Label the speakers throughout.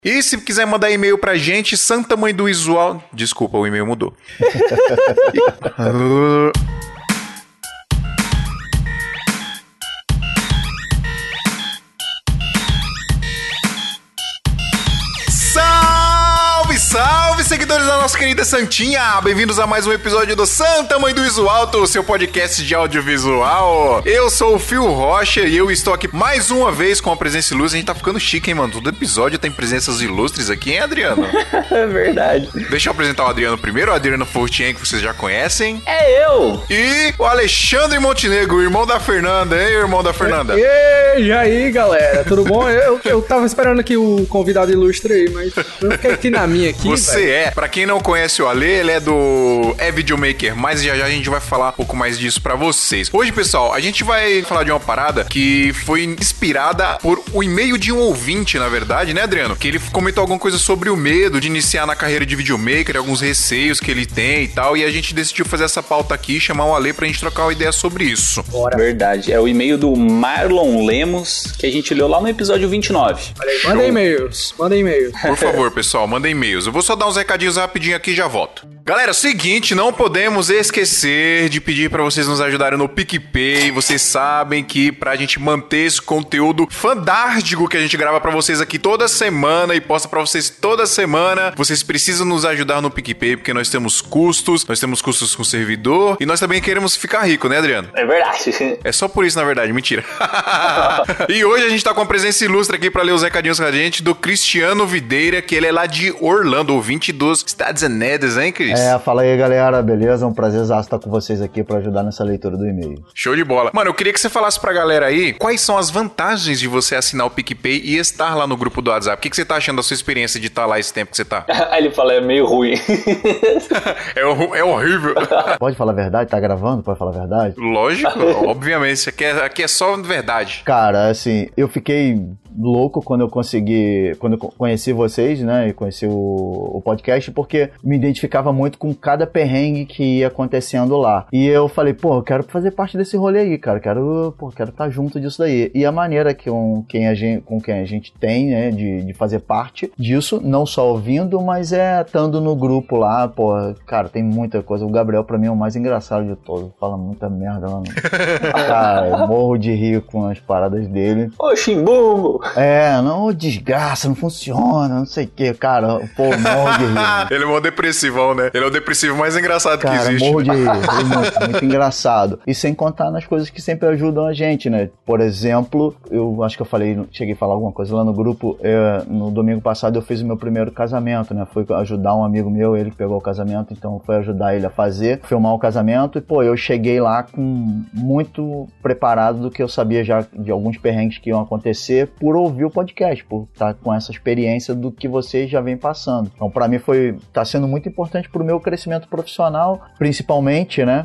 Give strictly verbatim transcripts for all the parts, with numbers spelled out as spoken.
Speaker 1: E se quiser mandar e-mail pra gente, santamanho do visual... Desculpa, o e-mail mudou. Salve, seguidores da nossa querida Santinha! Bem-vindos a mais um episódio do Santa Mãe do Iso Alto, seu podcast de audiovisual. Eu sou o Fio Rocha e eu estou aqui mais uma vez com a presença ilustre. A gente tá ficando chique, hein, mano? Todo episódio tem presenças ilustres aqui, hein, Adriano?
Speaker 2: É verdade.
Speaker 1: Deixa eu apresentar o Adriano primeiro, o Adriano Fortien, que vocês já conhecem.
Speaker 2: É eu!
Speaker 1: E o Alexandre Montenegro, o irmão da Fernanda, hein, irmão da Fernanda?
Speaker 3: E, e aí, galera, tudo bom? Eu, eu tava esperando aqui o convidado ilustre aí, mas eu fiquei aqui na minha aqui,
Speaker 1: Você
Speaker 3: véio.
Speaker 1: é. Pra quem não conhece o Ale, ele é do É Videomaker, mas já já a gente vai falar um pouco mais disso pra vocês. Hoje, pessoal, a gente vai falar de uma parada que foi inspirada por o e-mail de um ouvinte, na verdade, né, Adriano? Que ele comentou alguma coisa sobre o medo de iniciar na carreira de videomaker, alguns receios que ele tem e tal, e a gente decidiu fazer essa pauta aqui, chamar o Ale pra gente trocar uma ideia sobre isso.
Speaker 2: Bora. Verdade. É o e-mail do Marlon Lemos, que a gente leu lá no episódio vinte e nove.
Speaker 3: Manda e-mails, manda e-mails.
Speaker 1: Por favor, pessoal, manda e-mails. Eu vou só dar uns recadinhos rapidinho aqui e já volto. Galera, é o seguinte, não podemos esquecer de pedir pra vocês nos ajudarem no PicPay. Vocês sabem que pra gente manter esse conteúdo fantástico que a gente grava pra vocês aqui toda semana e posta pra vocês toda semana, vocês precisam nos ajudar no PicPay, porque nós temos custos, nós temos custos com o servidor e nós também queremos ficar rico, né, Adriano?
Speaker 2: É verdade.
Speaker 1: É só por isso, na verdade, mentira. E hoje a gente tá com a presença ilustre aqui pra ler os recadinhos com a gente do Cristiano Videira, que ele é lá de Orlando, ouvinte dos Estados Unidos, hein, Cris?
Speaker 4: É, fala aí, galera, beleza? É um prazer estar com vocês aqui pra ajudar nessa leitura do e-mail.
Speaker 1: Show de bola. Mano, eu queria que você falasse pra galera aí quais são as vantagens de você assinar o PicPay e estar lá no grupo do WhatsApp. O que, que você tá achando da sua experiência de estar lá esse tempo que você tá?
Speaker 2: Aí ele fala, é meio ruim.
Speaker 1: é, é horrível.
Speaker 4: Pode falar a verdade? Tá gravando? Pode falar a verdade?
Speaker 1: Lógico, obviamente. Aqui é, aqui é só verdade.
Speaker 4: Cara, assim, eu fiquei louco quando eu consegui, quando eu conheci vocês, né, e conheci o, o podcast, porque me identificava muito com cada perrengue que ia acontecendo lá. E eu falei, pô, eu quero fazer parte desse rolê aí, cara, quero, pô, quero estar junto disso daí. E a maneira que um, quem a gente, com quem a gente tem, né, de, de fazer parte disso, não só ouvindo, mas é estando no grupo lá, pô, cara, tem muita coisa. O Gabriel, pra mim, é o mais engraçado de todos, fala muita merda lá, no... Cara, eu morro de rir com as paradas dele.
Speaker 2: Ô, chimbungo!
Speaker 4: É, não, desgraça, não funciona, não sei o que, cara, pô, morro de rir.
Speaker 1: Ele é um depressivão, né? Ele é o depressivo mais engraçado
Speaker 4: cara,
Speaker 1: que existe.
Speaker 4: Morro de rir, muito, muito engraçado. E sem contar nas coisas que sempre ajudam a gente, né? Por exemplo, eu acho que eu falei, cheguei a falar alguma coisa lá no grupo, é, no domingo passado eu fiz o meu primeiro casamento, né? Fui ajudar um amigo meu, ele que pegou o casamento, então foi ajudar ele a fazer, filmar o casamento, e pô, eu cheguei lá com muito preparado do que eu sabia já de alguns perrengues que iam acontecer por ouvir o podcast, por estar com essa experiência do que vocês já vem passando. Então, pra mim foi, tá sendo muito importante pro meu crescimento profissional, principalmente, né?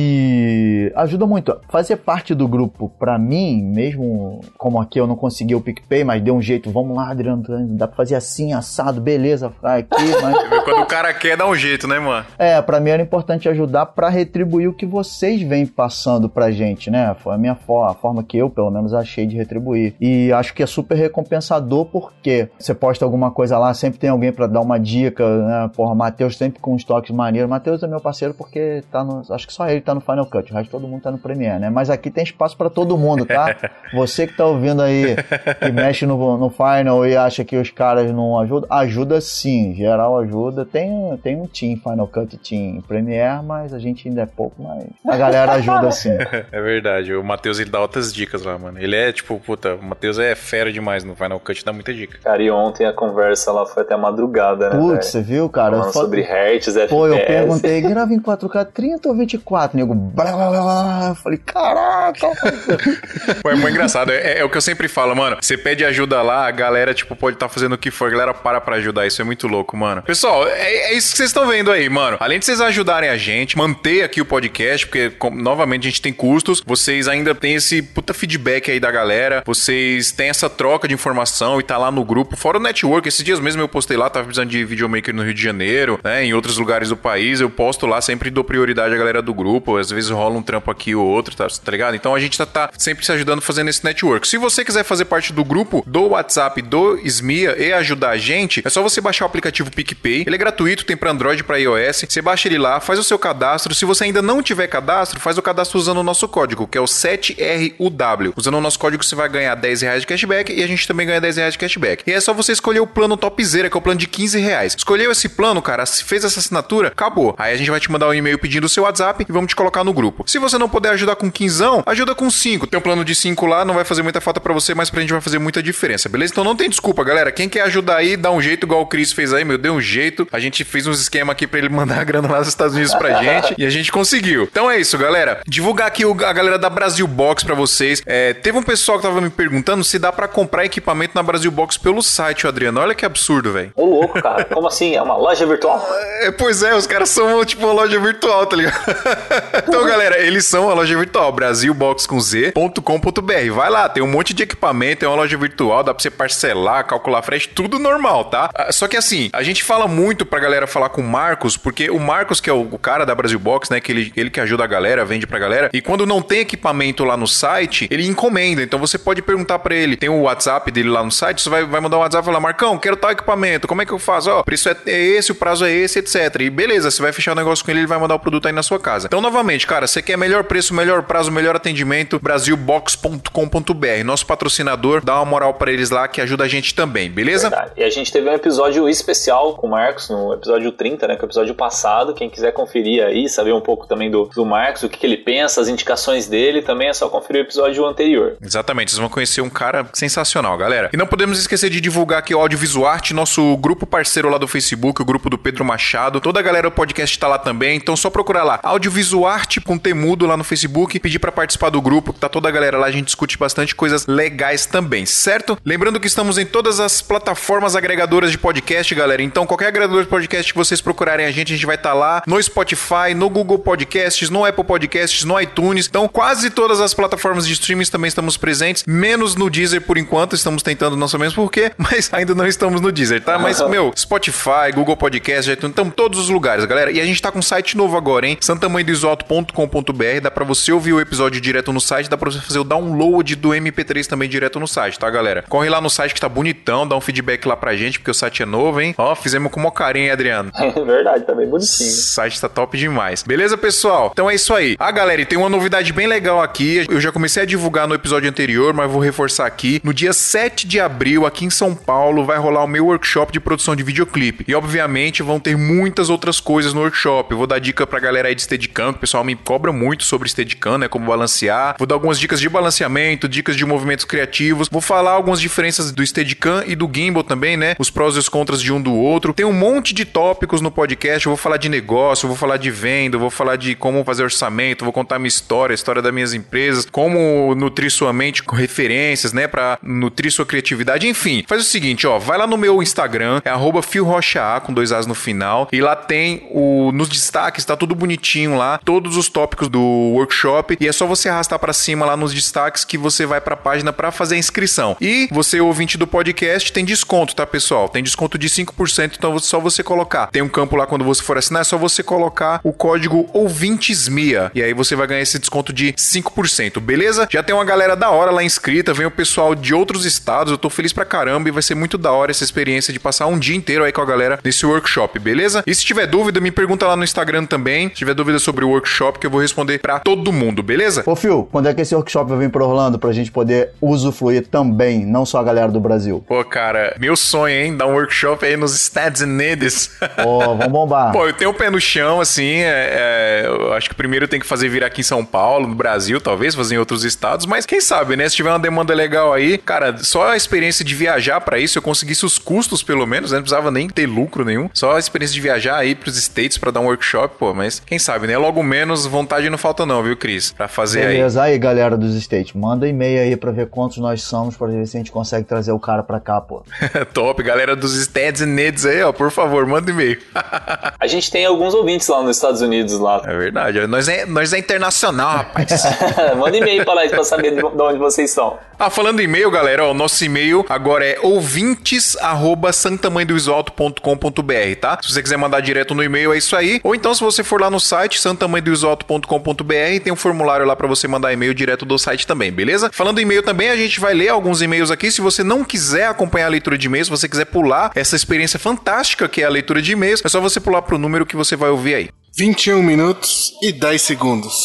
Speaker 4: E ajuda muito. Fazer parte do grupo, pra mim, mesmo como aqui eu não consegui o PicPay, mas deu um jeito, vamos lá, Adriano, dá pra fazer assim, assado, beleza, aqui, mas...
Speaker 1: Quando o cara quer, dá um jeito, né, mano?
Speaker 4: É, pra mim era importante ajudar pra retribuir o que vocês vêm passando pra gente, né? Foi a minha forma, a forma que eu, pelo menos, achei de retribuir. E acho que é super recompensador, porque você posta alguma coisa lá, sempre tem alguém pra dar uma dica, né? Porra, Matheus sempre com uns toques maneiros. Matheus é meu parceiro porque tá no... Acho que só ele tá no Final Cut, o resto todo mundo tá no Premiere, né? Mas aqui tem espaço pra todo mundo, tá? Você que tá ouvindo aí, que mexe no, no Final e acha que os caras não ajudam, ajuda sim, geral ajuda. Tem, tem um team Final Cut, team Premiere, mas a gente ainda é pouco, mas a galera ajuda sim.
Speaker 1: É verdade, o Matheus ele dá outras dicas lá, mano. Ele é tipo, puta, o Matheus é fera demais no Final Cut, dá muita dica.
Speaker 2: Cara, e ontem a conversa lá foi até madrugada, né?
Speaker 4: Putz, você viu, cara?
Speaker 2: Falando sobre hertz, F P S.
Speaker 4: Pô, eu perguntei, grava em quatro K trinta ou vinte e quatro? Nego, blá, blá, blá, blá. Eu falei, caraca!
Speaker 1: Pô, é muito engraçado, é, é o que eu sempre falo, mano. Você pede ajuda lá, a galera, tipo, pode estar tá fazendo o que for, a galera para pra ajudar, isso é muito louco, mano. Pessoal, é, é isso que vocês estão vendo aí, mano. Além de vocês ajudarem a gente, manter aqui o podcast, porque, como, novamente, a gente tem custos, vocês ainda têm esse puta feedback aí da galera, vocês têm essa troca de informação e tá lá no grupo, fora o network. Esses dias mesmo eu postei lá, tava precisando de videomaker no Rio de Janeiro, né, em outros lugares do país, eu posto lá, sempre dou prioridade à galera do grupo, às vezes rola um trampo aqui ou outro, tá, tá ligado? Então a gente tá, tá sempre se ajudando fazendo esse network. Se você quiser fazer parte do grupo do WhatsApp do Smia e ajudar a gente, é só você baixar o aplicativo PicPay, ele é gratuito, tem pra Android e pra iOS, você baixa ele lá, faz o seu cadastro, se você ainda não tiver cadastro, faz o cadastro usando o nosso código, que é o sete R U W. Usando o nosso código você vai ganhar dez reais de cashback e a gente também ganha dez reais de cashback. E é só você escolher o plano topzera, que é o plano de quinze reais. Escolheu esse plano, cara, se fez essa assinatura, acabou. Aí a gente vai te mandar um e-mail pedindo o seu WhatsApp e vamos te colocar no grupo. Se você não puder ajudar com quinzão, ajuda com cinco. Tem um plano de cinco lá, não vai fazer muita falta pra você, mas pra gente vai fazer muita diferença, beleza? Então não tem desculpa, galera. Quem quer ajudar aí, dá um jeito, igual o Chris fez aí, meu, deu um jeito. A gente fez uns esquema aqui pra ele mandar a grana lá dos Estados Unidos pra gente e a gente conseguiu. Então é isso, galera. Divulgar aqui o, a galera da Brasil Box pra vocês. É, teve um pessoal que tava me perguntando se dá pra comprar equipamento na Brasil Box pelo site, Adriano. Olha que absurdo, velho.
Speaker 2: Ô, louco, cara. Como assim? É uma loja virtual?
Speaker 1: É, pois é, os caras são tipo uma loja virtual, tá ligado? Então, galera, eles são a loja virtual, brasilbox com z ponto com ponto b r. Vai lá, tem um monte de equipamento, é uma loja virtual, dá pra você parcelar, calcular frete, tudo normal, tá? Só que assim, a gente fala muito pra galera falar com o Marcos, porque o Marcos, que é o cara da Brasil Box, né, que ele, ele que ajuda a galera, vende pra galera, e quando não tem equipamento lá no site, ele encomenda, então você pode perguntar pra ele, tem o WhatsApp dele lá no site, você vai, vai mandar um WhatsApp e falar, Marcão, quero tal equipamento, como é que eu faço? Ó, o preço é, é esse, o prazo é esse, etcétera. E beleza, você vai fechar o negócio com ele, ele vai mandar o produto aí na sua casa. Então, novamente, cara, você quer melhor preço, melhor prazo, melhor atendimento, brasilbox ponto com ponto b r. Nosso patrocinador, dá uma moral pra eles lá, que ajuda a gente também, beleza?
Speaker 2: Verdade. E a gente teve um episódio especial com o Marcos, no episódio trinta, né, que é o episódio passado. Quem quiser conferir aí, saber um pouco também do, do Marcos, o que, que ele pensa, as indicações dele, também é só conferir o episódio anterior.
Speaker 1: Exatamente, vocês vão conhecer um cara sensacional, galera. E não podemos esquecer de divulgar aqui o Audiovisuarte, nosso grupo parceiro lá do Facebook, o grupo do Pedro Machado. Toda a galera do podcast tá lá também, então só procurar lá, Audiovisuarte com Temudo lá no Facebook, pedir pra participar do grupo, que tá toda a galera lá, a gente discute bastante coisas legais também, certo? Lembrando que estamos em todas as plataformas agregadoras de podcast, galera, então qualquer agregador de podcast que vocês procurarem a gente, a gente vai estar tá lá no Spotify, no Google Podcasts, no Apple Podcasts, no iTunes, então quase todas as plataformas de streaming também estamos presentes, menos no Deezer por enquanto, estamos tentando, não sabemos por quê, mas ainda não estamos no Deezer, tá? Mas, meu, Spotify, Google Podcasts, iTunes, estamos em todos os lugares, galera, e a gente tá com um site novo agora, hein? santa mãe do isoto ponto com ponto b r, dá pra você ouvir o episódio direto no site, dá pra você fazer o download do M P três também direto no site, tá, galera? Corre lá no site que tá bonitão, dá um feedback lá pra gente, porque o site é novo, hein? Ó, fizemos com mó carinho, hein, Adriano?
Speaker 2: É verdade, tá bem bonitinho.
Speaker 1: O site tá top demais. Beleza, pessoal? Então é isso aí. Ah, galera, e tem uma novidade bem legal aqui, eu já comecei a divulgar no episódio anterior, mas vou reforçar aqui. No dia sete de abril, aqui em São Paulo, vai rolar o meu workshop de produção de videoclipe. E, obviamente, vão ter muitas outras coisas no workshop. Eu vou dar dica pra galera aí de Steadicam, que o pessoal me cobra muito sobre Steadicam, né? Como balancear. Vou dar algumas dicas de balanceamento, dicas de movimentos criativos. Vou falar algumas diferenças do Steadicam e do Gimbal também, né? Os prós e os contras de um do outro. Tem um monte de tópicos no podcast. Eu vou falar de negócio, eu vou falar de venda, eu vou falar de como fazer orçamento, vou contar minha história, a história das minhas empresas, como nutrir sua mente com referências, né? Pra nutrir sua criatividade. Enfim, faz o seguinte, ó. Vai lá no meu Instagram, é arroba fiorocha com dois As no final. E lá tem o... Nos destaques, tá tudo bonitinho lá. Todos os tópicos do workshop. E é só você arrastar pra cima lá nos destaques que você vai pra página pra fazer a inscrição. E você, ouvinte do podcast, tem desconto, tá, pessoal? Tem desconto de cinco por cento, então é só você colocar. Tem um campo lá quando você for assinar, é só você colocar o código OUVINTESMIA. E aí você vai ganhar esse desconto de cinco por cento, beleza? Já tem uma galera da hora lá inscrita, vem o pessoal de outros estados, eu tô feliz pra caramba e vai ser muito da hora essa experiência de passar um dia inteiro aí com a galera nesse workshop, beleza? E se tiver dúvida, me pergunta lá no Instagram também, se tiver dúvida sobre o workshop, que eu vou responder pra todo mundo, beleza?
Speaker 4: Ô, Fio, quando é que esse workshop vai vir pra Orlando pra gente poder usufruir também, não só a galera do Brasil?
Speaker 1: Pô, cara, meu sonho, hein? Dar um workshop aí nos Estados Unidos.
Speaker 4: Pô, vamos bombar.
Speaker 1: Pô, eu tenho o pé no chão, assim, é, é, eu acho que primeiro tem que fazer vir aqui em São Paulo, no Brasil, talvez, fazer em outros estados, mas quem sabe, né? Se tiver uma demanda legal aí, cara, só a experiência de viajar pra isso, eu conseguisse os custos, pelo menos, né? Não precisava nem ter lucro nenhum, só a experiência de viajar aí pros States pra dar um workshop, pô, mas quem sabe, né? Logo menos, vontade não falta não, viu, Cris? Pra fazer
Speaker 4: Beleza.
Speaker 1: aí.
Speaker 4: Beleza, aí, galera dos States, manda e-mail aí pra ver quantos nós somos, pra ver se a gente consegue trazer o cara pra cá, pô.
Speaker 1: Top, galera dos Estados Unidos aí, ó, por favor, manda e-mail.
Speaker 2: A gente tem alguns ouvintes lá nos Estados Unidos, lá.
Speaker 1: É verdade, nós é, nós é internacional, rapaz.
Speaker 2: Manda e-mail pra lá pra saber de onde vocês estão.
Speaker 1: Ah, falando em e-mail, e-mail, galera, ó, o nosso e-mail agora é ouvintes arroba santamanhodoisoalto ponto com ponto b r, tá? Se você quiser mandar direto no e-mail, é isso aí. Ou então, se você for lá no site santamanhodoisoalto ponto com ponto b r, tem um formulário lá pra você mandar e-mail direto do site também, beleza? Falando em e-mail também, a gente vai ler alguns e-mails aqui. Se você não quiser acompanhar a leitura de e-mails, se você quiser pular essa experiência fantástica que é a leitura de e-mails, é só você pular pro número que você vai ouvir aí.
Speaker 5: vinte e um minutos e dez segundos.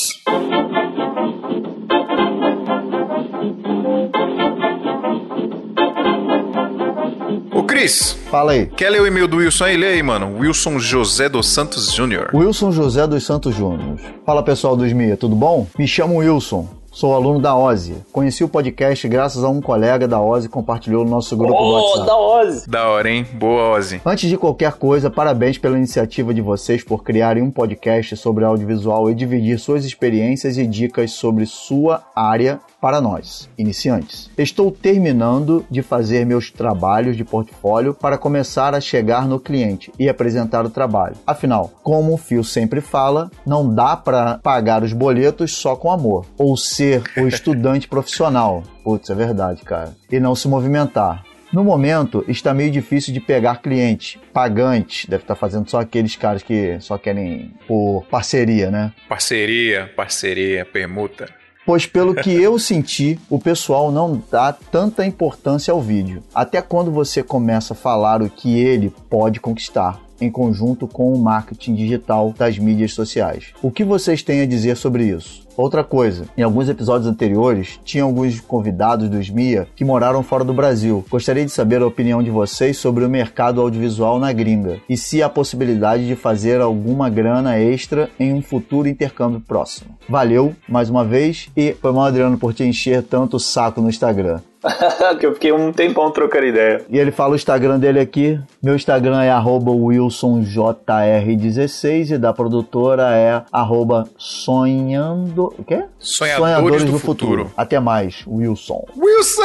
Speaker 1: Ô Cris,
Speaker 4: Fala aí.
Speaker 1: quer ler o e-mail do Wilson aí? Lê aí, mano. Wilson José dos Santos Júnior.
Speaker 4: Wilson José dos Santos Júnior. Fala, pessoal do SMIA, tudo bom? Me chamo Wilson. Sou aluno da O Z. Conheci o podcast graças a um colega da O Z que compartilhou no nosso grupo do
Speaker 2: Oh,
Speaker 4: WhatsApp.
Speaker 2: da Ozzy.
Speaker 1: Da hora, hein? Boa, Ozzy.
Speaker 4: Antes de qualquer coisa, parabéns pela iniciativa de vocês por criarem um podcast sobre audiovisual e dividir suas experiências e dicas sobre sua área para nós, iniciantes. Estou terminando de fazer meus trabalhos de portfólio para começar a chegar no cliente e apresentar o trabalho. Afinal, como o Fio sempre fala, não dá para pagar os boletos só com amor, ou ser o estudante profissional. Putz, é verdade, cara. E não se movimentar. No momento, está meio difícil de pegar cliente, pagante, deve estar fazendo só aqueles caras que só querem por parceria, né?
Speaker 1: Parceria, parceria, permuta.
Speaker 4: Pois pelo que eu senti, o pessoal não dá tanta importância ao vídeo. Até quando você começa a falar o que ele pode conquistar, em conjunto com o marketing digital das mídias sociais. O que vocês têm a dizer sobre isso? Outra coisa, em alguns episódios anteriores, tinha alguns convidados do SMIA que moraram fora do Brasil. Gostaria de saber a opinião de vocês sobre o mercado audiovisual na gringa e se há possibilidade de fazer alguma grana extra em um futuro intercâmbio próximo. Valeu, mais uma vez, e foi mal, Adriano, por te encher tanto o saco no Instagram.
Speaker 2: Que eu fiquei um tempão trocando ideia.
Speaker 4: E ele fala o Instagram dele aqui. Meu Instagram é arroba wilson j r dezesseis e da produtora é arroba sonhando... O quê?
Speaker 1: Sonhadores do Futuro.
Speaker 4: Até mais, Wilson.
Speaker 1: Wilson!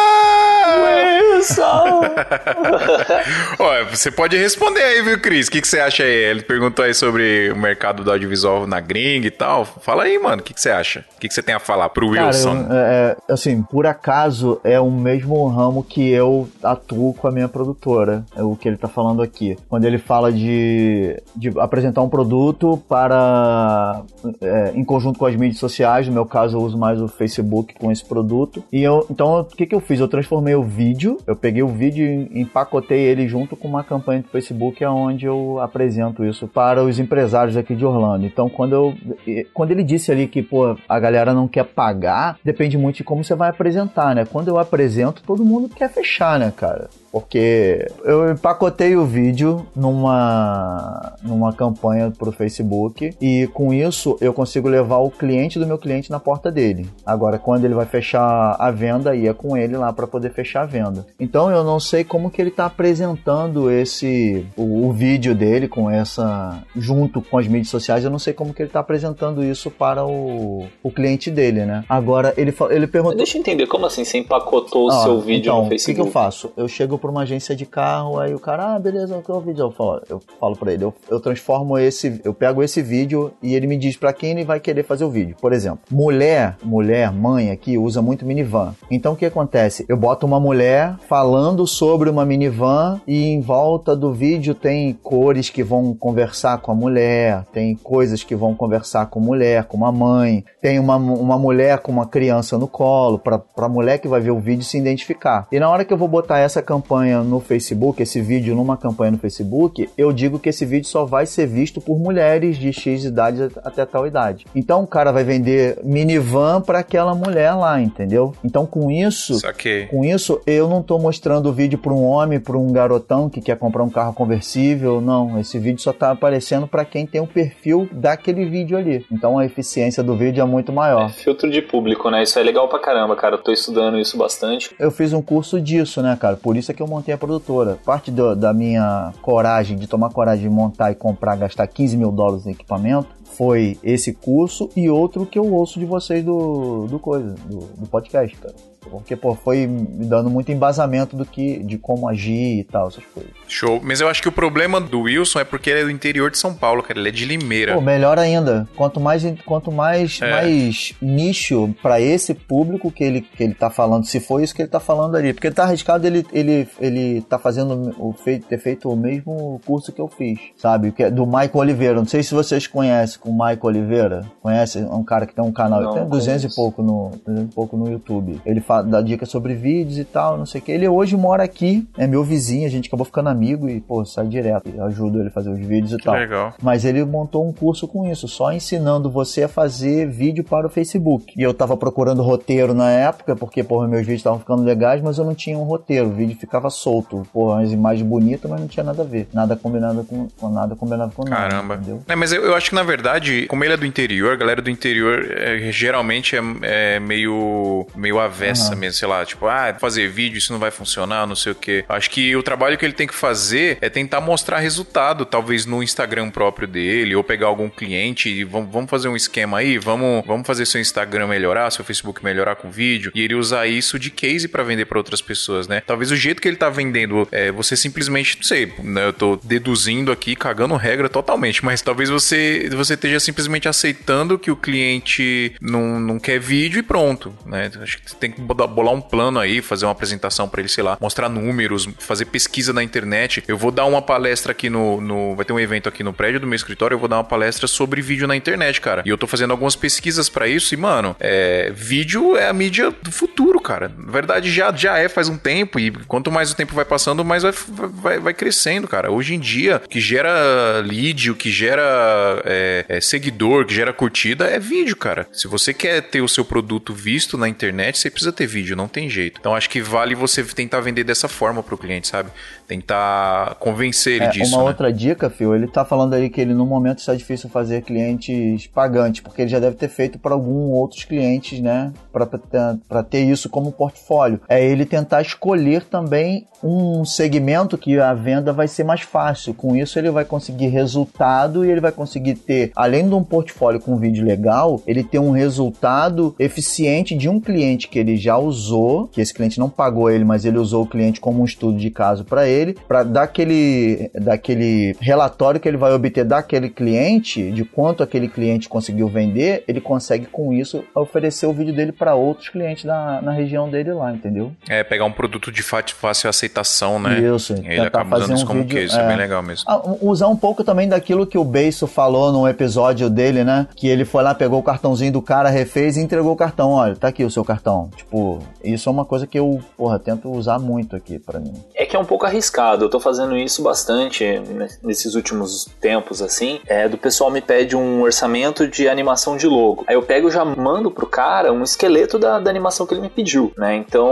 Speaker 2: Wilson!
Speaker 1: Olha, você pode responder aí, viu, Cris? O que, que você acha aí? Ele perguntou aí sobre o mercado do audiovisual na gringa e tal. Fala aí, mano, o que, que você acha? O que, que você tem a falar pro Wilson?
Speaker 4: Cara, eu, é, assim, por acaso é o mesmo ramo que eu atuo com a minha produtora, é o que ele tá falando aqui. Quando ele fala de, de apresentar um produto para é, em conjunto com as mídias sociais, no meu caso eu uso mais o Facebook com esse produto. E eu, então, o que, que eu fiz? Eu transformei o vídeo, eu peguei o vídeo e empacotei ele junto com uma campanha do Facebook onde eu apresento isso para os empresários aqui de Orlando. Então, quando, eu, quando ele disse ali que pô, a galera não quer pagar, depende muito de como você vai apresentar, né? Quando eu apresento, todo mundo quer fechar, né, cara? Porque eu empacotei o vídeo numa, numa campanha pro Facebook e com isso eu consigo levar o cliente do meu cliente na porta dele. Agora, quando ele vai fechar a venda, ia com ele lá para poder fechar a venda. Então eu não sei como que ele tá apresentando esse o, o vídeo dele com essa junto com as mídias sociais. Eu não sei como que ele tá apresentando isso para o, o cliente dele, né? Agora ele ele perguntou.
Speaker 2: Deixa eu entender, como assim você empacotou o ah, seu vídeo
Speaker 4: então,
Speaker 2: no Facebook?
Speaker 4: O que, que eu faço? Eu chego para uma agência de carro, aí o cara, ah, beleza, qual é o vídeo? Eu falo, eu falo para ele, eu, eu transformo esse, eu pego esse vídeo e ele me diz para quem ele vai querer fazer o vídeo. Por exemplo, mulher, mulher, mãe aqui usa muito minivan. Então o que acontece? Eu boto uma mulher falando sobre uma minivan e em volta do vídeo tem cores que vão conversar com a mulher, tem coisas que vão conversar com a mulher, com uma mãe, tem uma, uma mulher com uma criança no colo, para a mulher que vai ver o vídeo se identificar. E na hora que eu vou botar essa campanha no Facebook, esse vídeo numa campanha no Facebook, eu digo que esse vídeo só vai ser visto por mulheres de X idade até tal idade. Então o cara vai vender minivan para aquela mulher lá, entendeu? Então com isso,
Speaker 1: Saquei.
Speaker 4: com isso eu não tô mostrando o vídeo para um homem, para um garotão que quer comprar um carro conversível, não. Esse vídeo só tá aparecendo para quem tem o perfil daquele vídeo ali. Então a eficiência do vídeo é muito maior.
Speaker 2: É filtro de público, né? Isso é legal pra caramba, cara. Eu tô estudando isso bastante.
Speaker 4: Eu fiz um curso disso, né, cara? Por isso é que eu montei a produtora. Parte do, da minha coragem, de tomar coragem de montar e comprar, gastar quinze mil dólares em equipamento, foi esse curso e outro que eu ouço de vocês do, do coisa, do, do podcast, cara. Porque, pô, foi me dando muito embasamento do que, de como agir e tal, essas coisas.
Speaker 1: Show. Mas eu acho que o problema do Wilson é porque ele é do interior de São Paulo, cara. Ele é de Limeira.
Speaker 4: Pô, melhor ainda. Quanto mais, quanto mais,
Speaker 1: É.
Speaker 4: mais nicho pra esse público que ele, que ele tá falando, se for isso que ele tá falando ali. Porque ele tá arriscado ele, ele, ele tá fazendo o feito, ter feito o mesmo curso que eu fiz, sabe? Que é do Maico Oliveira. Não sei se vocês conhecem o Maico Oliveira. Conhece? É um cara que tem um canal,
Speaker 2: Não,
Speaker 4: tem duzentos
Speaker 2: conheço.
Speaker 4: e pouco no, duzentos e pouco no YouTube. Ele fala, dá dicas sobre vídeos e tal, não sei o que. Ele hoje mora aqui, é meu vizinho, a gente acabou ficando amigo e, pô, sai direto. Eu ajudo ele a fazer os vídeos e
Speaker 1: Que
Speaker 4: tal.
Speaker 1: legal.
Speaker 4: Mas ele montou um curso com isso, só ensinando você a fazer vídeo para o Facebook. E eu tava procurando roteiro na época, porque, porra, meus vídeos estavam ficando legais, mas eu não tinha um roteiro. O vídeo ficava solto. Porra, as imagens bonitas, mas não tinha nada a ver. Nada combinado com, com nada combinado com nada.
Speaker 1: Caramba.
Speaker 4: Entendeu?
Speaker 1: É, mas eu, eu acho que, na verdade, como ele é do interior, a galera do interior é, geralmente é, é meio, meio avessa
Speaker 4: Uhum.
Speaker 1: mesmo, sei lá, tipo, ah, fazer vídeo, isso não vai funcionar, não sei o quê. Acho que o trabalho que ele tem que fazer é tentar mostrar resultado, talvez no Instagram próprio dele, ou pegar algum cliente e vamos, vamos fazer um esquema aí, vamos, vamos fazer seu Instagram melhorar, seu Facebook melhorar com vídeo, e ele usar isso de case pra vender pra outras pessoas, né? Talvez o jeito que ele tá vendendo, é, você simplesmente, não sei, né, eu tô deduzindo aqui, cagando regra totalmente, mas talvez você, você esteja simplesmente aceitando que o cliente não, não quer vídeo e pronto, né? Acho que você tem que bolar um plano aí, fazer uma apresentação pra ele, sei lá, mostrar números, fazer pesquisa na internet. Eu vou dar uma palestra aqui no, no... Vai ter um evento aqui no prédio do meu escritório, eu vou dar uma palestra sobre vídeo na internet, cara. E eu tô fazendo algumas pesquisas pra isso e, mano, é, vídeo é a mídia do futuro, cara. Na verdade, já, já é faz um tempo e quanto mais o tempo vai passando, mais vai, vai, vai crescendo, cara. Hoje em dia, o que gera lead, o que gera é, é, seguidor, o que gera curtida é vídeo, cara. Se você quer ter o seu produto visto na internet, você precisa ter vídeo, não tem jeito. Então, acho que vale você tentar vender dessa forma pro cliente, sabe? Tentar convencer ele
Speaker 4: É,
Speaker 1: disso,
Speaker 4: uma
Speaker 1: né?
Speaker 4: outra dica, Phil, ele tá falando aí que ele no momento está difícil fazer clientes pagantes, porque ele já deve ter feito para alguns outros clientes, né, para ter isso como portfólio. É ele tentar escolher também um segmento que a venda vai ser mais fácil. Com isso ele vai conseguir resultado e ele vai conseguir ter, além de um portfólio com vídeo legal, ele ter um resultado eficiente de um cliente que ele já usou, que esse cliente não pagou ele, mas ele usou o cliente como um estudo de caso para ele, para dar aquele, daquele relatório que ele vai obter daquele cliente, de quanto aquele cliente conseguiu vender, ele consegue com isso oferecer o vídeo dele para outros clientes na, na região dele lá, entendeu?
Speaker 1: É, pegar um produto de fácil aceitação, né?
Speaker 4: Isso,
Speaker 1: E ele
Speaker 4: tentar
Speaker 1: acaba
Speaker 4: fazer
Speaker 1: usando isso
Speaker 4: um
Speaker 1: como
Speaker 4: vídeo,
Speaker 1: case, é
Speaker 4: é.
Speaker 1: bem legal mesmo.
Speaker 4: Ah, usar um pouco também daquilo que o Beiso falou num episódio dele, né? Que ele foi lá, pegou o cartãozinho do cara, refez e entregou o cartão. Olha, tá aqui o seu cartão. Tipo, isso é uma coisa que eu, porra, tento usar muito aqui pra mim.
Speaker 2: É que é um pouco arriscado, eu tô fazendo isso bastante nesses últimos tempos, assim, é, do pessoal me pede um orçamento de animação de logo. Aí eu pego e já mando pro cara um esqueleto da, da animação que ele me pediu, né? Então,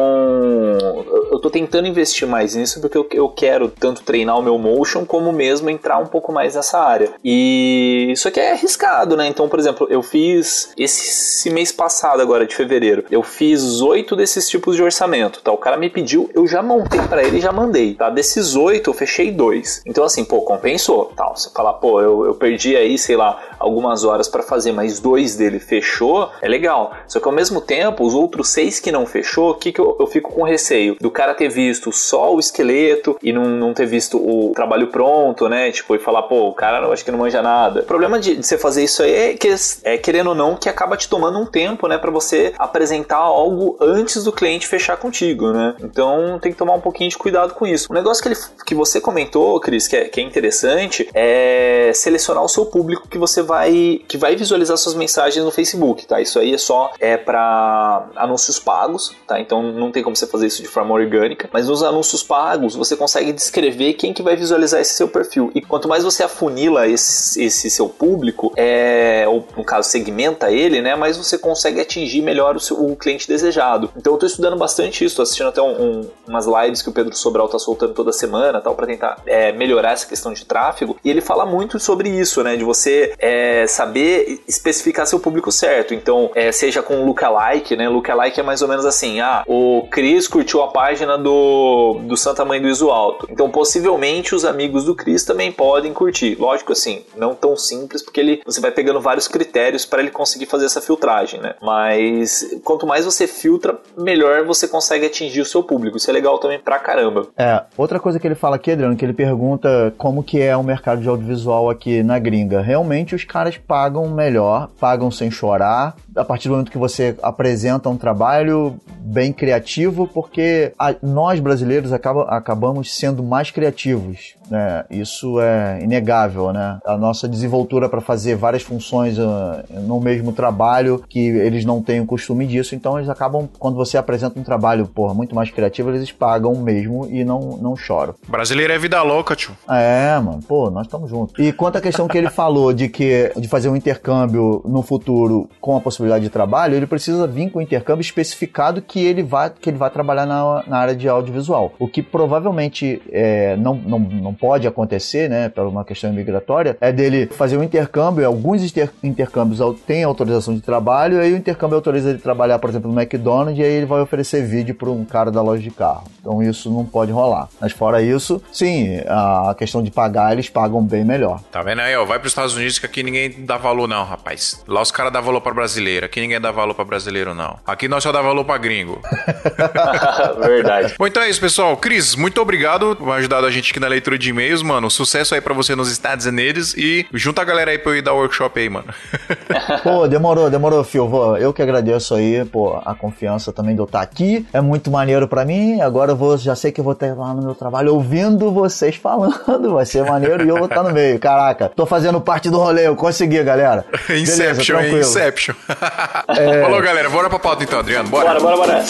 Speaker 2: eu tô tentando investir mais nisso porque eu, eu quero tanto treinar o meu motion como mesmo entrar um pouco mais nessa área. E isso aqui é arriscado, né? Então, por exemplo, eu fiz esse mês passado agora, de fevereiro, eu fiz oito desses tipos de orçamento, tá? O cara me pediu, eu já montei pra ele e já mandei, tá? Desses oito, eu fechei dois. Então, assim, pô, compensou, tal. Você falar, pô, eu, eu perdi aí, sei lá, algumas horas pra fazer, mas dois dele fechou, é legal. Só que ao mesmo tempo, os outros seis que não fechou, o que que eu, eu fico com receio? Do cara ter visto só o esqueleto e não, não ter visto o trabalho pronto, né? Tipo, e falar, pô, o cara eu acho que não manja nada. O problema de, de você fazer isso aí é, que, é, querendo ou não, que acaba te tomando um tempo, né? Pra você apresentar algo antes do cliente fechar contigo, né? Então, tem que tomar um pouquinho de cuidado com isso. Um negócio que, ele, que você comentou, Cris, que é, que é interessante, é selecionar o seu público que você vai, que vai visualizar suas mensagens no Facebook, tá? Isso aí é só é para anúncios pagos, tá? Então, não tem como você fazer isso de forma orgânica, mas nos anúncios pagos, você consegue descrever quem que vai visualizar esse seu perfil. E quanto mais você afunila esse, esse seu público, é, ou no caso, segmenta ele, né? Mais você consegue atingir melhor o, seu, o cliente desejado. Então, eu tô estudando bastante isso, tô assistindo até um, um, umas lives que o Pedro Sobral audiovisual tá soltando toda semana, tal, para tentar é, melhorar essa questão de tráfego. E ele fala muito sobre isso, né, de você é, saber especificar seu público certo. Então, é, seja com lookalike, né, lookalike é mais ou menos assim, ah, o Cris curtiu a página do, do Santa Mãe do Iso Alto, então possivelmente os amigos do Cris também podem curtir. Lógico, assim, não tão simples, porque ele, você vai pegando vários critérios para ele conseguir fazer essa filtragem, né, mas quanto mais você filtra, melhor você consegue atingir o seu público. Isso é legal também pra caramba.
Speaker 4: É, outra coisa que ele fala aqui, Adriano, que ele pergunta como que é o mercado de audiovisual aqui na gringa. Realmente os caras pagam melhor, pagam sem chorar, a partir do momento que você apresenta um trabalho bem criativo, porque a, nós brasileiros acaba, acabamos sendo mais criativos, né? Isso é inegável, né? A nossa desenvoltura para fazer várias funções uh, no mesmo trabalho, que eles não têm o costume disso, então eles acabam, quando você apresenta um trabalho, porra, muito mais criativo, eles pagam mesmo e não, não choram.
Speaker 1: Brasileiro é vida louca, tio.
Speaker 4: É, mano, pô, nós estamos juntos. E quanto à questão que ele falou de que de fazer um intercâmbio no futuro com a possibilidade de trabalho, ele precisa vir com um intercâmbio especificado que ele vai, que ele vai trabalhar na, na área de audiovisual. O que provavelmente é, não, não, não pode acontecer, né, por uma questão migratória, é dele fazer um intercâmbio. Alguns inter, intercâmbios têm autorização de trabalho, e aí o intercâmbio autoriza ele trabalhar, por exemplo, no McDonald's, e aí ele vai oferecer vídeo para um cara da loja de carro. Então isso não pode rolar. Mas fora isso, sim, a questão de pagar, eles pagam bem melhor.
Speaker 1: Tá vendo aí, ó? Vai pros Estados Unidos que aqui ninguém dá valor não, rapaz. Lá os caras dão valor pra brasileiro, aqui ninguém dá valor pra brasileiro não. Aqui nós só dá valor pra gringo.
Speaker 2: Verdade.
Speaker 1: Bom, então é isso, pessoal. Cris, muito obrigado por ajudar a gente aqui na leitura de e-mails, mano. Sucesso aí pra você nos Estados Unidos e junta a galera aí pra eu ir dar workshop aí, mano.
Speaker 4: Pô, demorou, demorou, Fio. Eu que agradeço aí, pô, a confiança também de eu estar aqui. É muito maneiro pra mim. Agora eu vou, já sei que eu vou estar lá no meu trabalho ouvindo vocês falando. Vai ser maneiro e eu vou estar no meio. Caraca, tô fazendo parte do rolê. Eu consegui, galera.
Speaker 1: Inception,
Speaker 4: Beleza,
Speaker 1: Inception.
Speaker 4: É...
Speaker 1: Falou, galera. Bora pra pauta então, Adriano. Bora.
Speaker 2: Bora, bora, bora.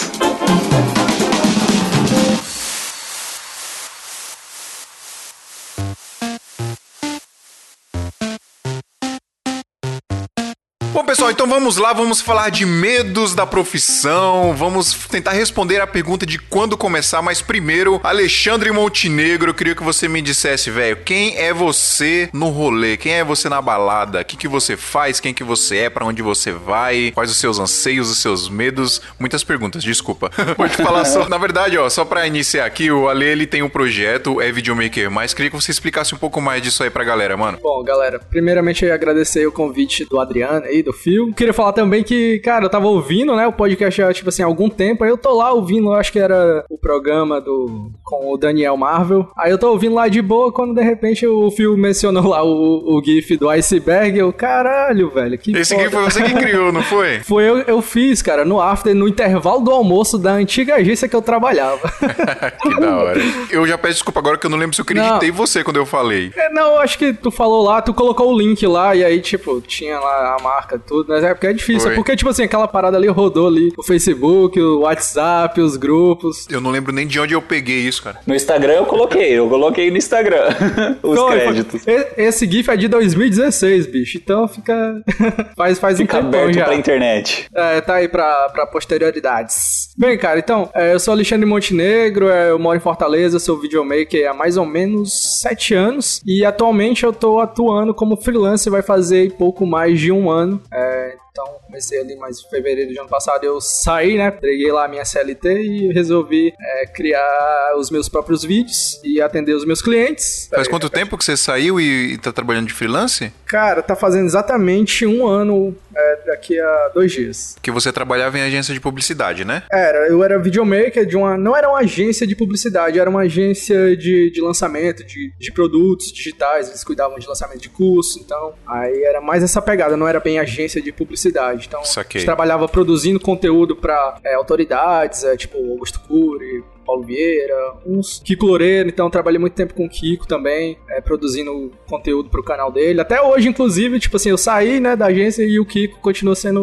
Speaker 1: Bom, pessoal, então vamos lá, vamos falar de medos da profissão, vamos tentar responder a pergunta de quando começar, mas primeiro, Alexandre Montenegro, eu queria que você me dissesse, velho, quem é você no rolê? Quem é você na balada? O que, que você faz? Quem que você é? Pra onde você vai? Quais os seus anseios, os seus medos? Muitas perguntas, desculpa. Vou te falar só, na verdade, ó, só pra iniciar aqui, o Ale, ele tem um projeto, é Videomaker Mais, queria que você explicasse um pouco mais disso aí pra galera, mano.
Speaker 3: Bom, galera, primeiramente eu ia agradecer o convite do Adriano aí, do Fio. Queria falar também que, cara, eu tava ouvindo, né, o podcast há, tipo assim, algum tempo, aí eu tô lá ouvindo, eu acho que era o programa do com o Daniel Marvel, aí eu tô ouvindo lá de boa, quando de repente o Fio mencionou lá o, o gif do iceberg, eu, caralho, velho, que
Speaker 1: Esse
Speaker 3: foda.
Speaker 1: gif foi você que criou, não foi?
Speaker 3: Foi eu, eu fiz, cara, no after, no intervalo do almoço da antiga agência que eu trabalhava.
Speaker 1: Que da hora. Eu já peço desculpa agora que eu não lembro se eu acreditei em você quando eu falei.
Speaker 3: É, não, eu acho que tu falou lá, tu colocou o link lá, e aí, tipo, tinha lá a marca, tudo, mas é porque é difícil,
Speaker 1: Foi.
Speaker 3: é porque, tipo assim, aquela parada ali rodou ali, o Facebook, o WhatsApp, os grupos.
Speaker 1: Eu não lembro nem de onde eu peguei isso, cara.
Speaker 2: No Instagram eu coloquei, eu coloquei no Instagram os
Speaker 3: Então,
Speaker 2: créditos.
Speaker 3: Esse GIF é de dois mil e dezesseis, bicho, então fica... faz faz
Speaker 2: Fica
Speaker 3: um tempão
Speaker 2: aberto
Speaker 3: já.
Speaker 2: pra internet.
Speaker 3: É, tá aí pra, pra posterioridades. Bem, cara, então, é, eu sou Alexandre Montenegro, é, eu moro em Fortaleza, sou videomaker há mais ou menos sete anos, e atualmente eu tô atuando como freelancer, vai fazer pouco mais de um ano. É, então, comecei ali mais em fevereiro do ano passado, eu saí, né, entreguei lá a minha C L T e resolvi é, criar os meus próprios vídeos e atender os meus clientes.
Speaker 1: Faz quanto tempo que você saiu e, e tá trabalhando de freelance?
Speaker 3: Cara, tá fazendo exatamente um ano é, daqui a dois dias.
Speaker 1: Que você trabalhava em agência de publicidade, né?
Speaker 3: Era, eu era videomaker de uma... Não era uma agência de publicidade, era uma agência de, de lançamento, de, de produtos digitais, eles cuidavam de lançamento de curso, então... Aí era mais essa pegada, não era bem agência de publicidade. Então,
Speaker 1: Saquei.
Speaker 3: a gente trabalhava produzindo conteúdo pra é, autoridades, é, tipo Augusto Cury, Paulo Vieira, uns Kiko Loureiro, então trabalhei muito tempo com o Kiko também, é, produzindo conteúdo pro canal dele. Até hoje, inclusive, tipo assim, eu saí, né, da agência e o Kiko continua sendo é,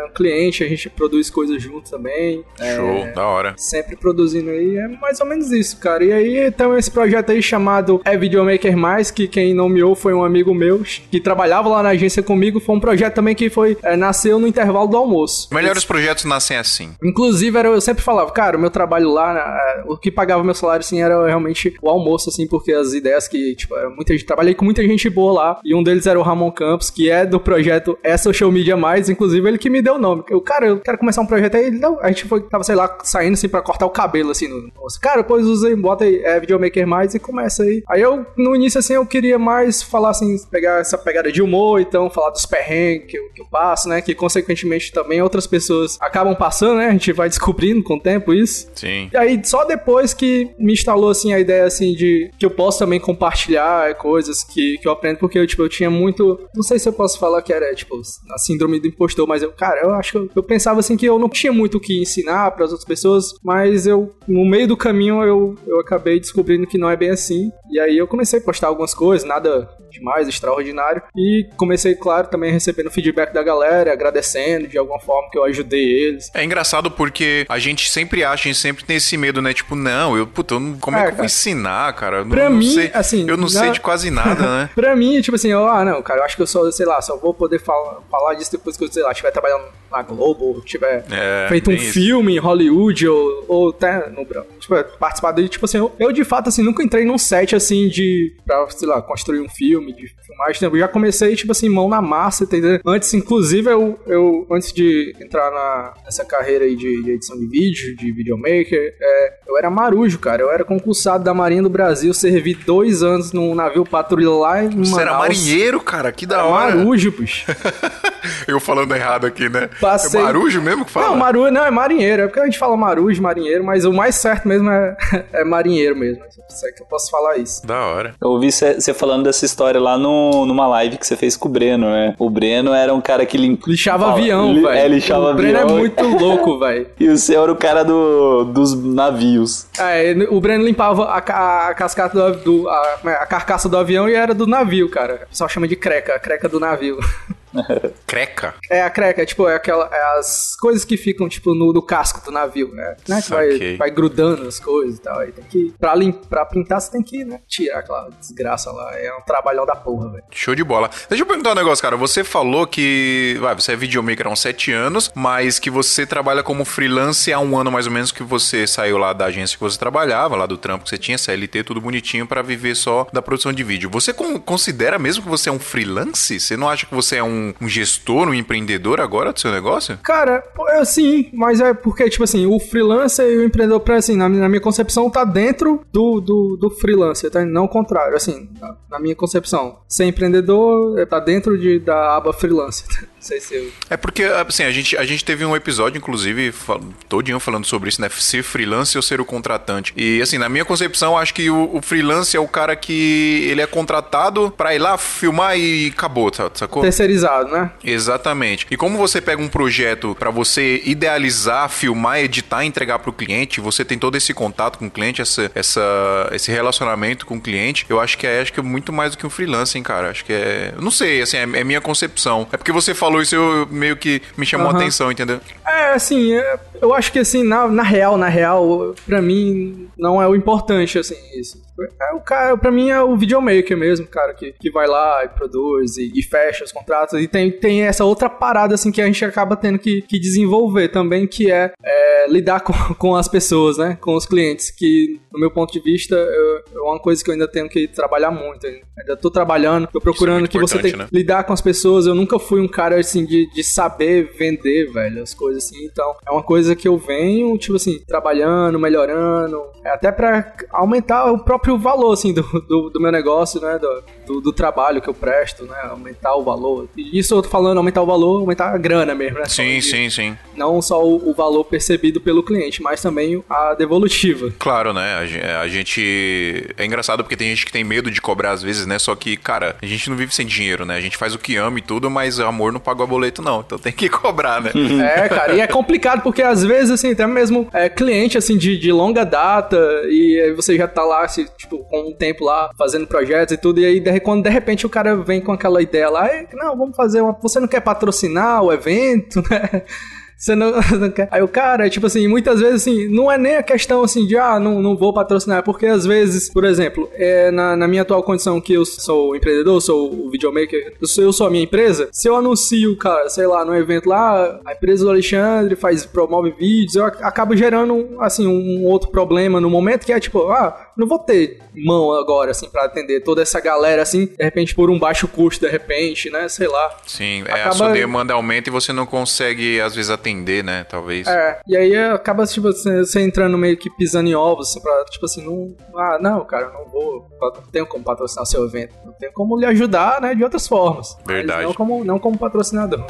Speaker 3: um cliente, a gente produz coisas junto também.
Speaker 1: Show,
Speaker 3: é,
Speaker 1: da hora.
Speaker 3: Sempre produzindo aí, é mais ou menos isso, cara. E aí tem esse projeto aí chamado É Videomaker Mais, que quem nomeou foi um amigo meu, que trabalhava lá na agência comigo. Foi um projeto também que foi, é, nasceu no intervalo do almoço.
Speaker 1: Melhores projetos nascem assim.
Speaker 3: Inclusive, era, eu sempre falava, cara, o meu trabalho lá, é, o que pagava meu salário, assim, era realmente o almoço, assim, porque as ideias que, tipo, era muita gente, trabalhei com muita gente boa lá, e um deles era o Ramon Campos, que é do projeto É Social Media Mais, inclusive ele que me deu o nome. Eu, cara, eu quero começar um projeto aí, ele, não, a gente foi, tava, sei lá, saindo, assim, pra cortar o cabelo, assim, no, cara, depois usa aí, bota aí, é Videomaker Mais e começa aí. Aí eu, no início, assim, eu queria mais falar, assim, pegar essa pegada de humor, então, falar dos perrengues que eu, que eu passo, né, que consequentemente também outras pessoas acabam passando, né, a gente vai descobrindo com o tempo isso.
Speaker 1: Sim.
Speaker 3: E aí, só depois que me instalou, assim, a ideia, assim, de que eu posso também compartilhar coisas que, que eu aprendo, porque eu, tipo, eu tinha muito, não sei se eu posso falar que era, tipo, a síndrome do impostor, mas eu, cara, eu acho que eu, eu pensava, assim, que eu não tinha muito o que ensinar para as outras pessoas, mas eu, no meio do caminho, eu, eu acabei descobrindo que não é bem assim, e aí eu comecei a postar algumas coisas, nada demais, extraordinário, e comecei, claro, também recebendo feedback da galera, agradecendo de alguma forma que eu ajudei eles.
Speaker 1: É engraçado porque a gente sempre acha, a gente sempre tem esse medo, né? Tipo, não, eu, puta, eu não, como é, é que eu vou ensinar, cara? Eu
Speaker 3: pra
Speaker 1: não,
Speaker 3: mim,
Speaker 1: não sei,
Speaker 3: assim...
Speaker 1: Eu não na... sei de quase nada, né?
Speaker 3: Pra mim, tipo assim, eu, ah, não, cara, eu acho que eu só, sei lá, só vou poder falar, falar disso depois que eu, sei lá, estiver trabalhando na Globo, ou tiver é, feito um isso. filme em Hollywood, ou, ou até no tipo, participar dele, tipo assim, eu, eu de fato, assim, nunca entrei num set, assim, de, pra, sei lá, construir um filme, de filmagem, eu já comecei, tipo assim, mão na massa, entendeu? Antes, inclusive, eu, eu antes de entrar na, nessa carreira aí de, de edição de vídeo, de videomaker, é, eu era marujo, cara, eu era concursado da Marinha do Brasil, servi dois anos num navio patrulha lá em Manaus.
Speaker 1: Você era marinheiro, cara, que da hora.
Speaker 3: Marujo, puxa.
Speaker 1: Eu falando errado aqui, né?
Speaker 3: Passei...
Speaker 1: É marujo mesmo que fala?
Speaker 3: Não, marujo, não, é marinheiro, é porque a gente fala marujo, marinheiro, mas o mais certo mesmo é, é marinheiro mesmo, é que eu posso falar isso.
Speaker 1: Da hora.
Speaker 2: Eu ouvi você falando dessa história lá no, numa live que você fez com o Breno, né? O Breno era um cara que limp...
Speaker 3: lixava fala, avião, li... velho.
Speaker 2: É, lixava
Speaker 3: o
Speaker 2: avião.
Speaker 3: O Breno é muito louco, velho.
Speaker 2: E o seu era o cara do, dos navios.
Speaker 3: É, o Breno limpava a, a, a cascata do, do a, a carcaça do avião e era do navio, cara. O pessoal chama de creca, a creca do navio.
Speaker 1: Creca?
Speaker 3: É, a creca, tipo, é aquela, é as coisas que ficam, tipo, no, no casco do navio, né? né? Que vai, vai grudando as coisas e tal. Aí tem que, pra, lim, pra pintar, você tem que, né, tirar aquela desgraça lá. É um trabalhão da porra, velho.
Speaker 1: Show de bola. Deixa eu perguntar um negócio, cara. Você falou que, vai, você é videomaker há uns sete anos, mas que você trabalha como freelance há um ano mais ou menos que você saiu lá da agência que você trabalhava, lá do trampo que você tinha, C L T, tudo bonitinho, pra viver só da produção de vídeo. Você considera mesmo que você é um freelance? Você não acha que você é um um gestor, um empreendedor agora do seu negócio?
Speaker 3: Cara, eu, sim, mas é porque, tipo assim, o freelancer e o empreendedor, pra, assim, na, na minha concepção, tá dentro do, do, do freelancer, tá? Não o contrário, assim, na, na minha concepção. Ser empreendedor tá dentro de, da aba freelancer, não sei se eu...
Speaker 1: É porque, assim, a gente, a gente teve um episódio, inclusive, fal... todinho falando sobre isso, né? Ser freelancer ou ser o contratante. E, assim, na minha concepção, acho que o, o freelancer é o cara que ele é contratado pra ir lá, filmar e acabou, sacou?
Speaker 3: Terceirizado, né?
Speaker 1: Exatamente. E como você pega um projeto pra você idealizar, filmar, editar e entregar pro cliente, você tem todo esse contato com o cliente, essa, essa, esse relacionamento com o cliente, eu acho que é, acho que é muito mais do que um freelancer, hein, cara? Acho que é... Eu não sei, assim, é, é minha concepção. É porque você falou isso, eu meio que me chamou uhum. a atenção, entendeu?
Speaker 3: É, assim, é, eu acho que, assim, na, na real, na real, pra mim, não é o importante, assim, isso. É o cara, pra mim é o videomaker mesmo, cara, que, que vai lá e produz e, e fecha os contratos. E tem, tem essa outra parada, assim, que a gente acaba tendo que, que desenvolver também, que é, é lidar com, com as pessoas, né? Com os clientes, que, no meu ponto de vista, eu, é uma coisa que eu ainda tenho que trabalhar muito. Eu ainda tô trabalhando, tô procurando é que você tem que né? lidar com as pessoas. Eu nunca fui um cara, assim, de, de saber vender, velho, as coisas assim. Então, é uma coisa que eu venho, tipo assim, trabalhando, melhorando, até pra aumentar o próprio o valor, assim, do, do, do meu negócio, né, do, do, do trabalho que eu presto, né, aumentar o valor. E isso eu tô falando, aumentar o valor, aumentar a grana mesmo, né?
Speaker 1: Sim,
Speaker 3: de,
Speaker 1: sim, sim.
Speaker 3: Não só o, o valor percebido pelo cliente, mas também a devolutiva.
Speaker 1: Claro, né, a, a gente... É engraçado porque tem gente que tem medo de cobrar às vezes, né, só que, cara, a gente não vive sem dinheiro, né, a gente faz o que ama e tudo, mas o amor não paga o boleto, não, então tem que cobrar, né?
Speaker 3: É, cara, e é complicado porque às às vezes, assim, até mesmo é, cliente, assim, de, de longa data, e aí você já tá lá, assim, tipo, com um tempo lá, fazendo projetos e tudo, e aí, de, quando de repente o cara vem com aquela ideia lá, não, vamos fazer uma... Você não quer patrocinar o evento, né? Você não, não quer. Aí o cara, tipo assim, muitas vezes assim, não é nem a questão assim de, ah, não, não vou patrocinar, porque às vezes, por exemplo, é, na, na minha atual condição que eu sou empreendedor, sou o videomaker, eu sou, eu sou a minha empresa, se eu anuncio, cara, sei lá, num evento lá, a empresa do Alexandre faz, promove vídeos, eu acabo gerando, assim, um outro problema no momento que é tipo, ah, não vou ter mão agora, assim, pra atender toda essa galera, assim, de repente por um baixo custo, de repente, né, sei lá.
Speaker 1: Sim, é,
Speaker 3: acaba...
Speaker 1: a sua demanda aumenta e você não consegue, às vezes, atender, né, talvez.
Speaker 3: É, e aí acaba, tipo, você entrando meio que pisando em ovos, assim, pra, tipo assim, não... Ah, não, cara, eu não vou... Não tenho como patrocinar o seu evento. Não tenho como lhe ajudar, né, de outras formas.
Speaker 1: Verdade.
Speaker 3: Não como, não como patrocinador.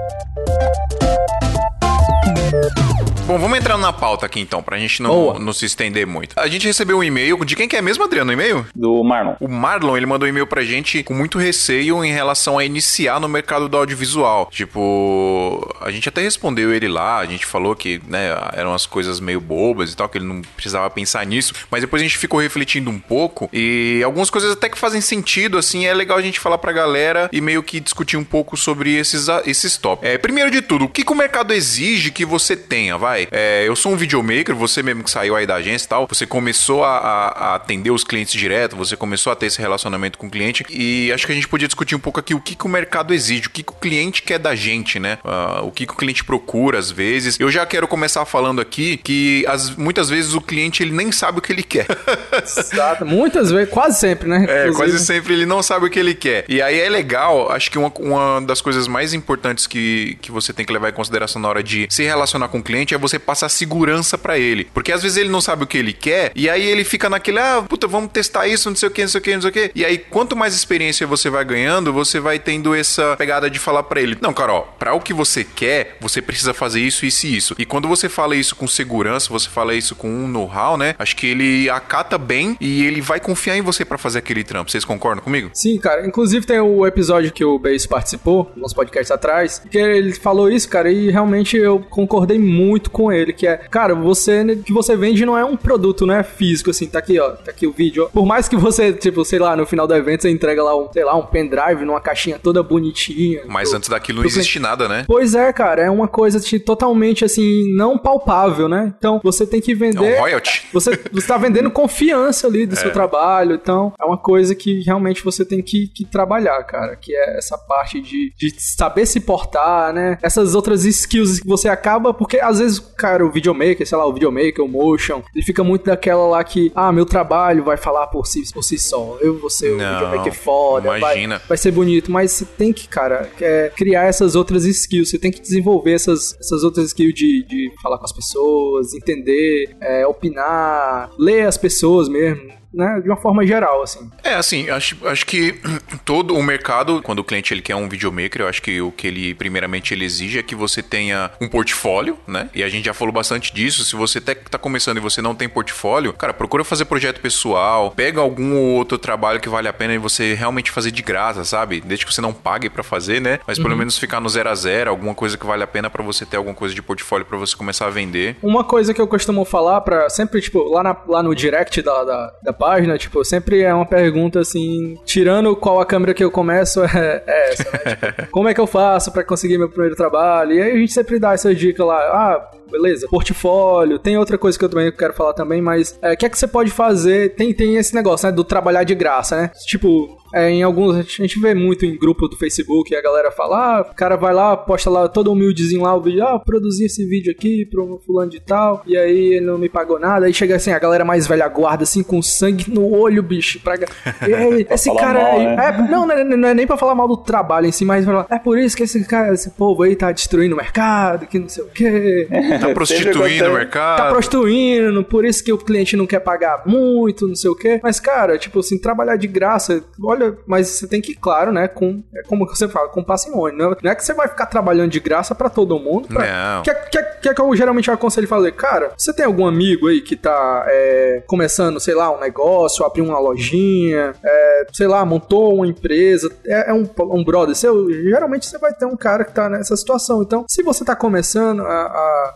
Speaker 1: Bom, vamos entrar na pauta aqui então, pra gente não, não se estender muito. A gente recebeu um e-mail, de quem que é mesmo, Adriano, o e-mail?
Speaker 2: Do Marlon.
Speaker 1: O Marlon, ele mandou um e-mail pra gente com muito receio em relação a iniciar no mercado do audiovisual. Tipo, a gente até respondeu ele lá, a gente falou que, né, eram as coisas meio bobas e tal, que ele não precisava pensar nisso, mas depois a gente ficou refletindo um pouco e algumas coisas até que fazem sentido, assim, é legal a gente falar pra galera e meio que discutir um pouco sobre esses, esses tópicos. É, primeiro de tudo, o que, que o mercado exige que você tenha, vai? É, eu sou um videomaker, você mesmo que saiu aí da agência e tal, você começou a, a, a atender os clientes direto, você começou a ter esse relacionamento com o cliente e acho que a gente podia discutir um pouco aqui o que, que o mercado exige, o que, que o cliente quer da gente, né? Uh, o que, que o cliente procura às vezes. Eu já quero começar falando aqui que as, muitas vezes o cliente ele nem sabe o que ele quer.
Speaker 3: Exato, muitas vezes, quase sempre, né?
Speaker 1: É, inclusive. Quase sempre ele não sabe o que ele quer. E aí é legal, acho que uma, uma das coisas mais importantes que, que você tem que levar em consideração na hora de se relacionar com o cliente é você passar segurança pra ele. Porque às vezes ele não sabe o que ele quer, e aí ele fica naquele, ah, puta, vamos testar isso, não sei o que, não sei o que, não sei o que. E aí, quanto mais experiência você vai ganhando, você vai tendo essa pegada de falar pra ele, não, cara, ó, pra o que você quer, você precisa fazer isso, isso e isso. E quando você fala isso com segurança, você fala isso com um know-how, né? Acho que ele acata bem e ele vai confiar em você pra fazer aquele trampo. Vocês concordam comigo?
Speaker 3: Sim, cara. Inclusive tem o episódio que o Beis participou, uns podcasts atrás, que ele falou isso, cara, e realmente eu concordei muito com ele, que é, cara, você, que você vende não é um produto, né, físico, assim, tá aqui, ó, tá aqui o vídeo. Por mais que você, tipo, sei lá, no final do evento você entrega lá um, sei lá, um pendrive numa caixinha toda bonitinha.
Speaker 1: Mas
Speaker 3: pro,
Speaker 1: antes daquilo não existe nada, né?
Speaker 3: Pois é, cara, é uma coisa assim, totalmente, assim, não palpável, né? Então, você tem que vender...
Speaker 1: É um royalty.
Speaker 3: Você, você tá vendendo confiança ali do é. seu trabalho, então, é uma coisa que realmente você tem que, que trabalhar, cara, que é essa parte de, de saber se portar, né? Essas outras skills que você acaba, porque às vezes, cara, o videomaker, sei lá, o videomaker, o motion, ele fica muito daquela lá que, ah, meu trabalho vai falar por si, por si só, eu vou ser o videomaker foda,
Speaker 1: imagina.
Speaker 3: Vai, vai ser bonito, mas você tem que, cara, é, criar essas outras skills, você tem que desenvolver essas, essas outras skills de, de falar com as pessoas, entender, é, opinar, ler as pessoas mesmo, né, de uma forma geral, assim.
Speaker 1: É, assim, acho, acho que todo o mercado, quando o cliente ele quer um videomaker, eu acho que o que ele, primeiramente, ele exige é que você tenha um portfólio, né, e a gente já falou bastante disso, se você até tá começando e você não tem portfólio, cara, procura fazer projeto pessoal, pega algum outro trabalho que vale a pena e você realmente fazer de graça, sabe, desde que você não pague pra fazer, né, mas pelo uhum. menos ficar no zero a zero, alguma coisa que vale a pena pra você ter alguma coisa de portfólio pra você começar a vender.
Speaker 3: Uma coisa que eu costumo falar pra, sempre, tipo, lá, na, lá no direct da, da, da página, tipo, sempre é uma pergunta assim, tirando qual a câmera que eu começo é, é essa, né? Tipo, como é que eu faço pra conseguir meu primeiro trabalho? E aí a gente sempre dá essa dica lá, ah, beleza, portfólio, tem outra coisa que eu também quero falar também, mas o é, que é que você pode fazer? Tem, tem esse negócio, né, do trabalhar de graça, né? Tipo, é, em alguns, a gente vê muito em grupo do Facebook, a galera fala, ah, o cara vai lá, posta lá, todo humildezinho lá, o vídeo, ah, produzi esse vídeo aqui pro fulano de tal, e aí ele não me pagou nada, aí chega assim, a galera mais velha guarda, assim, com sangue no olho, bicho, pra... E aí, esse cara
Speaker 2: mal,
Speaker 3: aí,
Speaker 2: né?
Speaker 3: é, não, não é, não é nem pra falar mal do trabalho em si, mas falar, é por isso que esse cara, esse povo aí tá destruindo o mercado, que não sei o quê.
Speaker 1: Tá prostituindo o mercado.
Speaker 3: Tá prostituindo, por isso que o cliente não quer pagar muito, não sei o quê. Mas, cara, tipo assim, trabalhar de graça, olha, mas você tem que ir, claro, né, com, é como você fala, com parcimônia. Não, não é que você vai ficar trabalhando de graça pra todo mundo. Pra,
Speaker 1: não.
Speaker 3: Que, que, que é que eu geralmente aconselho fazer? Cara, você tem algum amigo aí que tá é, começando, sei lá, um negócio, abriu uma lojinha, é, sei lá, montou uma empresa, é, é um, um brother seu, geralmente você vai ter um cara que tá nessa situação. Então, se você tá começando a, a,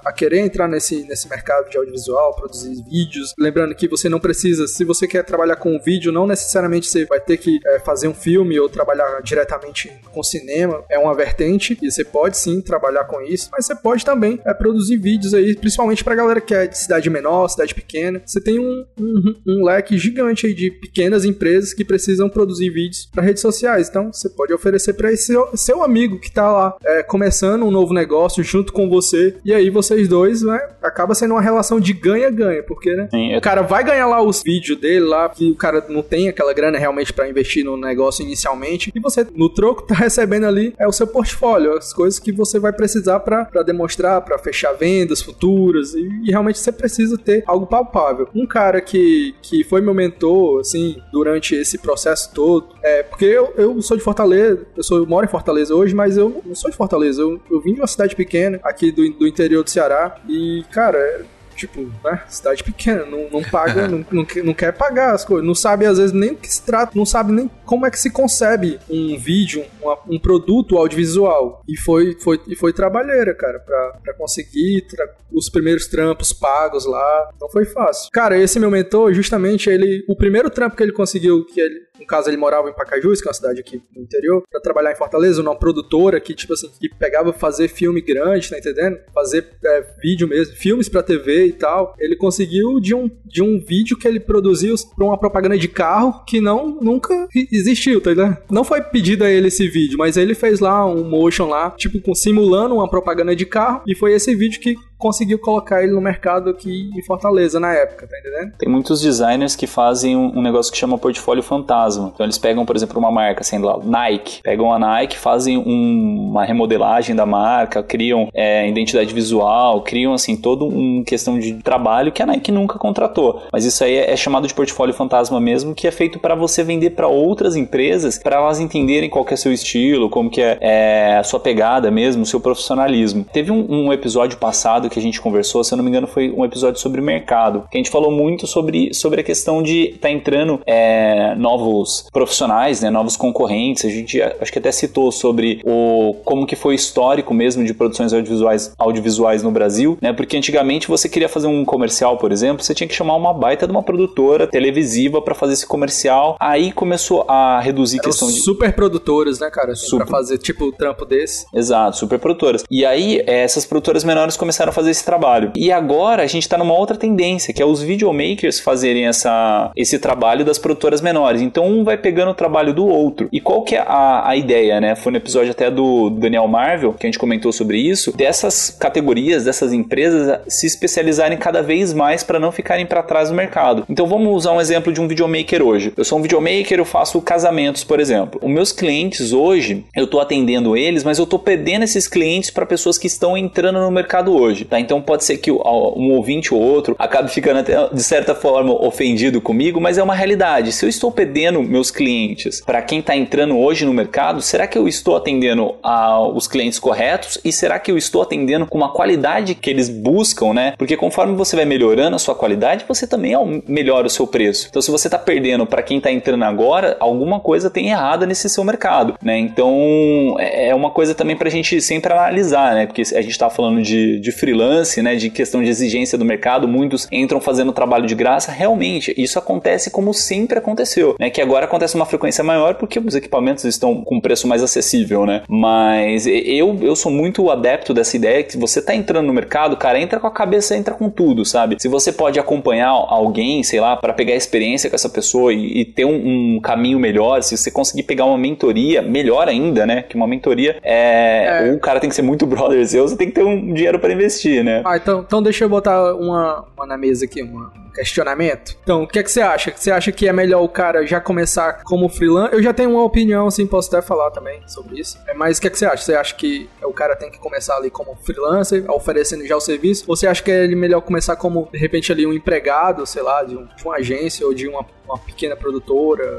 Speaker 3: a querer entrar nesse, nesse mercado de audiovisual, produzir vídeos. Lembrando que você não precisa, se você quer trabalhar com vídeo, não necessariamente você vai ter que é, fazer um filme ou trabalhar diretamente com cinema. É uma vertente e você pode sim trabalhar com isso, mas você pode também é, produzir vídeos aí, principalmente pra galera que é de cidade menor, cidade pequena. Você tem um, um, um leque gigante aí de pequenas empresas que precisam produzir vídeos para redes sociais. Então, você pode oferecer para esse seu, seu amigo que tá lá é, começando um novo negócio junto com você, e aí vocês dois, né, acaba sendo uma relação de ganha-ganha, porque, né, Sim, eu... o cara vai ganhar lá os vídeos dele lá, que o cara não tem aquela grana realmente para investir no negócio inicialmente, e você, no troco, tá recebendo ali é o seu portfólio, as coisas que você vai precisar para demonstrar, para fechar vendas futuras, e, e realmente você precisa ter algo palpável. Um cara que, que foi meu mentor, assim, durante esse processo todo, é, porque eu, eu sou de Fortaleza, eu, sou, eu moro em Fortaleza hoje, mas eu não sou de Fortaleza, eu, eu vim de uma cidade pequena, aqui do, do interior do Ceará, e, cara, tipo, né, cidade pequena, não, não paga, não, não, não quer pagar as coisas, não sabe às vezes nem o que se trata, não sabe nem como é que se concebe um vídeo, uma, um produto audiovisual, e foi, foi, e foi trabalheira, cara, pra, pra conseguir tra- os primeiros trampos pagos lá, não foi fácil. Cara, esse meu mentor, justamente, ele, o primeiro trampo que ele conseguiu, que ele, no caso ele morava em Pacajus, que é uma cidade aqui no interior, pra trabalhar em Fortaleza, numa produtora que, tipo assim, que pegava fazer filme grande, tá entendendo? Fazer é, vídeo mesmo, filmes pra T V e tal. Ele conseguiu de um, de um vídeo que ele produziu pra uma propaganda de carro que não, nunca existiu, tá entendendo? Não foi pedido a ele esse vídeo, mas ele fez lá um motion lá, tipo, com, simulando uma propaganda de carro, e foi esse vídeo que conseguiu colocar ele no mercado aqui em Fortaleza na época, tá entendendo?
Speaker 2: Tem muitos designers que fazem um, um negócio que chama portfólio fantasma. Então eles pegam, por exemplo, uma marca, sendo lá, Nike, pegam a Nike, fazem um, uma remodelagem da marca, criam é, identidade visual, criam, assim, toda uma questão de trabalho que a Nike nunca contratou. Mas isso aí é, é chamado de portfólio fantasma mesmo, que é feito para você vender para outras empresas, para elas entenderem qual que é seu estilo, como que é, é a sua pegada mesmo, o seu profissionalismo. Teve um, um episódio passado que a gente conversou, se eu não me engano foi um episódio sobre mercado, que a gente falou muito sobre, sobre a questão de estar tá entrando é, novos profissionais, né, novos concorrentes. A gente acho que até citou sobre o, como que foi o histórico mesmo de produções audiovisuais, audiovisuais no Brasil, né, porque antigamente você queria fazer um comercial, por exemplo, você tinha que chamar uma baita de uma produtora televisiva para fazer esse comercial, aí começou a reduzir a questão de...
Speaker 3: super produtoras, né, cara, assim, super... pra fazer tipo o trampo desse.
Speaker 2: Exato, super produtoras. E aí essas produtoras menores começaram a fazer esse trabalho. E agora a gente tá numa outra tendência, que é os videomakers fazerem essa, esse trabalho das produtoras menores. Então um vai pegando o trabalho do outro. E qual que é a, a ideia, né? Foi no episódio até do Daniel Marvel, que a gente comentou sobre isso, dessas categorias, dessas empresas se especializarem cada vez mais para não ficarem para trás do mercado. Então vamos usar um exemplo de um videomaker hoje. Eu sou um videomaker, eu faço casamentos, por exemplo. Os meus clientes hoje, eu tô atendendo eles, mas eu tô perdendo esses clientes para pessoas que estão entrando no mercado hoje. Tá? Então pode ser que um ouvinte ou outro acabe ficando até, de certa forma ofendido comigo, mas é uma realidade. Se eu estou perdendo meus clientes para quem está entrando hoje no mercado, será que eu estou atendendo a, os clientes corretos? E será que eu estou atendendo com uma qualidade que eles buscam, né? Porque conforme você vai melhorando a sua qualidade, você também melhora o seu preço. Então se você está perdendo para quem está entrando agora, alguma coisa tem errada nesse seu mercado, né? Então é uma coisa também para a gente sempre analisar, né? Porque a gente está falando de, de freelance, né, de questão de exigência do mercado, muitos entram fazendo trabalho de graça. Realmente, isso acontece como sempre aconteceu, né, que agora acontece uma frequência maior porque os equipamentos estão com preço mais acessível, né, mas eu, eu sou muito adepto dessa ideia que você tá entrando no mercado, cara, entra com a cabeça, entra com tudo, sabe, se você pode acompanhar alguém, sei lá, para pegar experiência com essa pessoa e, e ter um, um caminho melhor, se você conseguir pegar uma mentoria, melhor ainda, né, que uma mentoria é, é. ou o cara tem que ser muito brother seu, você tem que ter um dinheiro para investir, né.
Speaker 3: Ah, então, então deixa eu botar uma, uma na mesa aqui, uma, um questionamento. Então, o que é que você acha? Você acha que é melhor o cara já começar como freelancer? Eu já tenho uma opinião, assim, posso até falar também sobre isso. Mas o que é que você acha? Você acha que o cara tem que começar ali como freelancer, oferecendo já o serviço? Ou você acha que é ele melhor começar como, de repente, ali um empregado, sei lá, de, um, de uma agência ou de uma, uma pequena produtora?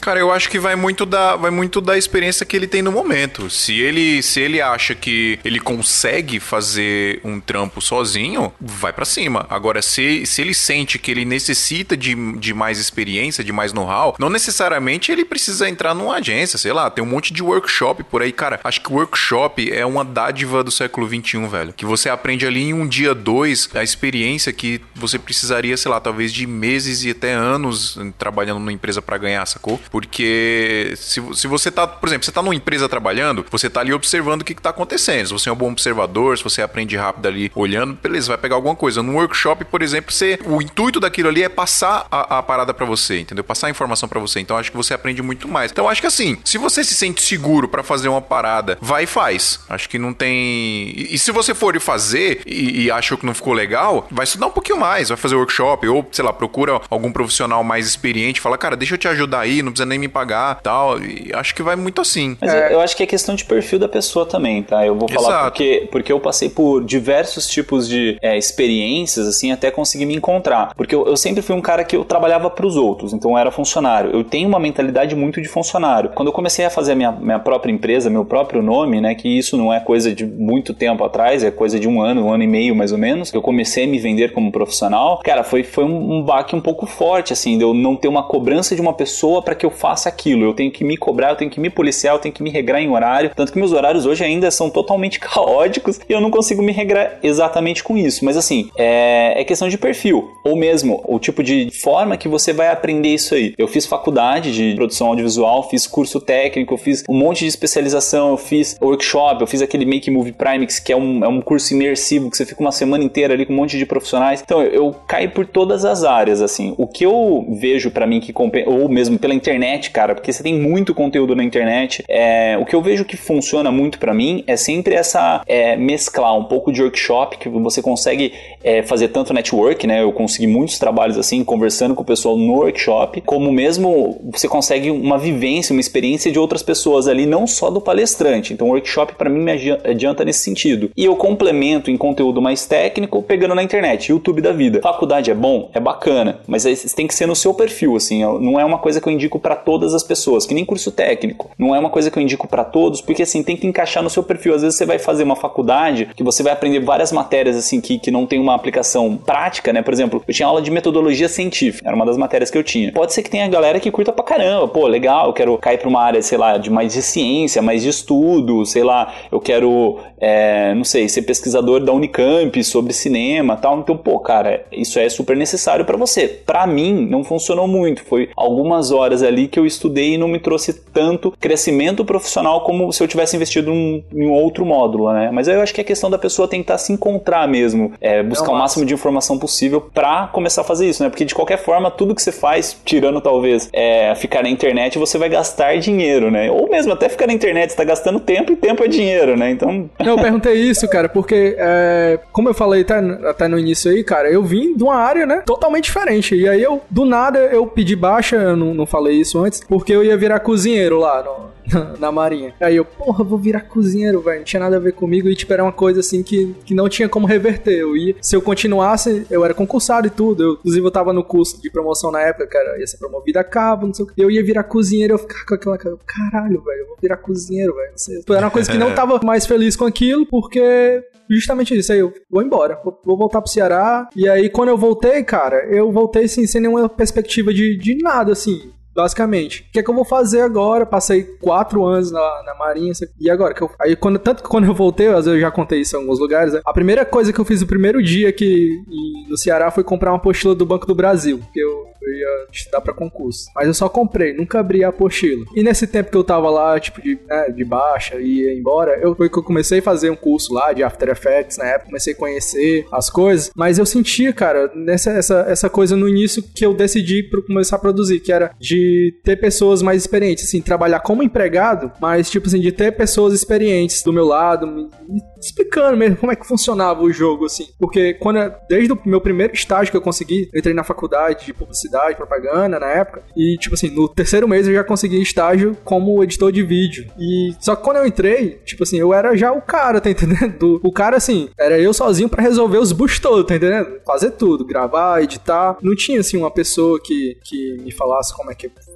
Speaker 1: Cara, eu acho que vai muito da, vai muito da experiência que ele tem no momento. Se ele, se ele acha que ele consegue fazer um trampo sozinho, vai pra cima. Agora, se, se ele sente que ele necessita de, de mais experiência, de mais know-how, não necessariamente ele precisa entrar numa agência, sei lá, tem um monte de workshop por aí. Cara, acho que o workshop é uma dádiva do século vinte e um, velho. Que você aprende ali em um dia, dois, a experiência que você precisaria, sei lá, talvez de meses e até anos trabalhando numa empresa pra ganhar, sacou? Porque se, se você tá, por exemplo, você tá numa empresa trabalhando, você tá ali observando o que que tá acontecendo. Se você é um bom observador, se você aprende rápido ali olhando, beleza, vai pegar alguma coisa. No workshop, por exemplo, você, o intuito daquilo ali é passar a, a parada pra você, entendeu? Passar a informação pra você. Então acho que você aprende muito mais. Então acho que assim, se você se sente seguro pra fazer uma parada, vai e faz. Acho que não tem... E, e se você for fazer e, e achou que não ficou legal, vai estudar um pouquinho mais, vai fazer workshop ou, sei lá, procura algum profissional mais experiente, fala, cara, deixa eu te ajudar aí, não precisa nem me pagar, tal. E acho que vai muito assim.
Speaker 2: Mas é. eu acho que é questão de perfil da pessoa também, tá? Eu vou falar porque, porque eu passei por diversos tipos de é, experiências, assim, até conseguir me encontrar. Porque eu, eu sempre fui um cara que eu trabalhava pros outros, então eu era funcionário. Eu tenho uma mentalidade muito de funcionário. Quando eu comecei a fazer a minha, minha própria empresa, meu próprio nome, né, que isso não é coisa de muito tempo atrás, é coisa de um ano, um ano e meio mais ou menos, que eu comecei a me vender como profissional, cara, foi, foi um, um baque um pouco forte, assim, de eu não ter uma cobrança de uma pessoa para que eu faça aquilo. Eu tenho que me cobrar, eu tenho que me policiar, eu tenho que me regrar em horário, tanto que meus horários hoje ainda são totalmente caóticos e eu não consigo me regrar exatamente com isso. Mas assim, é, é questão de perfil, ou mesmo o tipo de forma que você vai aprender isso aí. Eu fiz faculdade de produção audiovisual, fiz curso técnico, eu fiz um monte de especialização, eu fiz workshop, eu fiz aquele Make Movie Primex, que é um, é um curso imersivo, que você fica uma semana inteira ali com um monte de profissionais. Então eu, eu caio por todas as áreas, assim. O que eu vejo pra mim que compensa, ou mesmo pela internet, cara, porque você tem muito conteúdo na internet, é, o que eu vejo que funciona muito pra mim é sempre essa é, mesclar um pouco de workshop, que você consegue é, fazer tanto network, né? Eu consegui muitos trabalhos assim, conversando com o pessoal no workshop, como mesmo você consegue uma vivência, uma experiência de outras pessoas ali, não só do palestrante. Então o workshop pra mim me adianta nesse sentido. E eu complemento em conteúdo mais técnico, pegando na internet, YouTube da vida. Faculdade é bom? É bacana, mas tem que ser no seu perfil, assim, não é uma coisa que eu indico pra todas as pessoas, que nem curso técnico, não é uma coisa que eu indico pra todos, porque assim, tem que encaixar no seu perfil. Às vezes você vai fazer uma faculdade que você vai aprender várias matérias assim que, que não tem uma aplicação prática, né? Por exemplo, eu tinha aula de metodologia científica, era uma das matérias que eu tinha. Pode ser que tenha galera que curta pra caramba, pô, legal, eu quero cair pra uma área, sei lá, de mais de ciência, mais de estudo, sei lá, eu quero, é, não sei, ser pesquisador da Unicamp sobre cinema e tal. Então, pô, cara, isso é super necessário pra você. Pra mim, não funcionou muito. Foi algumas horas ali que eu estudei e não me trouxe tanto crescimento profissional como se eu tivesse investido em um outro módulo, né? Mas aí eu acho que a questão da pessoa tentar se encontrar mesmo, é, buscar é o máximo de informação possível pra começar a fazer isso, né? Porque de qualquer forma, tudo que você faz, tirando talvez é, ficar na internet, você vai gastar dinheiro, né? Ou mesmo até ficar na internet, você tá gastando tempo e tempo é dinheiro, né? Então...
Speaker 3: Não, eu perguntei isso, cara, porque é, como eu falei até, até no início aí, cara, eu vim de uma área, né, totalmente diferente. E aí eu, do nada, eu pedi baixa, eu não, não falei isso antes, porque eu ia virar cozinheiro lá no... na marinha. Aí eu, porra, vou virar cozinheiro, velho. Não tinha nada a ver comigo. E tipo, era uma coisa assim que, que não tinha como reverter. Eu ia, se eu continuasse, eu era concursado e tudo. Eu, inclusive, eu tava no curso de promoção na época, cara. Ia ser promovido a cabo, não sei o que. Eu ia virar cozinheiro. Eu ficava com aquela cara, caralho, velho. Eu vou virar cozinheiro, velho. Não sei. Era uma coisa que não tava mais feliz com aquilo, porque... justamente isso, aí eu vou embora, vou, vou voltar pro Ceará. E aí quando eu voltei, cara, eu voltei assim, sem nenhuma perspectiva de, de nada, assim, basicamente. O que é que eu vou fazer agora? Passei quatro anos na, na Marinha, e agora? Que eu, aí, quando, tanto que quando eu voltei, às vezes eu já contei isso em alguns lugares, né? A primeira coisa que eu fiz no primeiro dia aqui no Ceará foi comprar uma apostila do Banco do Brasil, porque eu eu ia estudar pra concurso. Mas eu só comprei, nunca abri a apostila. E nesse tempo que eu tava lá, tipo, de, né, de baixa e ia embora, eu, foi que eu comecei a fazer um curso lá de After Effects, na época, comecei a conhecer as coisas, mas eu sentia, cara, nessa, essa, essa coisa no início que eu decidi pra começar a produzir, que era de ter pessoas mais experientes, assim, trabalhar como empregado, mas, tipo assim, de ter pessoas experientes do meu lado, me, me explicando mesmo como é que funcionava o jogo, assim. Porque quando eu, desde o meu primeiro estágio que eu consegui, eu entrei na faculdade de publicidade, propaganda na época, e tipo assim, no terceiro mês eu já consegui estágio como editor de vídeo. E só que quando eu entrei, tipo assim, eu era já o cara, tá entendendo? O cara, assim, era eu sozinho pra resolver os buchos todos, tá entendendo? Fazer tudo, gravar, editar. Não tinha, assim, uma pessoa que, que me falasse como é que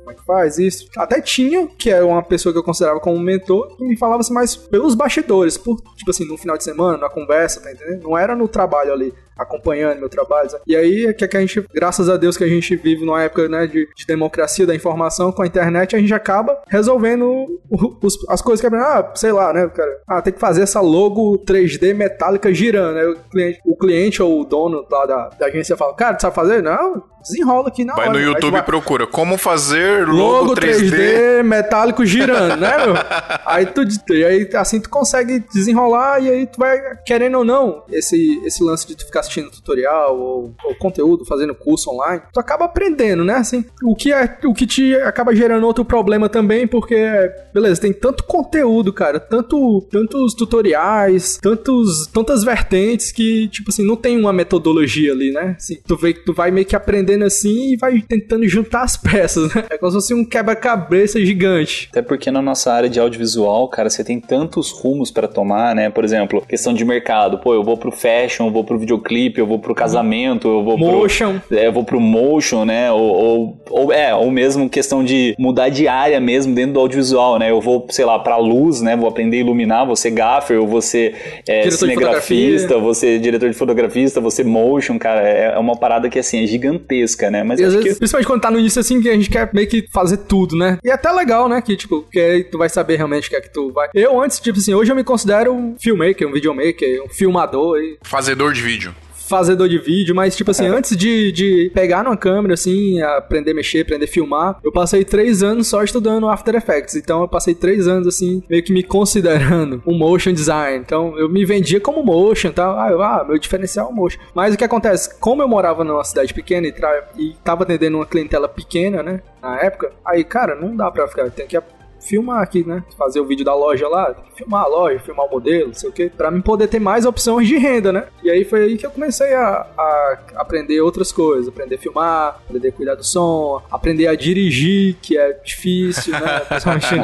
Speaker 3: como é que faz isso? Até tinha, que é uma pessoa que eu considerava como um mentor, que me falava assim, mais pelos bastidores, por, tipo assim, no final de semana, na conversa, tá entendendo? Não era no trabalho ali, acompanhando meu trabalho, sabe? E aí é que, que a gente, graças a Deus que a gente vive numa época, né, de, de democracia da informação, com a internet, a gente acaba resolvendo os, as coisas que, ah, sei lá, né, cara, ah, tem que fazer essa logo três D metálica girando, né, o cliente, o cliente ou o dono lá da, da agência fala, cara, tu sabe fazer? Não, desenrola aqui na
Speaker 1: vai
Speaker 3: hora.
Speaker 1: no YouTube e procura como fazer logo,
Speaker 3: logo
Speaker 1: três D.
Speaker 3: três D metálico girando, né, meu? Aí tu, e aí assim tu consegue desenrolar e aí tu vai, querendo ou não, esse, esse lance de tu ficar assistindo tutorial ou, ou conteúdo, fazendo curso online, tu acaba aprendendo, né, assim, o que, é, o que te acaba gerando outro problema também, porque, beleza, tem tanto conteúdo, cara, tanto, tantos tutoriais, tantos, tantas vertentes que, tipo assim, não tem uma metodologia ali, né, assim, tu, vê, tu vai meio que aprendendo assim e vai tentando juntar as peças, né, é como se fosse um quebra-cabeça gigante.
Speaker 2: Até porque na nossa área de audiovisual, cara, você tem tantos rumos pra tomar, né, por exemplo, questão de mercado, pô, eu vou pro fashion, eu vou pro videoclipe, eu vou pro casamento, eu vou
Speaker 3: motion.
Speaker 2: pro... É, eu vou pro motion, né, ou, ou, ou, é, ou mesmo questão de mudar de área mesmo dentro do audiovisual, né, eu vou, sei lá, pra luz, né, vou aprender a iluminar, vou ser gaffer, eu vou ser é, cinegrafista, vou ser diretor de fotografista, vou ser motion, cara, é uma parada que, assim, é gigantesca, né, mas
Speaker 3: e
Speaker 2: acho
Speaker 3: às vezes,
Speaker 2: que...
Speaker 3: principalmente quando tá no início, assim, que a gente quer meio que fazer tudo, né, e é até legal, né, que, tipo, que aí tu vai saber realmente o que é que tu vai... Eu antes, tipo assim, hoje eu me considero um filmmaker, um videomaker, um filmador e...
Speaker 1: Fazedor de vídeo.
Speaker 3: Fazedor de vídeo, mas tipo assim, antes de, de pegar numa câmera, assim, aprender a mexer, aprender a filmar, eu passei três anos só estudando After Effects, então eu passei três anos, assim, meio que me considerando um motion design, então eu me vendia como motion e tal, ah, eu, ah, meu diferencial é o motion, mas o que acontece, como eu morava numa cidade pequena e, tra- e tava atendendo uma clientela pequena, né, na época, aí, cara, não dá pra ficar, tem que filmar aqui, né? Fazer o vídeo da loja lá, filmar a loja, filmar o modelo, não sei o que, pra mim poder ter mais opções de renda, né? E aí foi aí que eu comecei a, a aprender outras coisas, aprender a filmar, aprender a cuidar do som, aprender a dirigir, que é difícil, né? Principalmente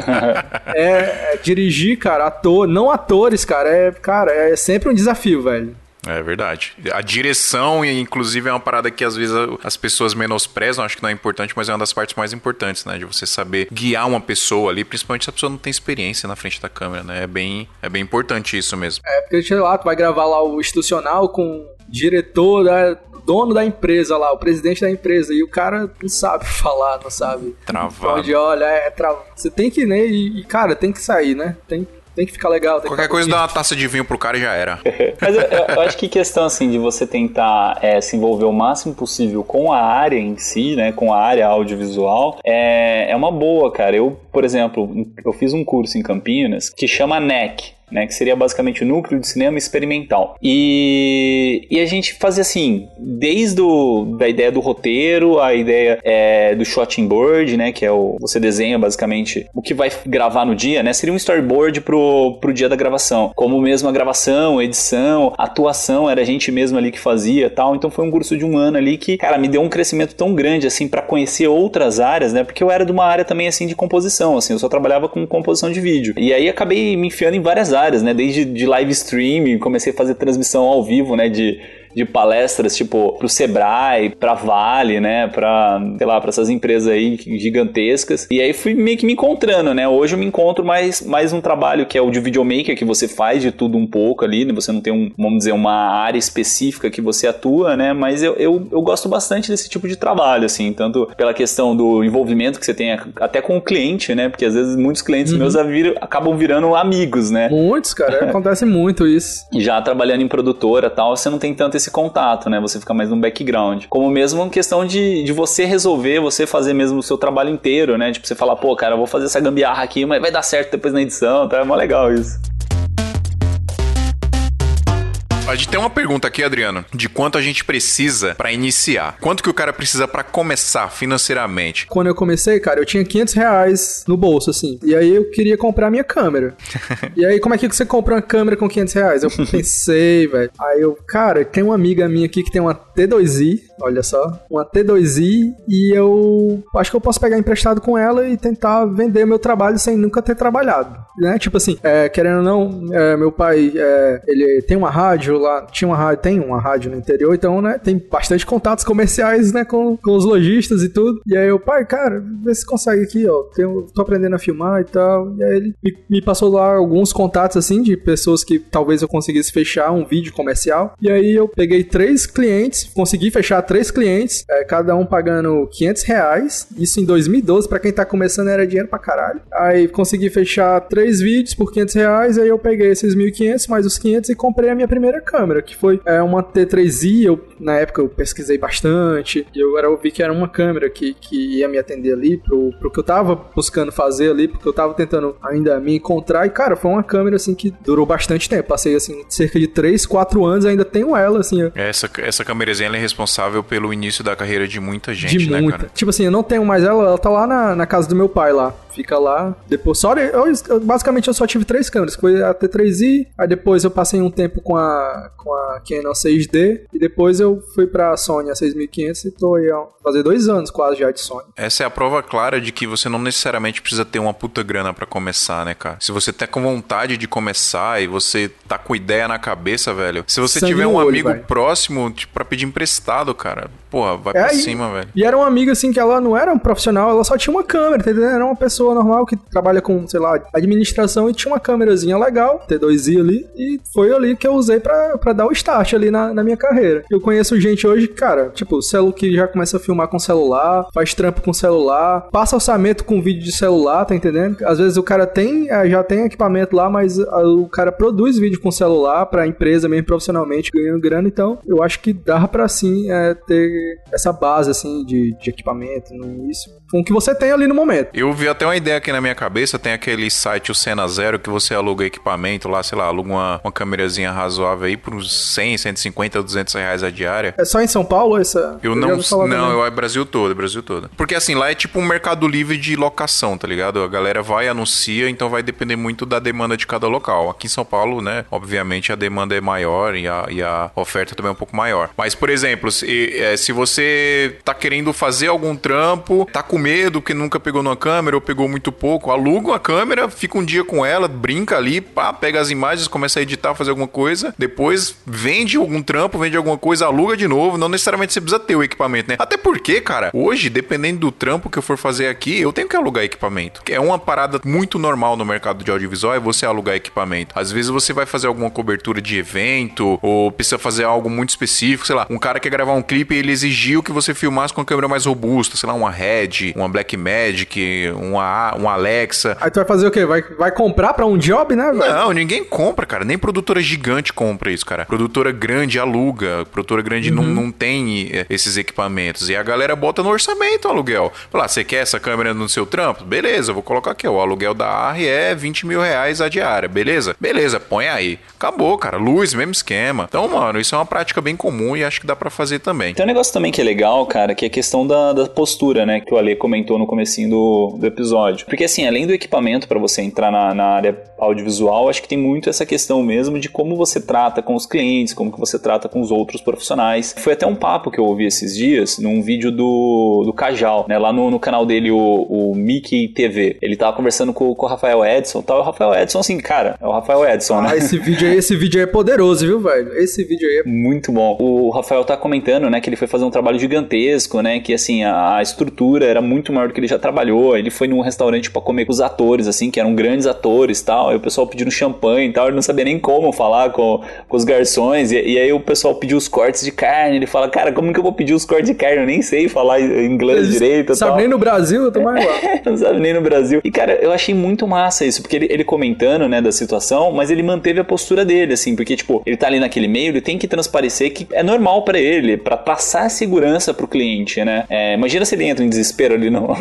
Speaker 3: é, é dirigir, cara, ator, não atores, cara, é, cara, é sempre um desafio, velho.
Speaker 1: É verdade. A direção, inclusive, é uma parada que às vezes as pessoas menosprezam, acho que não é importante, mas é uma das partes mais importantes, né? De você saber guiar uma pessoa ali, principalmente se a pessoa não tem experiência na frente da câmera, né? É bem, é bem importante isso mesmo.
Speaker 3: É, porque, sei lá, tu vai gravar lá o institucional com o diretor, da, dono da empresa lá, o presidente da empresa, e o cara não sabe falar, não sabe...
Speaker 1: Travado.
Speaker 3: Onde olha, é travado. Você tem que, né? E, e, cara, tem que sair, né? Tem Tem que ficar legal. Tem
Speaker 1: Qualquer
Speaker 3: que
Speaker 1: coisa dá uma taça de vinho pro cara e já era.
Speaker 2: Mas eu, eu acho que questão assim de você tentar é, se envolver o máximo possível com a área em si, né, com a área audiovisual, é, é uma boa, cara. Eu, por exemplo, eu fiz um curso em Campinas que chama N E C, né, que seria basicamente o Núcleo de Cinema Experimental. E, e a gente fazia assim, desde o, da ideia do roteiro, a ideia é, do shotting board, né, que é o... Você desenha basicamente o que vai gravar no dia, né, seria um storyboard pro, pro dia da gravação. Como mesmo a gravação, edição, atuação, era a gente mesmo ali que fazia e tal. Então foi um curso de um ano ali que, cara, me deu um crescimento tão grande, assim, pra conhecer outras áreas, né, porque eu era de uma área também, assim, de composição, assim, eu só trabalhava com composição de vídeo. E aí acabei me enfiando em várias áreas. Áreas, né? Desde de live streaming, comecei a fazer transmissão ao vivo, né? De, de palestras, tipo, pro Sebrae, pra Vale, né? Pra, sei lá, pra essas empresas aí gigantescas. E aí fui meio que me encontrando, né? Hoje eu me encontro mais, mais um trabalho que é o de videomaker, que você faz de tudo um pouco ali, né? Você não tem, um, vamos dizer, uma área específica que você atua, né? Mas eu, eu, eu gosto bastante desse tipo de trabalho, assim, tanto pela questão do envolvimento que você tem até com o cliente, né? Porque às vezes muitos clientes uhum. meus vir, acabam virando amigos, né?
Speaker 3: Muitos, cara. Acontece muito isso.
Speaker 2: E já trabalhando em produtora e tal, você não tem tanto esse contato, né? Você fica mais no background. Como mesmo questão de, de você resolver, você fazer mesmo o seu trabalho inteiro, né? Tipo, você falar, pô, cara, eu vou fazer essa gambiarra aqui, mas vai dar certo depois na edição, tá? É mó legal isso.
Speaker 1: A gente tem uma pergunta aqui, Adriano, de quanto a gente precisa pra iniciar. Quanto que o cara precisa pra começar financeiramente?
Speaker 3: Quando eu comecei, cara, eu tinha quinhentos reais no bolso, assim. E aí eu queria comprar minha câmera. E aí, como é que você compra uma câmera com quinhentos reais? Eu pensei, velho. Aí eu, cara, tem uma amiga minha aqui que tem uma T dois i, olha só, uma T dois i, e eu acho que eu posso pegar emprestado com ela e tentar vender meu trabalho sem nunca ter trabalhado, né? Tipo assim, é, querendo ou não, é, meu pai, é, ele tem uma rádio lá, tinha uma rádio, tem uma rádio no interior, então, né, tem bastante contatos comerciais, né, com, com os lojistas e tudo. E aí eu, pai, cara, vê se consegue aqui, ó, tenho, tô aprendendo a filmar e tal. E aí ele me, me passou lá alguns contatos, assim, de pessoas que talvez eu conseguisse fechar um vídeo comercial. E aí eu peguei três clientes, consegui fechar três clientes, é, cada um pagando quinhentos reais. Isso em dois mil e doze, pra quem tá começando era dinheiro pra caralho. Aí consegui fechar três vídeos por quinhentos reais, aí eu peguei esses mil e quinhentos mais os quinhentos e comprei a minha primeira câmera, que foi é, uma T três i. Eu, na época eu pesquisei bastante, e eu, era, eu vi que era uma câmera que, que ia me atender ali pro, pro que eu tava buscando fazer ali, porque eu tava tentando ainda me encontrar, e cara, foi uma câmera assim que durou bastante tempo, passei assim cerca de três, quatro anos, ainda tenho ela assim. Eu...
Speaker 1: Essa, essa câmerazinha ela é responsável pelo início da carreira de muita gente,
Speaker 3: de
Speaker 1: né,
Speaker 3: muita.
Speaker 1: cara?
Speaker 3: Tipo assim, eu não tenho mais ela, ela tá lá na, na casa do meu pai lá. Fica lá, depois só eu, eu, basicamente eu só tive três câmeras, que foi a T três i, aí depois eu passei um tempo com a com a Canon seis D e depois eu fui pra Sony a seis mil e quinhentos e tô aí, ó, fazer dois anos quase já de Sony.
Speaker 1: Essa é a prova clara de que você não necessariamente precisa ter uma puta grana pra começar, né, cara? Se você tá com vontade de começar e você tá com ideia na cabeça, velho, se você
Speaker 3: Sangue
Speaker 1: tiver um
Speaker 3: no olho,
Speaker 1: amigo
Speaker 3: velho.
Speaker 1: próximo, tipo, pra pedir emprestado, cara, porra, vai
Speaker 3: É,
Speaker 1: pra
Speaker 3: e,
Speaker 1: cima, velho.
Speaker 3: E era uma amiga assim que ela não era um profissional, ela só tinha uma câmera, tá entendendo? Era uma pessoa normal que trabalha com, sei lá, administração e tinha uma câmerazinha legal, T dois i ali, e foi ali que eu usei pra, pra dar o start ali na, na minha carreira. Eu conheço gente hoje, cara, tipo, celu que já começa a filmar com celular, faz trampo com celular, passa orçamento com vídeo de celular, tá entendendo? Às vezes o cara tem, já tem equipamento lá, mas o cara produz vídeo com celular pra empresa mesmo profissionalmente, ganhando grana, então eu acho que dá pra sim é, ter essa base assim de, de equipamento no início, com o que você tem ali no momento.
Speaker 1: Eu vi até uma ideia aqui na minha cabeça, tem aquele site, o Cena Zero, que você aluga equipamento lá, sei lá, aluga uma, uma câmerazinha razoável aí por uns cem, cento e cinquenta, duzentos reais a diária.
Speaker 3: É só em São Paulo essa?
Speaker 1: Eu, eu não, não, eu é Brasil todo, é Brasil todo. Porque assim, lá é tipo um mercado livre de locação, tá ligado? A galera vai, anuncia, então vai depender muito da demanda de cada local. Aqui em São Paulo, né, obviamente a demanda é maior e a, e a oferta também é um pouco maior. Mas, por exemplo, se, é, se você tá querendo fazer algum trampo, tá com medo que nunca pegou numa câmera ou pegou muito pouco, aluga uma câmera, fica um dia com ela, brinca ali, pá, pega as imagens, começa a editar, fazer alguma coisa, depois vende algum trampo, vende alguma coisa, aluga de novo, não necessariamente você precisa ter o equipamento, né? Até porque, cara, hoje, dependendo do trampo que eu for fazer aqui, eu tenho que alugar equipamento, que é uma parada muito normal no mercado de audiovisual, é você alugar equipamento. Às vezes você vai fazer alguma cobertura de evento, ou precisa fazer algo muito específico, sei lá, um cara quer gravar um clipe e ele exigiu que você filmasse com uma câmera mais robusta, sei lá, uma Red, uma Blackmagic, uma, uma Alexa.
Speaker 3: Aí tu vai fazer o quê? Vai, vai comprar pra um job, né, velho?
Speaker 1: Não, ninguém compra, cara. Nem produtora gigante compra isso, cara. Produtora grande aluga. Produtora grande uhum. não, não tem esses equipamentos. E a galera bota no orçamento o aluguel. Fala, você quer essa câmera no seu trampo? Beleza, eu vou colocar aqui. O aluguel da A R é vinte mil reais a diária, beleza? Beleza, põe aí. Acabou, cara. Luz, mesmo esquema. Então, mano, isso é uma prática bem comum e acho que dá pra fazer também.
Speaker 2: Tem um negócio também que é legal, cara, que é a questão da, da postura, né? Que o Ale comentou no comecinho do, do episódio. Porque, assim, além do equipamento pra você entrar na, na área audiovisual, acho que tem muito essa questão mesmo de como você trata com os clientes, como que você trata com os outros profissionais. Foi até um papo que eu ouvi esses dias num vídeo do, do Cajal, né? Lá no, no canal dele, o, o Mickey T V. Ele tava conversando com, com o Rafael Edson e tal. O Rafael Edson, assim, cara, é o Rafael Edson, né?
Speaker 3: Ah, esse vídeo aí, esse vídeo aí é poderoso, viu, velho? Esse vídeo aí é...
Speaker 2: Muito bom. O Rafael tá comentando, né, que ele foi fazer um trabalho gigantesco, né? Que, assim, a, a estrutura era muito maior do que ele já trabalhou. Ele foi num restaurante pra comer com os atores, assim, que eram grandes atores e tal. Aí o pessoal pedindo champanhe e tal. Ele não sabia nem como falar com, com os garçons. E, e aí o pessoal pediu os cortes de carne. Ele fala, cara, como que eu vou pedir os cortes de carne? Eu nem sei falar inglês
Speaker 3: Eles
Speaker 2: direito.
Speaker 3: Sabe
Speaker 2: tal.
Speaker 3: nem no Brasil, eu tô mais lá.
Speaker 2: Não sabe nem no Brasil. E, cara, eu achei muito massa isso. Porque ele, ele comentando, né, da situação, mas ele manteve a postura dele, assim. Porque, tipo, ele tá ali naquele meio, ele tem que transparecer que é normal pra ele, pra passar segurança pro cliente, né? É, imagina se ele entra em desespero ali no,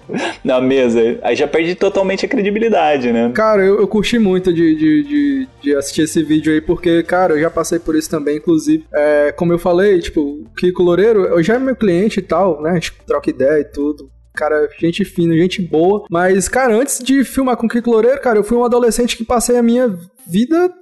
Speaker 2: na mesa. Aí já perde totalmente a credibilidade, né?
Speaker 3: Cara, eu, eu curti muito de, de, de, de assistir esse vídeo aí, porque, cara, eu já passei por isso também, inclusive. É, como eu falei, tipo, o Kiko Loureiro, eu já é meu cliente e tal, né? A gente troca ideia e tudo. Cara, gente fina, gente boa. Mas, cara, antes de filmar com o Kiko Loureiro, cara, eu fui um adolescente que passei a minha vida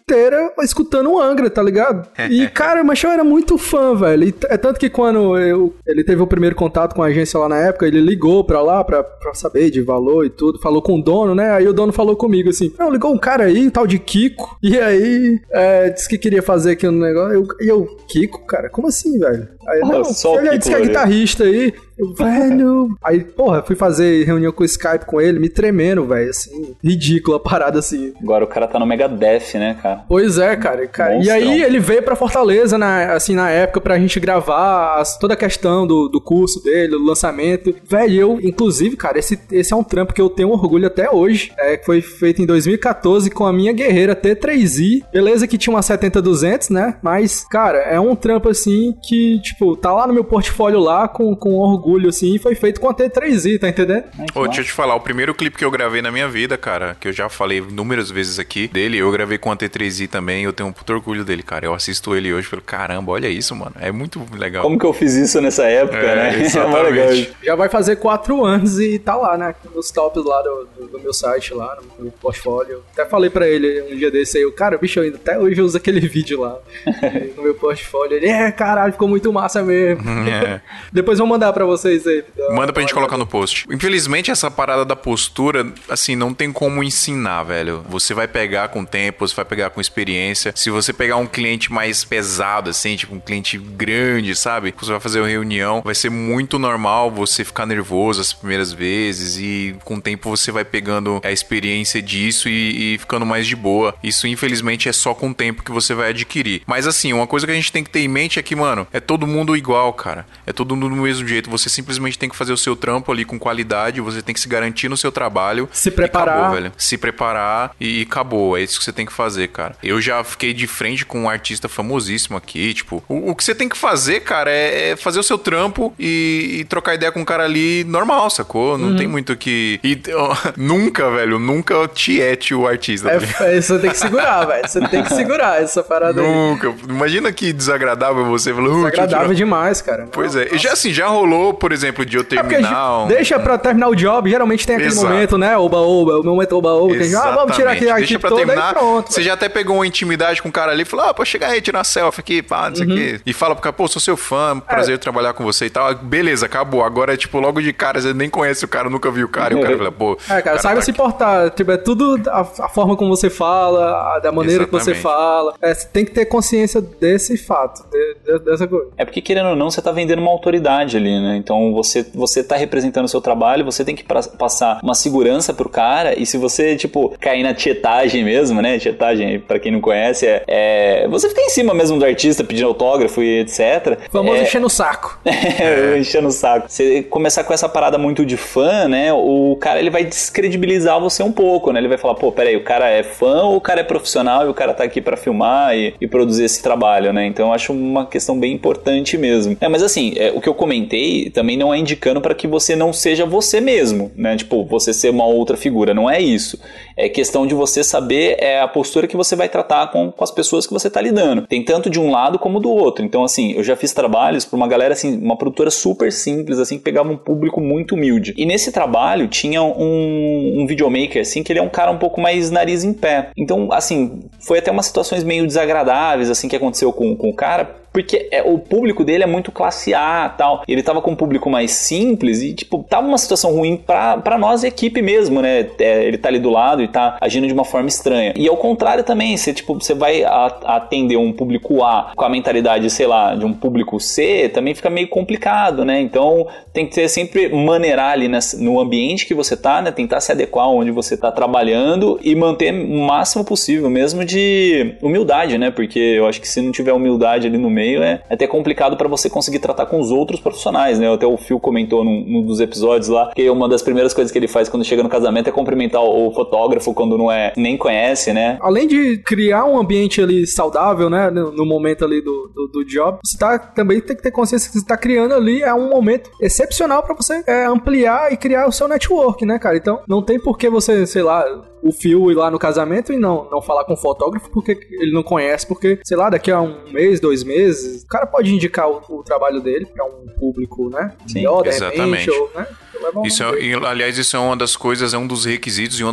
Speaker 3: inteira escutando o Angra, tá ligado? E, cara, mas eu era muito fã, velho. E é tanto que quando eu, ele teve o primeiro contato com a agência lá na época, ele ligou pra lá pra, pra saber de valor e tudo, falou com o dono, né? Aí o dono falou comigo assim, não, ligou um cara aí, um tal de Kiko, e aí é, disse que queria fazer aqui um negócio. Eu, e eu, Kiko, cara, como assim, velho? Aí, não,
Speaker 2: só
Speaker 3: ele disse que é guitarrista aí. Eu, velho... Aí, porra, fui fazer reunião com o Skype com ele, me tremendo, velho, assim, ridícula a parada, assim.
Speaker 2: Agora o cara tá no Megadeth, né, cara?
Speaker 3: Pois é, cara. cara. E aí ele veio pra Fortaleza, na, assim, na época, pra gente gravar as, toda a questão do, do curso dele, do lançamento. Velho, eu, inclusive, cara, esse, esse é um trampo que eu tenho orgulho até hoje. É, que foi feito em dois mil e catorze com a minha guerreira T três i. Beleza que tinha uma setenta duzentos, né? Mas, cara, é um trampo, assim, que, tipo, tá lá no meu portfólio lá, com, com orgulho, assim, e foi feito com a T três i, tá entendendo?
Speaker 1: Ô, deixa eu te falar, o primeiro clipe que eu gravei na minha vida, cara, que eu já falei inúmeras vezes aqui, dele, eu gravei com a T três i também, eu tenho um puto orgulho dele, cara. Eu assisto ele hoje e falo, caramba, olha isso, mano. É muito legal.
Speaker 2: Como que eu fiz isso nessa época,
Speaker 1: é,
Speaker 2: né?
Speaker 1: Exatamente.
Speaker 2: É legal.
Speaker 3: Já vai fazer quatro anos e tá lá, né? Nos tops lá do, do, do meu site, lá no meu portfólio. Até falei pra ele um dia desse aí, eu, cara, bicho, eu ainda até hoje eu uso aquele vídeo lá no meu portfólio. Ele, é, caralho, ficou muito massa mesmo. É. Depois vou mandar pra vocês aí.
Speaker 1: Manda pra gente colocar no post. Infelizmente, essa parada da postura, assim, não tem como ensinar, velho. Você vai pegar com o tempo, você vai pegar com experiência. Se você pegar um cliente mais pesado, assim, tipo um cliente grande, sabe? Você vai fazer uma reunião, vai ser muito normal você ficar nervoso as primeiras vezes e com o tempo você vai pegando a experiência disso e, e ficando mais de boa. Isso, infelizmente, é só com o tempo que você vai adquirir. Mas, assim, uma coisa que a gente tem que ter em mente é que, mano, é todo mundo igual, cara. É todo mundo do mesmo jeito. Você simplesmente tem que fazer o seu trampo ali com qualidade, você tem que se garantir no seu trabalho.
Speaker 3: Se preparar.
Speaker 1: Acabou, velho. Se preparar e acabou. É isso que você tem que fazer, cara. Eu já fiquei de frente com um artista famosíssimo aqui, tipo, o, o que você tem que fazer, cara, é, é fazer o seu trampo e, e trocar ideia com um cara ali normal, sacou? Não uhum. tem muito que... E, ó, nunca, velho, nunca tiete o artista.
Speaker 3: É, é, você tem que segurar, velho. Você tem que segurar essa parada
Speaker 1: nunca.
Speaker 3: aí.
Speaker 1: Nunca. Imagina que desagradável você.
Speaker 3: Desagradável demais, cara.
Speaker 1: Pois é. E já assim, já rolou, por exemplo, de eu terminar...
Speaker 3: É deixa pra terminar o job, geralmente tem aquele Exato. momento, né? Oba-oba, o momento oba-oba. Que ah, vamos tirar aqui a equipe toda terminar, e pronto.
Speaker 1: Você já até pegou uma intimidade com o cara ali e falou, ah, pô, chega aí, tirar uma selfie aqui, pá, não sei o uhum. quê. E fala pro cara, pô, sou seu fã, prazer é. trabalhar com você e tal. Beleza, acabou. Agora, tipo, logo de cara, você nem conhece o cara, nunca viu o cara. E o cara fala, pô...
Speaker 3: É, cara, cara saiba tá se portar. Tipo, é tudo a, a forma como você fala, da maneira Exatamente. que você fala. É, você tem que ter consciência desse fato, de, de, dessa coisa.
Speaker 2: É porque, querendo ou não, você tá vendendo uma autoridade ali, né? Então, você, você tá representando o seu trabalho, você tem que pra, passar uma segurança pro cara, e se você, tipo, cair na tietagem mesmo, né? Tietagem, pra quem não conhece, é, é você fica em cima mesmo do artista pedindo autógrafo e etcétera.
Speaker 3: Famoso
Speaker 2: é,
Speaker 3: enchendo o saco.
Speaker 2: É, enchendo o saco. Você começar com essa parada muito de fã, né? O cara, ele vai descredibilizar você um pouco, né? Ele vai falar, pô, peraí, o cara é fã ou o cara é profissional e o cara tá aqui pra filmar e, e produzir esse trabalho, né? Então, eu acho uma questão bem importante mesmo. É, mas assim, é, o que eu comentei também não é indicando para que você não seja você mesmo, né? Tipo, você ser uma outra figura, não é isso. É questão de você saber é, a postura que você vai tratar com, com as pessoas que você tá lidando. Tem tanto de um lado como do outro. Então, assim, eu já fiz trabalhos pra uma galera, assim, uma produtora super simples, assim, que pegava um público muito humilde. E nesse trabalho tinha um, um videomaker, assim, que ele é um cara um pouco mais nariz em pé. Então, assim, foi até umas situações meio desagradáveis, assim, que aconteceu com, com o cara, porque é, o público dele é muito classe A e tal. Ele tava com um público mais simples e, tipo, tava uma situação ruim pra, pra nós, equipe mesmo, né? É, ele tá ali do lado e tá agindo de uma forma estranha. E ao contrário também, você, tipo, você vai a, atender um público A com a mentalidade, sei lá, de um público C, também fica meio complicado, né? Então, tem que ter sempre maneirar ali nessa, no ambiente que você tá, né? Tentar se adequar onde você tá trabalhando e manter o máximo possível, mesmo de humildade, né? Porque eu acho que se não tiver humildade ali no meio, meio é até complicado para você conseguir tratar com os outros profissionais, né? Até o Phil comentou num, num dos episódios lá que uma das primeiras coisas que ele faz quando chega no casamento é cumprimentar o, o fotógrafo quando não é, nem conhece, né?
Speaker 3: Além de criar um ambiente ali saudável, né? No, no momento ali do, do, do job, você tá, também tem que ter consciência que você tá criando ali é um momento excepcional para você é, ampliar e criar o seu network, né, cara? Então, não tem por que você, sei lá, o Phil ir lá no casamento e não, não falar com o fotógrafo porque ele não conhece, porque, sei lá, daqui a um mês, dois meses, o cara pode indicar o, o trabalho dele pra um público, né?
Speaker 1: Sim,
Speaker 3: melhor, de
Speaker 1: exatamente.
Speaker 3: repente, ou, né?
Speaker 1: Isso é, aliás, isso é uma das coisas, é um dos requisitos e uma das exigências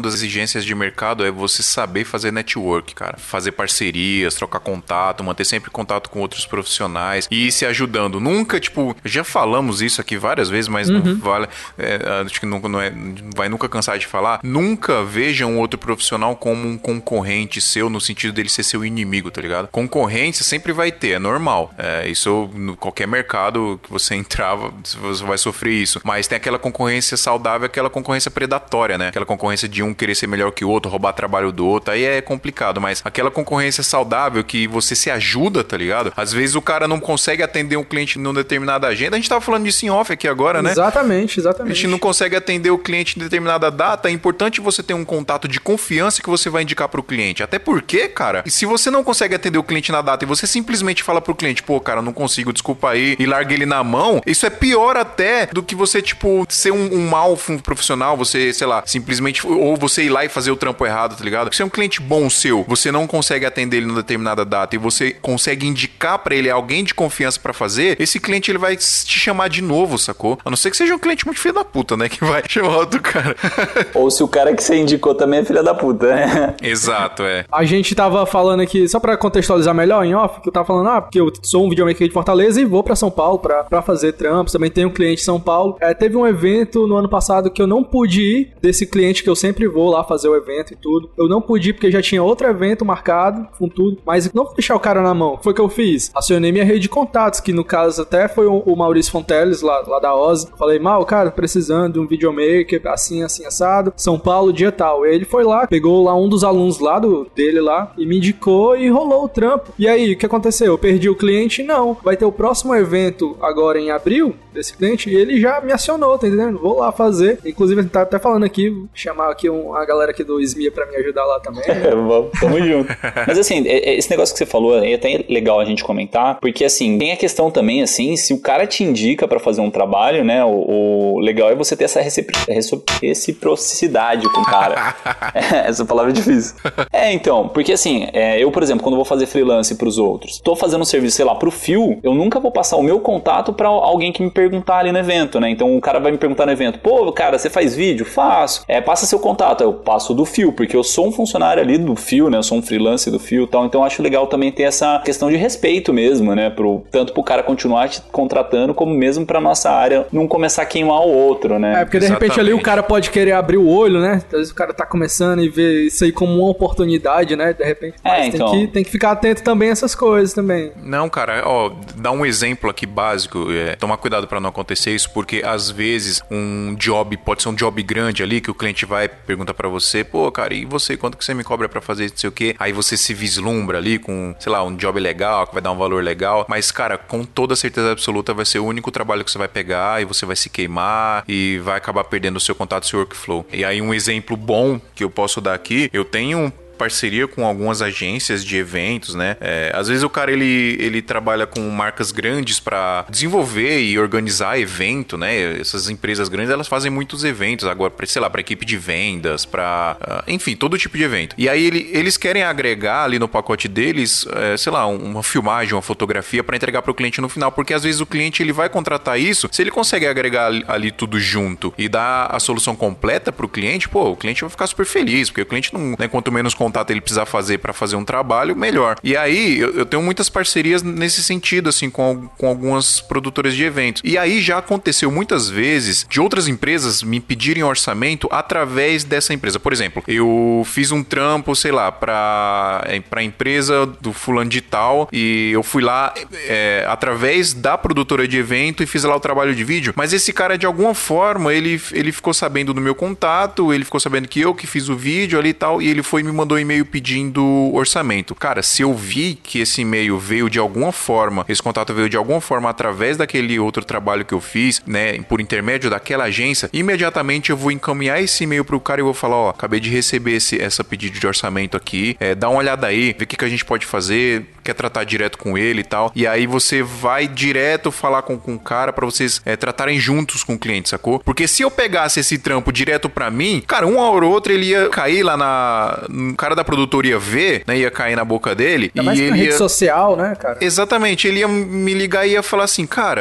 Speaker 1: ciências de mercado é você saber fazer network, cara. Fazer parcerias, trocar contato, manter sempre contato com outros profissionais e ir se ajudando. Nunca, tipo, já falamos isso aqui várias vezes, mas uhum. não vale, é, acho que não, não, é, não vai nunca cansar de falar. Nunca veja um outro profissional como um concorrente seu, no sentido dele ser seu inimigo, tá ligado? Concorrência sempre vai ter, é normal. É, isso, no qualquer mercado que você entrava, você vai sofrer isso. Mas tem aquela concorrência saudável, aquela concorrência predatória, né? Aquela concorrência de um querer ser melhor que o outro, roubar trabalho do outro, aí é complicado. Mas aquela concorrência saudável que você se ajuda, tá ligado? Às vezes o cara não consegue atender um cliente numa determinada agenda. A gente tava falando disso em off aqui agora, né?
Speaker 3: Exatamente, exatamente.
Speaker 1: A gente não consegue atender o cliente em determinada data. É importante você ter um contato de confiança que você vai indicar pro cliente. Até porque, cara, se você não consegue atender o cliente na data e você simplesmente fala pro cliente, pô, cara, não consigo, desculpa aí, e larga ele na mão, isso é pior até do que você, tipo, ser um, um mau profissional, você, sei lá, simplesmente, ou você ir lá e fazer o trampo errado, tá ligado? Se é um cliente bom seu, você não consegue atender ele numa determinada data e você consegue indicar pra ele alguém de confiança pra fazer, esse cliente, ele vai te chamar de novo, sacou? A não ser que seja um cliente muito filho da puta, né? Que vai chamar outro cara.
Speaker 2: Ou se o cara que você indicou também é filho da puta, né?
Speaker 1: Exato, é.
Speaker 3: A gente tava falando aqui, só pra contextualizar melhor em off, que eu tava falando, ah, porque eu sou um videomaker de Fortaleza e vou pra São Paulo pra, pra fazer trampos, também tenho um cliente em São Paulo. É, teve um evento no ano passado que eu não pude ir, desse cliente que eu sempre vou lá fazer o evento e tudo. Eu não pude ir porque já tinha outro evento marcado com tudo, mas não vou deixar o cara na mão. O que foi que eu fiz? Acionei minha rede de contatos, que no caso até foi o, o Maurício Fonteles, lá, lá da O Z. Falei, mal, cara, precisando de um videomaker, assim, assim, assado, São Paulo, dia tal. E ele foi lá, pegou lá um dos alunos lá do, dele lá, e me indicou e rolou o trampo. E aí, o que aconteceu? Eu perdi o cliente? Não. Vai ter o próximo evento agora em abril, desse cliente, e ele já me acionou, tá entendendo? Vou lá fazer. Inclusive, a gente tá até falando aqui, chamar aqui um, a galera aqui do S M I A pra me ajudar lá também. Né?
Speaker 2: Tamo junto. Mas assim, esse negócio que você falou é até legal a gente comentar, porque assim, tem a questão também, assim, se o cara te indica pra fazer um trabalho, né, o, o legal é você ter essa reciprocidade com o cara. É, essa palavra é difícil. É, então, porque assim, é, eu, por exemplo, quando vou fazer freelance pros outros, tô fazendo um serviço, sei lá, pro Fio, eu nunca vou passar o meu contato pra alguém que me perguntar ali no evento, né? Então o cara vai me perguntar no evento, pô, cara, você faz vídeo? Faço. É, passa seu contato. Eu passo do Fio, porque eu sou um funcionário ali do Fio, né? Eu sou um freelance do Fio e tal, então eu acho legal também ter essa questão de respeito mesmo, né? Pro, tanto pro cara continuar te contratando, como mesmo pra nossa área não começar a queimar o outro, né?
Speaker 3: É, porque de
Speaker 1: Exatamente.
Speaker 3: repente ali o cara pode querer abrir o olho, né? Às vezes o cara tá começando e vê isso aí como uma oportunidade, né? De repente,
Speaker 2: é,
Speaker 3: mas
Speaker 2: então...
Speaker 3: tem, que, tem que ficar atento também a essas coisas também.
Speaker 1: Não, cara, ó, dá um exemplo aqui básico, é, tomar cuidado pra não acontecer isso, porque às vezes um job, pode ser um job grande ali, que o cliente vai perguntar pra você, pô, cara, e você, quanto que você me cobra pra fazer não sei o quê? Aí você se vislumbra ali com, sei lá, um job legal, que vai dar um valor legal, mas, cara, com toda certeza absoluta vai ser o único trabalho que você vai pegar e você vai se queimar e vai acabar perdendo o seu contato, seu workflow. E aí um exemplo bom que eu posso dar aqui, eu tenho um parceria com algumas agências de eventos, né? É, às vezes o cara, ele, ele trabalha com marcas grandes para desenvolver e organizar evento, né? Essas empresas grandes, elas fazem muitos eventos agora, pra, sei lá, para equipe de vendas, para uh, enfim, todo tipo de evento. E aí ele, eles querem agregar ali no pacote deles, é, sei lá, uma filmagem, uma fotografia para entregar para o cliente no final, porque às vezes o cliente, ele vai contratar isso, se ele consegue agregar ali, ali tudo junto e dar a solução completa para o cliente, pô, o cliente vai ficar super feliz, porque o cliente não, né, quanto menos contato ele precisar fazer para fazer um trabalho, melhor. E aí, eu, eu tenho muitas parcerias nesse sentido, assim, com, com algumas produtoras de eventos. E aí já aconteceu muitas vezes de outras empresas me pedirem orçamento através dessa empresa. Por exemplo, eu fiz um trampo, sei lá, para a empresa do fulano de tal e eu fui lá é, através da produtora de evento e fiz lá o trabalho de vídeo, mas esse cara, de alguma forma, ele, ele ficou sabendo do meu contato, ele ficou sabendo que eu que fiz o vídeo ali e tal, e ele foi e me mandou um e-mail pedindo orçamento. Cara, se eu vi que esse e-mail veio de alguma forma, esse contato veio de alguma forma através daquele outro trabalho que eu fiz, né, por intermédio daquela agência, imediatamente eu vou encaminhar esse e-mail pro cara e vou falar, ó, acabei de receber esse essa pedido de orçamento aqui, é, dá uma olhada aí, vê o que, que a gente pode fazer, quer tratar direto com ele e tal, e aí você vai direto falar com, com o cara pra vocês é, tratarem juntos com o cliente, sacou? Porque se eu pegasse esse trampo direto pra mim, cara, uma hora ou outra ele ia cair lá na... o cara da produtora ia ver, né, ia cair na boca dele,
Speaker 3: ainda mais
Speaker 1: e
Speaker 3: na
Speaker 1: ele
Speaker 3: rede
Speaker 1: ia...
Speaker 3: social, né, cara?
Speaker 1: Exatamente, ele ia me ligar e ia falar assim, cara...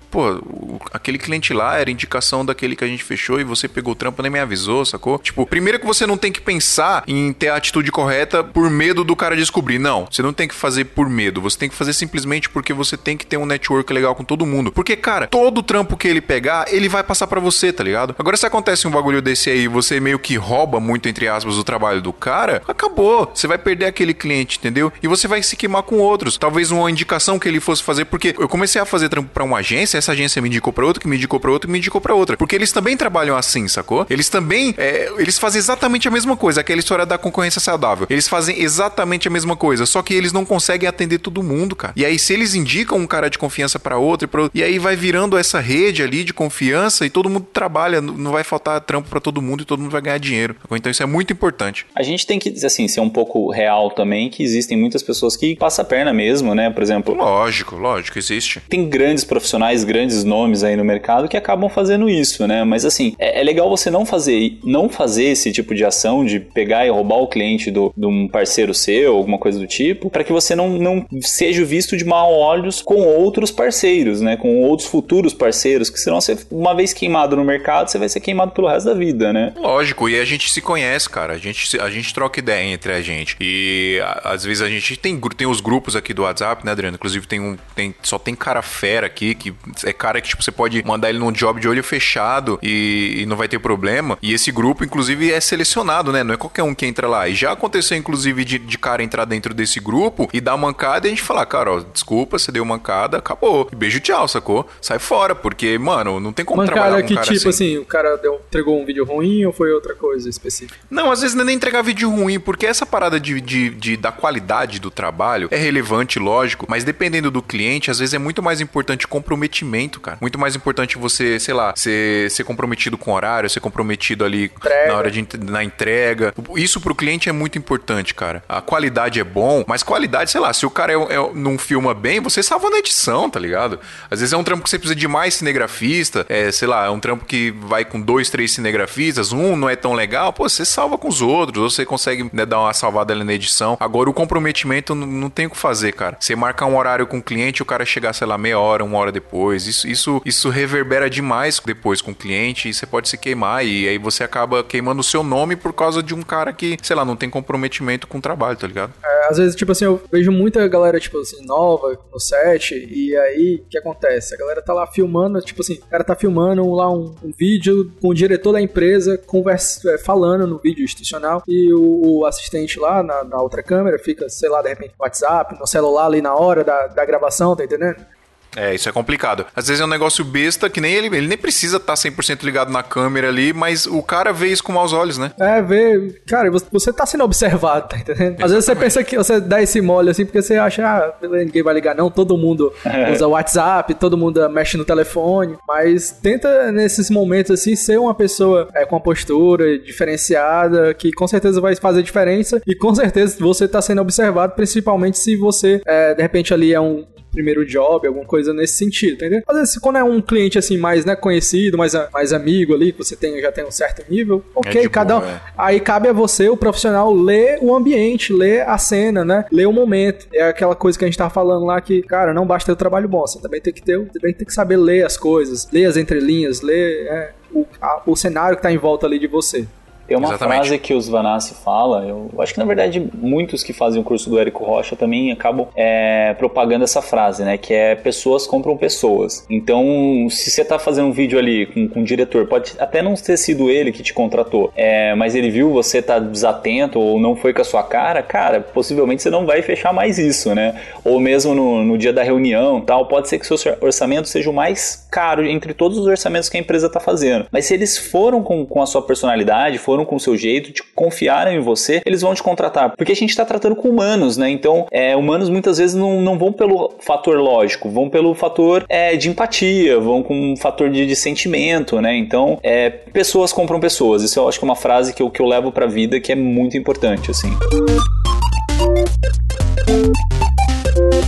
Speaker 1: pô, o, aquele cliente lá era indicação daquele que a gente fechou e você pegou o trampo, nem me avisou, sacou? Tipo, primeiro que você não tem que pensar em ter a atitude correta por medo do cara descobrir. Não, você não tem que fazer por medo, você tem que fazer simplesmente porque você tem que ter um network legal com todo mundo. Porque, cara, todo trampo que ele pegar, ele vai passar pra você, tá ligado? Agora, se acontece um bagulho desse aí, você meio que rouba muito, entre aspas, o trabalho do cara, acabou. Você vai perder aquele cliente, entendeu? E você vai se queimar com outros. Talvez uma indicação que ele fosse fazer, porque eu comecei a fazer trampo pra uma agência, essa agência me indicou pra outra, que me indicou pra outra, que me indicou pra outra. Porque eles também trabalham assim, sacou? Eles também, é, eles fazem exatamente a mesma coisa, aquela história da concorrência saudável. Eles fazem exatamente a mesma coisa, só que eles não conseguem atender todo mundo, cara. E aí, se eles indicam um cara de confiança pra outro, e, pra outro, e aí vai virando essa rede ali de confiança e todo mundo trabalha, não vai faltar trampo pra todo mundo e todo mundo vai ganhar dinheiro. Então isso é muito importante.
Speaker 2: A gente tem que, assim, ser um pouco real também, que existem muitas pessoas que passam a perna mesmo, né? Por exemplo...
Speaker 1: Lógico, lógico, existe.
Speaker 2: Tem grandes profissionais, grandes nomes aí no mercado que acabam fazendo isso, né? Mas assim, é, é legal você não fazer, não fazer esse tipo de ação de pegar e roubar o cliente do, de um parceiro seu, alguma coisa do tipo, para que você não, não seja visto de maus olhos com outros parceiros, né? Com outros futuros parceiros, que senão você, uma vez queimado no mercado, você vai ser queimado pelo resto da vida, né?
Speaker 1: Lógico, e a gente se conhece, cara. A gente, a gente troca ideia entre a gente. E a, às vezes a gente tem, tem os grupos aqui do WhatsApp, né, Adriano? Inclusive tem um, tem, só tem cara fera aqui, que é cara que tipo, você pode mandar ele num job de olho fechado e, e não vai ter problema. E esse grupo, inclusive, é selecionado, né? Não é qualquer um que entra lá. E já aconteceu, inclusive, de, de cara entrar dentro desse grupo e dar mancada e a gente falar, cara, ó, desculpa, você deu mancada, acabou. E beijo, tchau, sacou? Sai fora, porque, mano, não tem como
Speaker 3: mancada
Speaker 1: trabalhar com
Speaker 3: que,
Speaker 1: um cara
Speaker 3: tipo
Speaker 1: assim.
Speaker 3: assim, o cara deu, entregou um vídeo ruim ou foi outra coisa específica?
Speaker 1: Não, às vezes não é nem entregar vídeo ruim, porque essa parada de, de, de, da qualidade do trabalho é relevante, lógico, mas dependendo do cliente, às vezes é muito mais importante comprometimento, cara. Muito mais importante você, sei lá, ser, ser comprometido com o horário, ser comprometido ali
Speaker 3: entrega.
Speaker 1: na hora de na entrega. Isso pro cliente é muito importante, cara. A qualidade é bom, mas qualidade, sei lá, se o cara é, é, não filma bem, você salva na edição, tá ligado? Às vezes é um trampo que você precisa de mais cinegrafista, é, sei lá, é um trampo que vai com dois, três cinegrafistas, um não é tão legal, pô, você salva com os outros, ou você consegue, né, dar uma salvada ali na edição. Agora, o comprometimento não, não tem o que fazer, cara. Você marcar um horário com o cliente, o cara chegar, sei lá, meia hora, uma hora depois, isso, isso, isso reverbera demais depois com o cliente e você pode se queimar e aí você acaba queimando o seu nome por causa de um cara que, sei lá, não tem comprometimento com o trabalho, tá ligado?
Speaker 3: É, às vezes, tipo assim, eu vejo muita galera, tipo assim, nova no set e aí, o que acontece? A galera tá lá filmando, tipo assim, o cara tá filmando lá um, um vídeo com o diretor da empresa conversa, é, falando no vídeo institucional e o, o assistente lá na, na outra câmera fica, sei lá, de repente no WhatsApp, no celular ali na hora da, da gravação, tá entendendo?
Speaker 1: É, isso é complicado. Às vezes é um negócio besta que nem ele, ele nem precisa estar cem por cento ligado na câmera ali, mas o cara vê isso com maus olhos, né?
Speaker 3: É, vê, cara, você tá sendo observado, tá entendendo? Exatamente. Às vezes você pensa que você dá esse mole assim, porque você acha, ah, ninguém vai ligar não, todo mundo é. usa WhatsApp, todo mundo mexe no telefone, mas tenta nesses momentos assim ser uma pessoa é, com uma postura diferenciada, que com certeza vai fazer diferença e com certeza você tá sendo observado, principalmente se você, é, de repente ali é um primeiro job, alguma coisa nesse sentido, entendeu? Às vezes, quando é um cliente assim mais, né, conhecido, mais, mais amigo ali, que você tem, já tem um certo nível, ok, é cada um, é. Aí cabe a você, o profissional, ler o ambiente, ler a cena, né, ler o momento. É aquela coisa que a gente tava falando lá que, cara, não basta ter o trabalho bom, você também tem que ter, também tem que saber ler as coisas, ler as entrelinhas, ler é, o, a, o cenário que tá em volta ali de você.
Speaker 2: Tem uma
Speaker 1: Exatamente.
Speaker 2: frase que o Svanassi fala, eu acho que na verdade muitos que fazem o curso do Érico Rocha também acabam é, propagando essa frase, né? Que é pessoas compram pessoas. Então, se você tá fazendo um vídeo ali com, com um diretor, pode até não ter sido ele que te contratou, é, mas ele viu você tá desatento ou não foi com a sua cara, cara, possivelmente você não vai fechar mais isso, né? Ou mesmo no, no dia da reunião tal, pode ser que o seu orçamento seja o mais caro entre todos os orçamentos que a empresa tá fazendo. Mas se eles foram com, com a sua personalidade, foram com o seu jeito, te confiaram em você, eles vão te contratar. Porque a gente está tratando com humanos, né? Então, é, humanos muitas vezes não, não vão pelo fator lógico, vão pelo fator é, de empatia, vão com um fator de, de sentimento, né? Então, é, pessoas compram pessoas. Isso eu acho que é uma frase que eu, que eu levo pra vida que é muito importante, assim.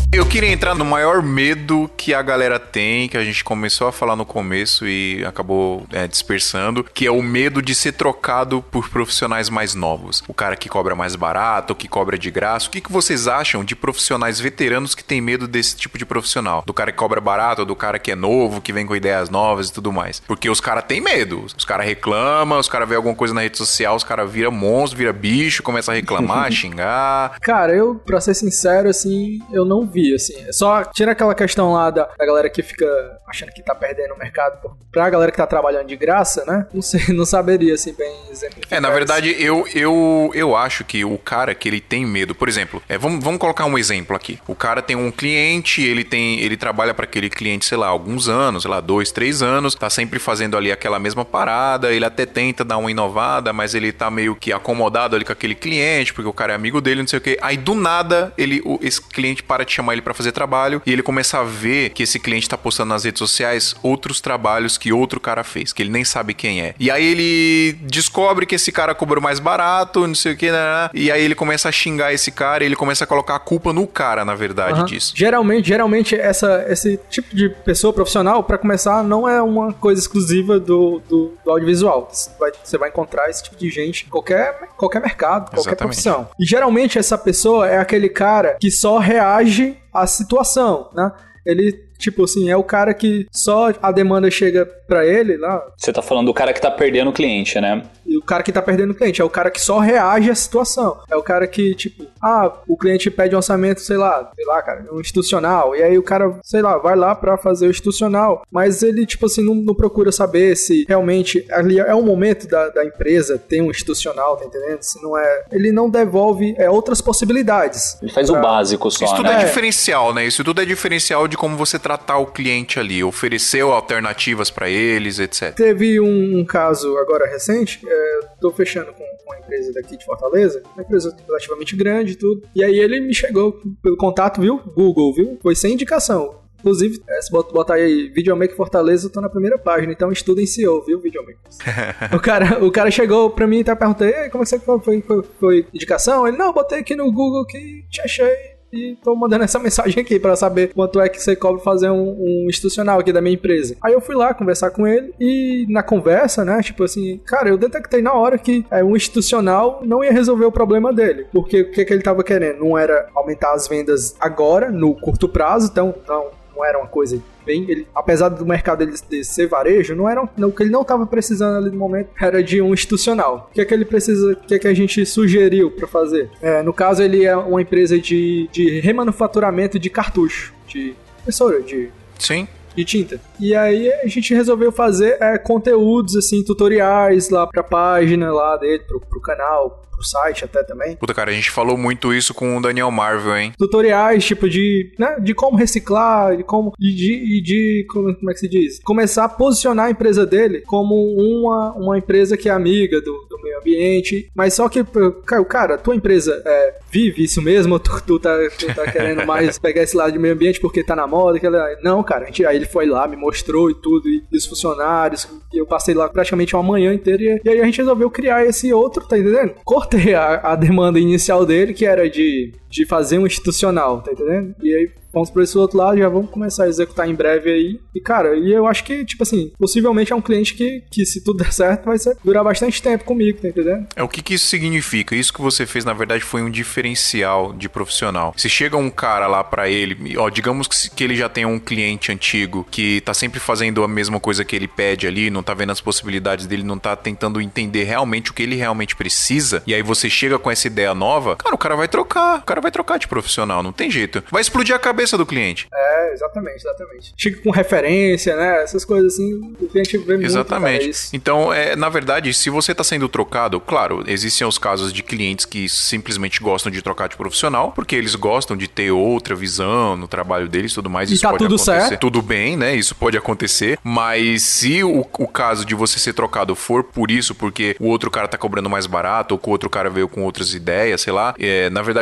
Speaker 1: Eu queria entrar no maior medo que a galera tem, que a gente começou a falar no começo e acabou é, dispersando, que é o medo de ser trocado por profissionais mais novos. O cara que cobra mais barato, ou que cobra de graça. O que, que vocês acham de profissionais veteranos que têm medo desse tipo de profissional? Do cara que cobra barato, ou do cara que é novo, que vem com ideias novas e tudo mais. Porque os caras têm medo. Os caras reclamam, os caras vê alguma coisa na rede social, os caras viram monstro, vira bicho, começa a reclamar, xingar.
Speaker 3: Cara, eu, pra ser sincero, assim, eu não vi. Assim, só tira aquela questão lá da, da galera que fica achando que tá perdendo o mercado pra galera que tá trabalhando de graça, né? Não sei, não saberia, assim, bem exemplificar.
Speaker 1: É, na verdade, eu, eu, eu acho que o cara que ele tem medo, por exemplo, é, vamos, vamos colocar um exemplo aqui. O cara tem um cliente, ele tem, ele trabalha pra aquele cliente, sei lá, alguns anos, sei lá, dois, três anos, tá sempre fazendo ali aquela mesma parada, ele até tenta dar uma inovada, mas ele tá meio que acomodado ali com aquele cliente, porque o cara é amigo dele, não sei o quê. Aí, do nada, ele, o, esse cliente para de chamar ele pra fazer trabalho e ele começa a ver que esse cliente tá postando nas redes sociais outros trabalhos que outro cara fez, que ele nem sabe quem é. E aí ele descobre que esse cara cobrou mais barato, não sei o que, né? E aí ele começa a xingar esse cara e ele começa a colocar a culpa no cara, na verdade, uhum. disso.
Speaker 3: Geralmente, geralmente essa, esse tipo de pessoa profissional, pra começar, não é uma coisa exclusiva do, do, do audiovisual. Você vai, você vai encontrar esse tipo de gente em qualquer, qualquer mercado, qualquer Exatamente. profissão. E geralmente essa pessoa é aquele cara que só reage à situação, né? Ele, tipo assim, é o cara que só a demanda chega pra ele lá.
Speaker 2: Você tá falando do cara que tá perdendo o cliente, né?
Speaker 3: E o cara que tá perdendo o cliente é o cara que só reage à situação. É o cara que, tipo, ah, o cliente pede um orçamento, sei lá, sei lá, cara, um institucional. E aí o cara, sei lá, vai lá pra fazer o institucional. Mas ele, tipo assim, não, não procura saber se realmente ali é o momento da, da empresa ter um institucional, tá entendendo? Se não é... Ele não devolve é, outras possibilidades.
Speaker 2: Ele faz pra... o básico só,
Speaker 1: Isso tudo
Speaker 2: né?
Speaker 1: é diferencial, né? Isso tudo é diferencial de como você tratar o cliente ali. Ofereceu alternativas pra eles, etcétera.
Speaker 3: Teve um, um caso agora recente, é, tô fechando com, com uma empresa daqui de Fortaleza, uma empresa relativamente grande e tudo, e aí ele me chegou pelo contato, viu? Google, viu? Foi sem indicação. Inclusive, se botar aí Videomaker Fortaleza, eu tô na primeira página, então estudem S E O, viu, Videomaker? o, cara, o cara chegou pra mim e tá perguntando, como é que você foi, foi, foi, foi indicação? Ele, não, eu botei aqui no Google que te achei. E tô mandando essa mensagem aqui pra saber quanto é que você cobra fazer um, um institucional aqui da minha empresa. Aí eu fui lá conversar com ele e na conversa, né, tipo assim, cara, eu detectei na hora que é, um institucional não ia resolver o problema dele. Porque o que, que ele tava querendo? Não era aumentar as vendas agora, no curto prazo, então não, não era uma coisa... Bem, ele, apesar do mercado dele de ser varejo, não era, não, o que ele não estava precisando ali no momento era de um institucional. O que é que ele precisa, o que é que a gente sugeriu para fazer? É, no caso, ele é uma empresa de, de remanufaturamento de cartucho, de impressora, de...
Speaker 1: Sim.
Speaker 3: de tinta. E aí a gente resolveu fazer é, conteúdos, assim, tutoriais lá pra página lá dele, pro, pro canal, pro site até também.
Speaker 1: Puta, cara, a gente falou muito isso com o Daniel Marvel, hein?
Speaker 3: Tutoriais, tipo, de, né, de como reciclar, de como, de, de, de como, como é que se diz? Começar a posicionar a empresa dele como uma, uma empresa que é amiga do, do meio ambiente, mas só que, cara, tua empresa é, vive isso mesmo, ou tu, tu, tá, tu tá querendo mais pegar esse lado de meio ambiente porque tá na moda? Que ela... Não, cara, a gente, aí ele foi lá, me mostrou e tudo, e, e os funcionários, e eu passei lá praticamente uma manhã inteira, e, e aí a gente resolveu criar esse outro, tá entendendo? Cortei a, a demanda inicial dele, que era de, de fazer um institucional, tá entendendo? E aí vamos para esse outro lado, já vamos começar a executar em breve aí. E, cara, e eu acho que, tipo assim, possivelmente é um cliente que, que se tudo der certo, vai ser, durar bastante tempo comigo, tá entendendo?
Speaker 1: É, o que que isso significa? Isso que você fez, na verdade, foi um diferencial de profissional. Se chega um cara lá pra ele, ó, digamos que, que ele já tem um cliente antigo que tá sempre fazendo a mesma coisa que ele pede ali, não tá vendo as possibilidades dele, não tá tentando entender realmente o que ele realmente precisa, e aí você chega com essa ideia nova, cara, o cara vai trocar, o cara vai trocar de profissional, não tem jeito. Vai explodir a cabeça do cliente.
Speaker 3: É, exatamente, exatamente. Chega com referência, né? Essas coisas assim, o cliente vê muito.
Speaker 1: Exatamente. Então, é, na verdade, se você tá sendo trocado, claro, existem os casos de clientes que simplesmente gostam de trocar de profissional, porque eles gostam de ter outra visão no trabalho deles e tudo mais.
Speaker 3: E
Speaker 1: isso
Speaker 3: tá
Speaker 1: pode
Speaker 3: tudo
Speaker 1: acontecer.
Speaker 3: certo.
Speaker 1: Tudo bem, né? Isso pode acontecer. Mas se o, o caso de você ser trocado for por isso, porque o outro cara tá cobrando mais barato, ou que o outro cara veio com outras ideias, sei lá, é, na verdade o culpado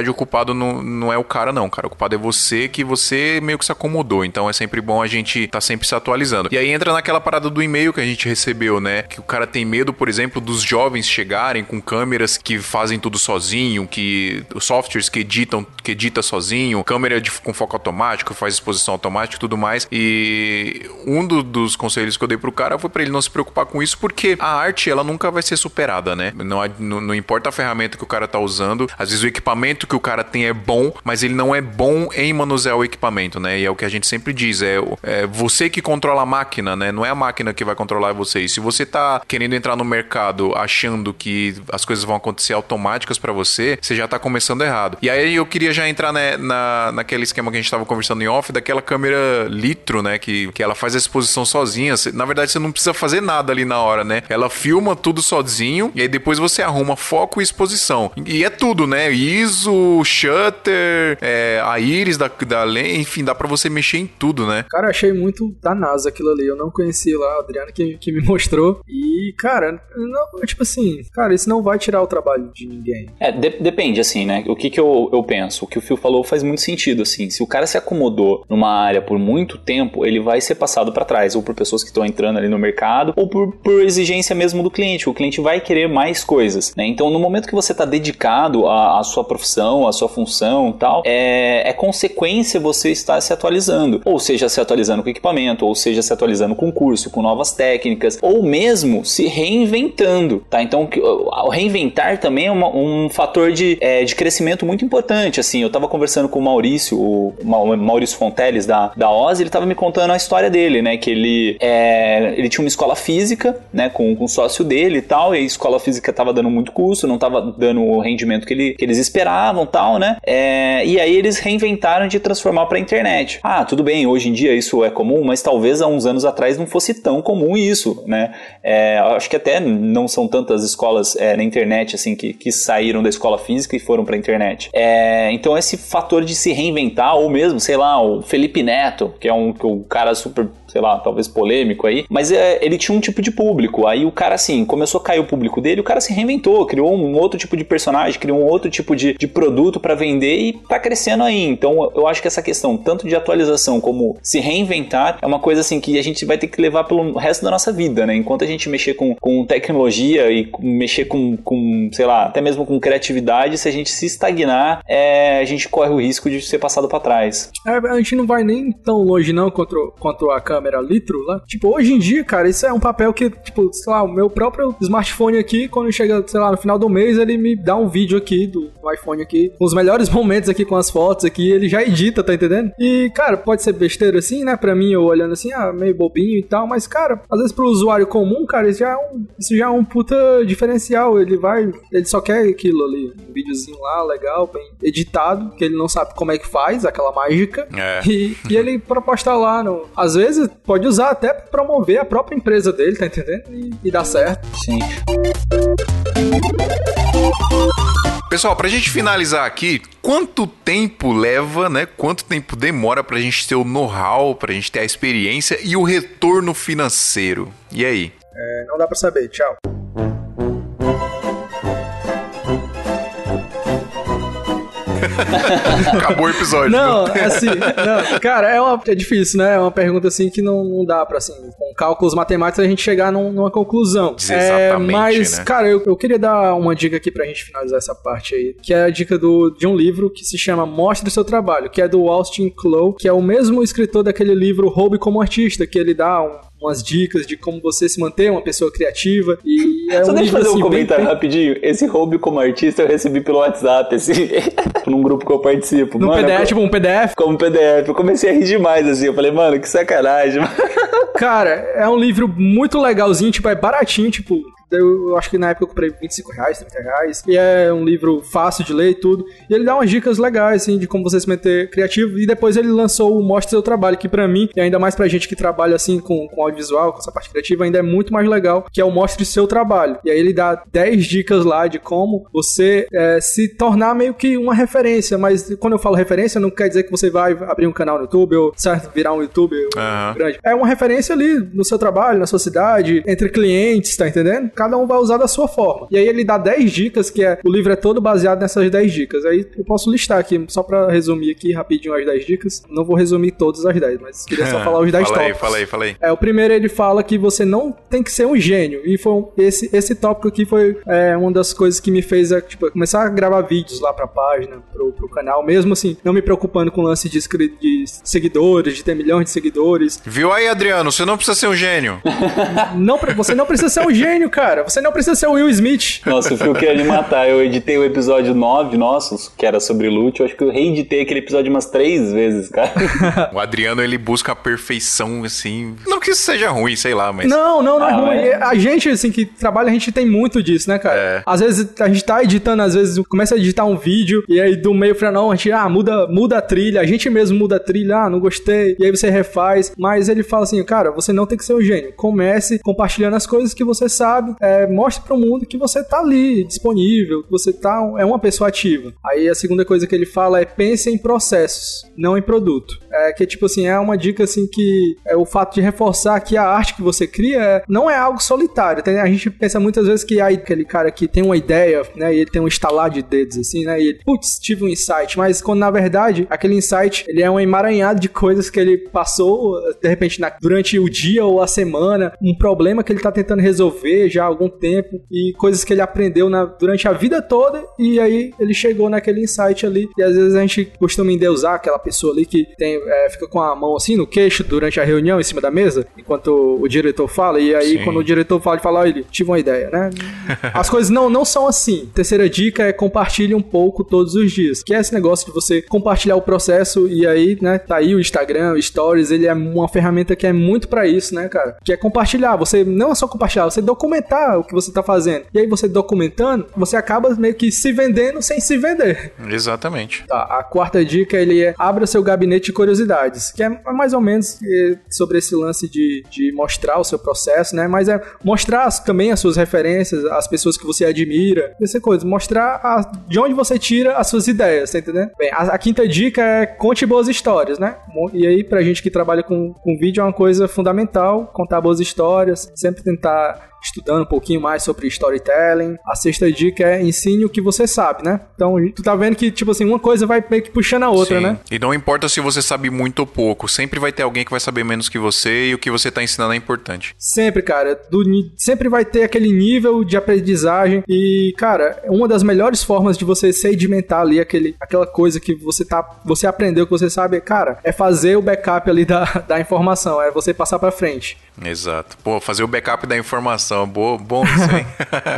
Speaker 1: culpado não, não é o cara não, cara. O culpado é você, que você meio que se acomodou. Então é sempre bom a gente tá sempre se atualizando. E aí entra naquela parada do e-mail que a gente recebeu, né? Que o cara tem medo, por exemplo, dos jovens chegarem com câmeras que fazem tudo sozinho, que os softwares que editam, que edita sozinho, câmera de, com foco automático, faz exposição automática e tudo mais. E um do, dos conselhos que eu dei pro cara foi pra ele não se preocupar com isso, porque a arte, ela nunca vai ser superada, né? Não, não, não importa a ferramenta que o cara tá usando, às vezes o equipamento que o cara tem é bom, mas ele não é bom em manusear o equipamento, né? E é o que a gente sempre diz, é, é você que controla a máquina, né? Não é a máquina que vai controlar você. E se você tá querendo entrar no mercado achando que as coisas vão acontecer automáticas pra você, você já tá começando errado. E aí eu queria já entrar, né, na, naquele esquema que a gente tava conversando em off, daquela câmera litro, né? Que, que ela faz a exposição sozinha. Na verdade, você não precisa fazer nada ali na hora, né? Ela filma tudo sozinho e aí depois você arruma foco e exposição. E é tudo, né? I S O, shutter, é, a íris da, da lente, enfim, dá pra você mexer em tudo, né?
Speaker 3: Cara, achei muito da NASA aquilo ali. Eu não conhecia lá, a Adriana que, que me mostrou. E, cara, não, tipo assim, cara, isso não vai tirar o trabalho de ninguém.
Speaker 2: É, de, depende, assim, né? O que que eu, eu penso? O que o Phil falou faz muito sentido, assim. Se o cara se acomodou numa área por muito tempo, ele vai ser passado pra trás, ou por pessoas que estão entrando ali no mercado, ou por, por exigência mesmo do cliente. O cliente vai querer mais coisas, né? Então, no momento que você tá dedicado à, à sua profissão, à sua função e tal, é, é consequência você estar se atualizando. Ou seja, se atualizando com equipamento, ou seja, se atualizando com curso, com novas técnicas, ou mesmo se reinventando, tá? Então, o reinventar também é uma, um fator de, é, de crescimento muito importante, assim. Eu tava conversando com o Maurício, o Maurício Fonteles da, da Oz, ele tava me contando a história dele, né? Que ele, é, ele tinha uma escola física, né? Com, com o sócio dele e tal, e a escola física tava dando muito custo, não tava dando o rendimento que, ele, que eles esperavam e tal, né? É, e aí eles reinventaram de transformar pra internet. Ah, tudo bem, hoje em dia isso é comum, mas talvez há uns anos atrás não fosse tão comum isso, né? É, acho que até não são tantas escolas é, na internet, assim, que, que saíram da escola física e foram pra internet. É, então esse fator de se reinventar, ou mesmo, sei lá, o Felipe Neto, que é um, que um cara super, sei lá, talvez polêmico aí, mas é, ele tinha um tipo de público, aí o cara, assim, começou a cair o público dele, o cara se reinventou, criou um outro tipo de personagem, criou um outro tipo de, de produto pra vender e tá crescendo aí. Então eu acho que essa questão, tanto de atualização como se reinventar, é uma coisa, assim, que a gente vai ter que levar pelo resto da nossa vida, né? Enquanto a gente mexer com, com tecnologia e mexer com, com, sei lá, até mesmo com criatividade, se a gente se estagnar, é, a gente corre o risco de ser passado pra trás.
Speaker 3: É, a gente não vai nem tão longe não quanto, quanto a câmera litro lá. Tipo, hoje em dia, cara, isso é um papel que, tipo, sei lá, o meu próprio smartphone aqui, quando chega, sei lá, no final do mês, ele me dá um vídeo aqui do iPhone aqui, com os melhores momentos aqui, com as fotos aqui, ele já edita, tá entendendo? E, cara, pode ser besteira assim, né, pra mim, eu olhando assim, ah, meio bobinho e tal, mas, cara, às vezes pro usuário comum, cara, isso já é um, isso já é um puta diferencial, ele vai, ele só quer aquilo ali, um videozinho lá, legal, bem editado, que ele não sabe como é que faz, aquela mágica,
Speaker 1: é.
Speaker 3: e, e ele proposta lá, no, às vezes pode usar até pra promover a própria empresa dele, tá entendendo? E, e dá certo.
Speaker 2: Sim.
Speaker 1: Pessoal, pra gente finalizar aqui, quanto tempo leva, né? Quanto tempo demora pra gente ter o know-how, pra gente ter a experiência e o retorno financeiro? E aí?
Speaker 3: É, não dá pra saber, tchau.
Speaker 1: Acabou o episódio.
Speaker 3: Não, assim, não, cara, é, uma, é difícil, né? É uma pergunta assim que não, não dá pra, assim, com cálculos matemáticos a gente chegar num, numa conclusão.
Speaker 1: Exatamente,
Speaker 3: é, mas,
Speaker 1: né?
Speaker 3: cara, eu, eu queria dar uma dica aqui pra gente finalizar essa parte aí, que é a dica do, de um livro que se chama Mostre o Seu Trabalho, que é do Austin Kloe, que é o mesmo escritor daquele livro Roube como Artista, que ele dá um umas dicas de como você se manter uma pessoa criativa. E é
Speaker 2: Só
Speaker 3: um
Speaker 2: deixa eu fazer
Speaker 3: assim,
Speaker 2: um comentário
Speaker 3: bem...
Speaker 2: rapidinho. Esse hobby como artista eu recebi pelo WhatsApp, assim, num grupo que eu participo.
Speaker 3: No
Speaker 2: mano,
Speaker 3: P D F,
Speaker 2: eu...
Speaker 3: tipo um P D F?
Speaker 2: Como P D F. Eu comecei a rir demais, assim. Eu falei, mano, que sacanagem.
Speaker 3: Cara, é um livro muito legalzinho, tipo, é baratinho, tipo... Eu acho que na época eu comprei vinte e cinco reais, trinta reais. E é um livro fácil de ler e tudo. E ele dá umas dicas legais, assim, de como você se manter criativo. E depois ele lançou o Mostre Seu Trabalho, que pra mim, e ainda mais pra gente que trabalha, assim, com, com audiovisual, com essa parte criativa, ainda é muito mais legal, que é o Mostre Seu Trabalho. E aí ele dá dez dicas lá de como você é, se tornar meio que uma referência. Mas quando eu falo referência, não quer dizer que você vai abrir um canal no YouTube ou, certo, virar um YouTuber
Speaker 1: uhum.
Speaker 3: grande. É uma referência ali no seu trabalho, na sua cidade, entre clientes, tá entendendo? cada um vai usar da sua forma. E aí ele dá dez dicas, que é, o livro é todo baseado nessas dez dicas. Aí eu posso listar aqui, só pra resumir aqui rapidinho as dez dicas. Não vou resumir todas as dez, mas queria só falar os dez
Speaker 1: fala
Speaker 3: tópicos.
Speaker 1: Fala aí, fala aí, fala aí.
Speaker 3: É, o primeiro ele fala que você não tem que ser um gênio. E foi um, esse, esse tópico aqui foi é, uma das coisas que me fez é, tipo, começar a gravar vídeos lá pra página, pro, pro canal. Mesmo assim, não me preocupando com o lance de, de seguidores, de ter milhões de seguidores.
Speaker 1: Viu aí, Adriano? Você não precisa ser um gênio.
Speaker 3: Não, você não precisa ser um gênio, cara. Você não precisa ser o Will Smith.
Speaker 2: Nossa, o Phil queria me matar. Eu editei o episódio nove nosso, que era sobre loot. Eu acho que eu reeditei aquele episódio umas três vezes, cara.
Speaker 1: O Adriano, ele busca a perfeição, assim... Não que isso seja ruim, sei lá, mas...
Speaker 3: Não, não, não
Speaker 2: ah,
Speaker 3: é ruim.
Speaker 2: É.
Speaker 3: A gente, assim, que trabalha, a gente tem muito disso, né, cara?
Speaker 1: É.
Speaker 3: Às vezes a gente tá editando, às vezes começa a editar um vídeo e aí do meio pra não, a gente, ah, muda, muda a trilha. A gente mesmo muda a trilha, ah, não gostei. E aí você refaz. Mas ele fala assim, cara, você não tem que ser um gênio. Comece compartilhando as coisas que você sabe. É, mostre pro mundo que você tá ali, disponível, que você tá, é uma pessoa ativa. Aí a segunda coisa que ele fala é pense em processos, não em produto. É que, tipo assim, é uma dica, assim, que é o fato de reforçar que a arte que você cria é, não é algo solitário. Tem, a gente pensa muitas vezes que aí, aquele cara que tem uma ideia, né, e ele tem um estalar de dedos, assim, né, e ele, putz, tive um insight, mas quando, na verdade, aquele insight, ele é um emaranhado de coisas que ele passou, de repente, na, durante o dia ou a semana, um problema que ele tá tentando resolver já há algum tempo, e coisas que ele aprendeu na, durante a vida toda, e aí ele chegou naquele insight ali, e às vezes a gente costuma endeusar aquela pessoa ali que tem, é, fica com a mão assim no queixo durante a reunião, em cima da mesa, enquanto o, o diretor fala, e aí Sim. quando o diretor fala, ele fala, olha, tive uma ideia, né? As coisas não, não são assim. Terceira dica é compartilhe um pouco todos os dias, que é esse negócio de você compartilhar o processo, e aí, né, tá aí o Instagram, o Stories, ele é uma ferramenta que é muito pra isso, né, cara? Que é compartilhar, você não é só compartilhar, você documentar o que você tá fazendo, e aí você documentando, você acaba meio que se vendendo sem se vender.
Speaker 1: Exatamente.
Speaker 3: Tá, a quarta dica, ele é abra seu gabinete de curiosidades, que é mais ou menos sobre esse lance de, de mostrar o seu processo, né, mas é mostrar também as suas referências, as pessoas que você admira, essa coisa, mostrar a, de onde você tira as suas ideias, tá entendendo? Bem, a, a quinta dica é conte boas histórias, né, e aí pra gente que trabalha com, com vídeo é uma coisa fundamental, contar boas histórias, sempre tentar estudando um pouquinho mais sobre storytelling. A sexta dica é ensine o que você sabe, né? Então, tu tá vendo que, tipo assim, uma coisa vai meio que puxando a outra, Sim. né?
Speaker 1: E não importa se você sabe muito ou pouco, sempre vai ter alguém que vai saber menos que você e o que você tá ensinando é importante.
Speaker 3: Sempre, cara. Do, sempre vai ter aquele nível de aprendizagem e, cara, uma das melhores formas de você sedimentar ali aquele, aquela coisa que você tá, você aprendeu, que você sabe, cara, é fazer o backup ali da, da informação, é você passar pra frente.
Speaker 1: Exato. Pô, fazer o backup da informação. Boa, bom isso aí.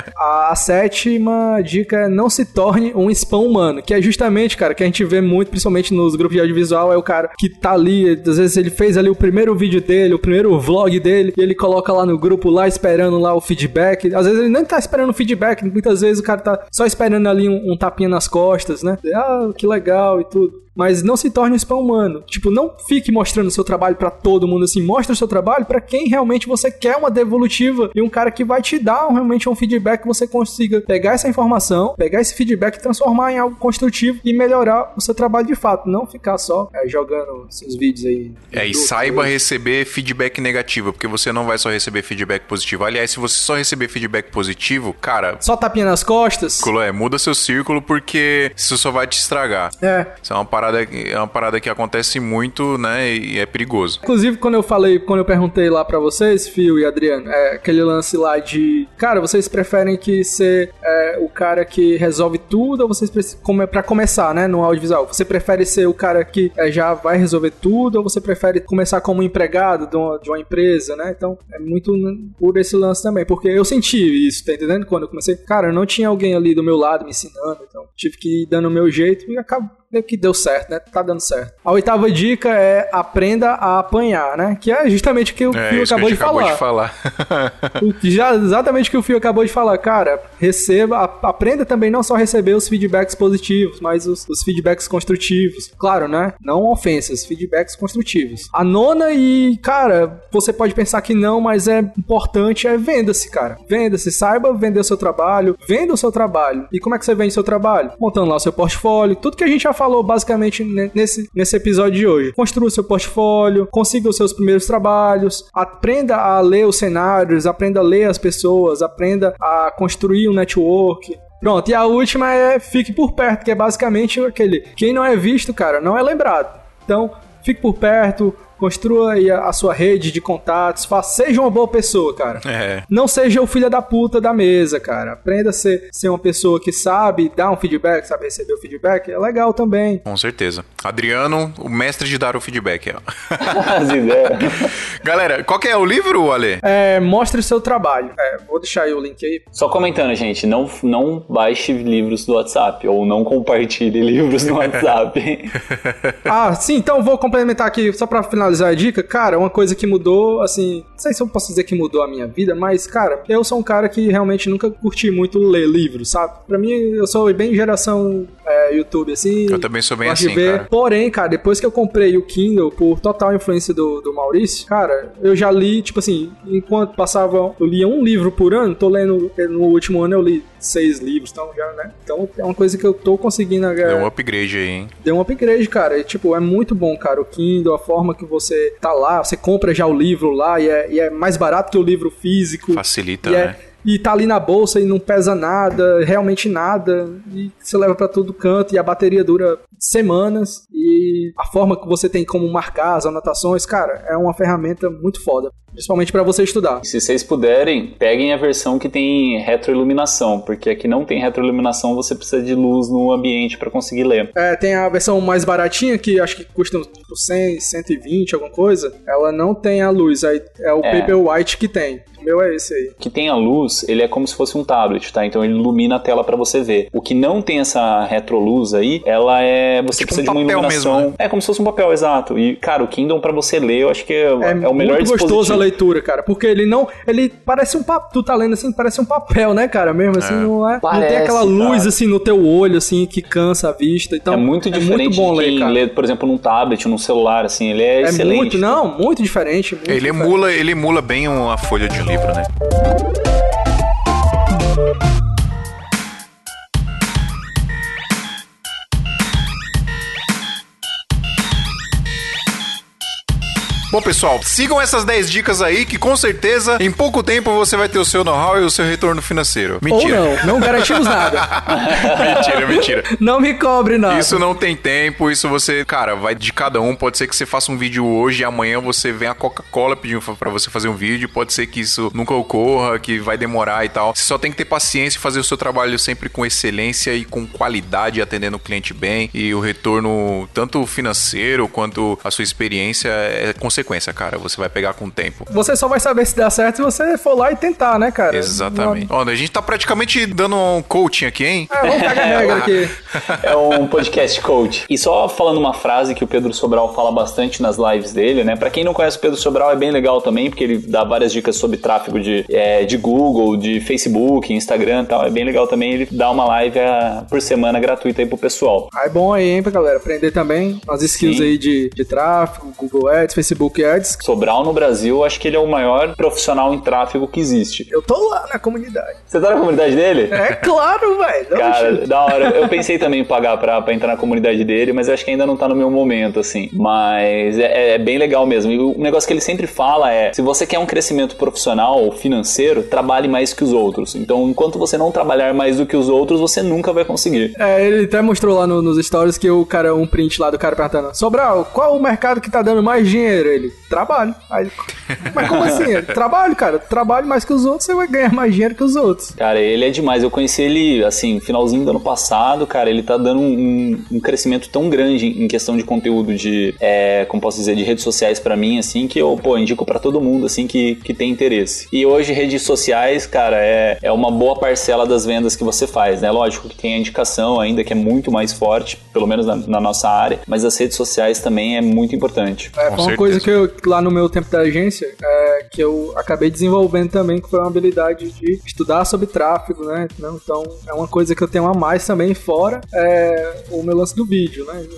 Speaker 3: A sétima dica é não se torne um spam humano, que é justamente, cara, que a gente vê muito, principalmente nos grupos de audiovisual, é o cara que tá ali, às vezes ele fez ali o primeiro vídeo dele, o primeiro vlog dele, e ele coloca lá no grupo, lá esperando lá o feedback. Às vezes ele nem tá esperando o feedback, muitas vezes o cara tá só esperando ali um, um tapinha nas costas, né? Ah, que legal e tudo. Mas não se torne um spam humano. Tipo, não fique mostrando o seu trabalho pra todo mundo assim. Mostra o seu trabalho pra quem realmente você quer uma devolutiva e um cara que vai te dar um, realmente um feedback que você consiga pegar essa informação, pegar esse feedback e transformar em algo construtivo e melhorar o seu trabalho de fato. Não ficar só é, jogando seus vídeos aí.
Speaker 1: É, e saiba receber feedback negativo, porque você não vai só receber feedback positivo. Aliás, se você só receber feedback positivo, cara...
Speaker 3: Só tapinha nas costas.
Speaker 1: É, muda seu círculo, porque isso só vai te estragar. É. Isso é uma parada É uma parada que acontece muito, né, e é perigoso.
Speaker 3: Inclusive, quando eu falei, quando eu perguntei lá pra vocês, Phil e Adriano, é aquele lance lá de, cara, vocês preferem que ser é, o cara que resolve tudo, ou vocês preferem, pra começar, né, no audiovisual, você prefere ser o cara que é, já vai resolver tudo, ou você prefere começar como empregado de uma, de uma empresa, né? Então, é muito por esse lance também, porque eu senti isso, tá entendendo? Quando eu comecei, cara, eu não tinha alguém ali do meu lado me ensinando, então tive que ir dando o meu jeito e acabou. Que deu certo, né? Tá dando certo. A oitava dica é aprenda a apanhar, né? Que é justamente o que o
Speaker 1: é,
Speaker 3: Fio acabou,
Speaker 1: que
Speaker 3: de
Speaker 1: acabou
Speaker 3: falar.
Speaker 1: de falar.
Speaker 3: o, já, exatamente o que o Fio acabou de falar. Cara, receba, a, aprenda também não só receber os feedbacks positivos, mas os, os feedbacks construtivos. Claro, né? Não ofensas, feedbacks construtivos. A nona e, cara, você pode pensar que não, mas é importante, é venda-se, cara. Venda-se, saiba vender o seu trabalho, venda o seu trabalho. E como é que você vende o seu trabalho? Montando lá o seu portfólio, tudo que a gente já falou basicamente nesse, nesse episódio de hoje. Construa o seu portfólio, consiga os seus primeiros trabalhos, aprenda a ler os cenários, aprenda a ler as pessoas, aprenda a construir um network. Pronto, e a última é fique por perto, que é basicamente aquele, quem não é visto, cara, não é lembrado. Então, fique por perto, construa aí a, a sua rede de contatos, faça, seja uma boa pessoa, cara. É. Não seja o filho da puta da mesa, cara. Aprenda a ser, ser uma pessoa que sabe dar um feedback, sabe receber o feedback. É legal também.
Speaker 1: Com certeza. Adriano, o mestre de dar o feedback. Galera, qual que é o livro, Ale?
Speaker 3: É, mostre o seu trabalho. É, vou deixar aí o link aí.
Speaker 2: Só comentando, gente, não, não baixe livros do WhatsApp ou não compartilhe livros no WhatsApp.
Speaker 3: Ah, sim, então vou complementar aqui só pra finalizar a dica, cara, uma coisa que mudou, assim, não sei se eu posso dizer que mudou a minha vida, mas, cara, eu sou um cara que realmente nunca curti muito ler livros, sabe? Pra mim, eu sou bem geração é, YouTube, assim.
Speaker 1: Eu também sou bem assim, cara.
Speaker 3: Porém, cara, depois que eu comprei o Kindle, por total influência do, do Maurício, cara, eu já li, tipo assim, enquanto passava, eu lia um livro por ano, tô lendo, no último ano eu li seis livros, então já, né? Então é uma coisa que eu tô conseguindo... É,
Speaker 1: deu um upgrade aí, hein?
Speaker 3: Deu um upgrade, cara. E, tipo, é muito bom, cara, o Kindle, a forma que você tá lá, você compra já o livro lá e é, e é mais barato que o livro físico.
Speaker 1: Facilita,
Speaker 3: e
Speaker 1: né?
Speaker 3: É, e tá ali na bolsa e não pesa nada, realmente nada, e você leva pra todo canto e a bateria dura semanas, e a forma que você tem como marcar as anotações, cara, é uma ferramenta muito foda, principalmente pra você estudar.
Speaker 2: Se vocês puderem, peguem a versão que tem retroiluminação, porque a que não tem retroiluminação você precisa de luz no ambiente pra conseguir ler.
Speaker 3: É, tem a versão mais baratinha, que acho que custa tipo cem, cento e vinte, alguma coisa, ela não tem a luz, aí é o é. Paperwhite que tem. O meu é esse aí.
Speaker 2: O que tem a luz, ele é como se fosse um tablet, tá? Então ele ilumina a tela pra você ver. O que não tem essa retroluz aí, ela é... Você tipo precisa um de uma iluminação... Mesmo, né? É como se fosse um papel, exato. E, cara, o Kindle pra você ler, eu acho que é, é, é o melhor dispositivo. É muito gostoso
Speaker 3: a leitura, cara. Porque ele não... Ele parece um papel... Tu tá lendo assim, parece um papel, né, cara? Mesmo assim, é. não é... Parece, não tem aquela luz, cara, assim, no teu olho, assim, que cansa a vista. Então,
Speaker 2: é muito
Speaker 3: é
Speaker 2: diferente
Speaker 3: muito bom
Speaker 2: de quem
Speaker 3: ler, cara.
Speaker 2: lê, por exemplo, num tablet, num celular, assim. Ele é, é excelente.
Speaker 3: Muito, não, muito diferente. Muito
Speaker 1: ele,
Speaker 3: diferente.
Speaker 1: Emula, ele emula bem uma folha de um livro, né? Bom, pessoal, sigam essas dez dicas aí que com certeza em pouco tempo você vai ter o seu know-how e o seu retorno financeiro. Mentira.
Speaker 3: Ou não, não garantimos nada.
Speaker 1: Mentira, mentira.
Speaker 3: Não me cobre nada.
Speaker 1: Isso não tem tempo, isso você, cara, vai de cada um. Pode ser que você faça um vídeo hoje e amanhã você venha a Coca-Cola pedindo pra você fazer um vídeo. Pode ser que isso nunca ocorra, que vai demorar e tal. Você só tem que ter paciência e fazer o seu trabalho sempre com excelência e com qualidade, atendendo o cliente bem. E o retorno, tanto financeiro quanto a sua experiência, é consequência. Consequência, cara, você vai pegar com o tempo.
Speaker 3: Você só vai saber se dá certo se você for lá e tentar, né, cara?
Speaker 1: Exatamente. Ó, a gente tá praticamente dando um coaching aqui, hein?
Speaker 3: É, vamos pegar a regra aqui.
Speaker 2: É um podcast coach. E só falando uma frase que o Pedro Sobral fala bastante nas lives dele, né? Pra quem não conhece o Pedro Sobral, é bem legal também, porque ele dá várias dicas sobre tráfego de, é, de Google, de Facebook, Instagram e tal. É bem legal também, ele dá uma live a, por semana gratuita aí pro pessoal.
Speaker 3: Ah, é bom aí, hein, pra galera aprender também as skills Sim. aí de, de tráfego, Google Ads, Facebook Ads.
Speaker 2: Sobral no Brasil, acho que ele é o maior profissional em tráfego que existe.
Speaker 3: Eu tô lá na comunidade.
Speaker 2: Você tá na comunidade dele?
Speaker 3: É claro, velho.
Speaker 2: Cara, da hora. Eu pensei também em pagar pra, pra entrar na comunidade dele, mas eu acho que ainda não tá no meu momento, assim. Mas é, é bem legal mesmo. E o negócio que ele sempre fala é, se você quer um crescimento profissional ou financeiro, trabalhe mais que os outros. Então, enquanto você não trabalhar mais do que os outros, você nunca vai conseguir.
Speaker 3: É, ele até mostrou lá no, nos stories que o cara, um print lá do cara perguntando, Sobral, qual o mercado que tá dando mais dinheiro? Ele, trabalho. Aí, mas como assim? Trabalho, cara. Trabalho mais que os outros, você vai ganhar mais dinheiro que os outros.
Speaker 2: Cara, ele é demais. Eu conheci ele, assim, finalzinho do ano passado, cara, ele tá dando um, um crescimento tão grande em questão de conteúdo de, é, como posso dizer, de redes sociais pra mim, assim, que eu, pô, indico pra todo mundo, assim, que, que tem interesse. E hoje, redes sociais, cara, é, é uma boa parcela das vendas que você faz, né? Lógico que tem a indicação ainda, que é muito mais forte, pelo menos na, na nossa área, mas as redes sociais também é muito importante.
Speaker 3: É, foi uma coisa que eu, lá no meu tempo da agência, é, que eu acabei desenvolvendo também, que foi uma habilidade de estudar sobre tráfego, né? Então, é uma coisa que eu tenho a mais também, fora é, o meu lance do vídeo, né?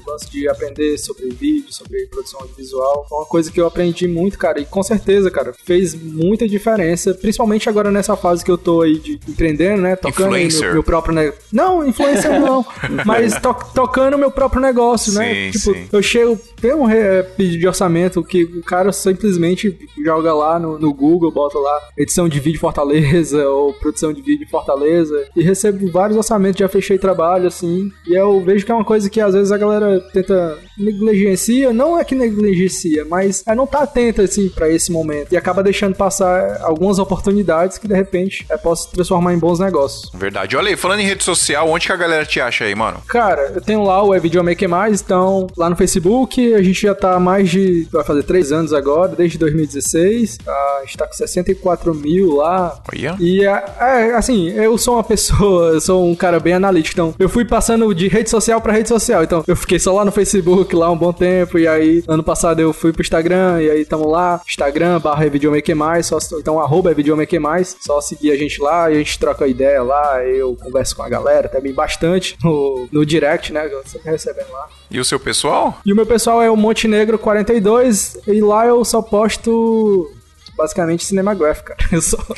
Speaker 3: negócio de aprender sobre vídeo, sobre produção audiovisual. Foi uma coisa que eu aprendi muito, cara, e com certeza, cara, fez muita diferença, principalmente agora nessa fase que eu tô aí de empreendendo, né, tocando meu, meu próprio negócio. Não, influencer não, mas to tocando meu próprio negócio, sim, né? Tipo, sim. Eu chego, tem um pedido de orçamento que o cara simplesmente joga lá no, no Google, bota lá edição de vídeo Fortaleza ou produção de vídeo Fortaleza e recebo vários orçamentos, já fechei trabalho, assim, e eu vejo que é uma coisa que às vezes a galera tenta negligencia, não é que negligencia, mas é não tá atenta, assim, pra esse momento e acaba deixando passar algumas oportunidades que de repente é, posso transformar em bons negócios.
Speaker 1: Verdade. Olha aí, falando em rede social, onde que a galera te acha aí, mano?
Speaker 3: Cara, eu tenho lá o É Videomaker Mais, então lá no Facebook a gente já tá há mais de, vai fazer três anos agora, desde dois mil e dezesseis, tá, a gente tá com sessenta e quatro mil lá.
Speaker 1: Olha.
Speaker 3: E é, é, assim, eu sou uma pessoa, eu sou um cara bem analítico, então eu fui passando de rede social pra rede social, então eu fiquei só lá no Facebook lá um bom tempo, e aí ano passado eu fui pro Instagram, e aí tamo lá, Instagram barra Videomaker Mais, só, então arroba Videomaker Mais, só seguir a gente lá, e a gente troca ideia lá, eu converso com a galera também bastante no, no direct, né, eu sempre recebendo lá.
Speaker 1: E o seu pessoal?
Speaker 3: E o meu pessoal é o Montenegro quarenta e dois, e lá eu só posto basicamente Cinematográfico, cara. Eu só...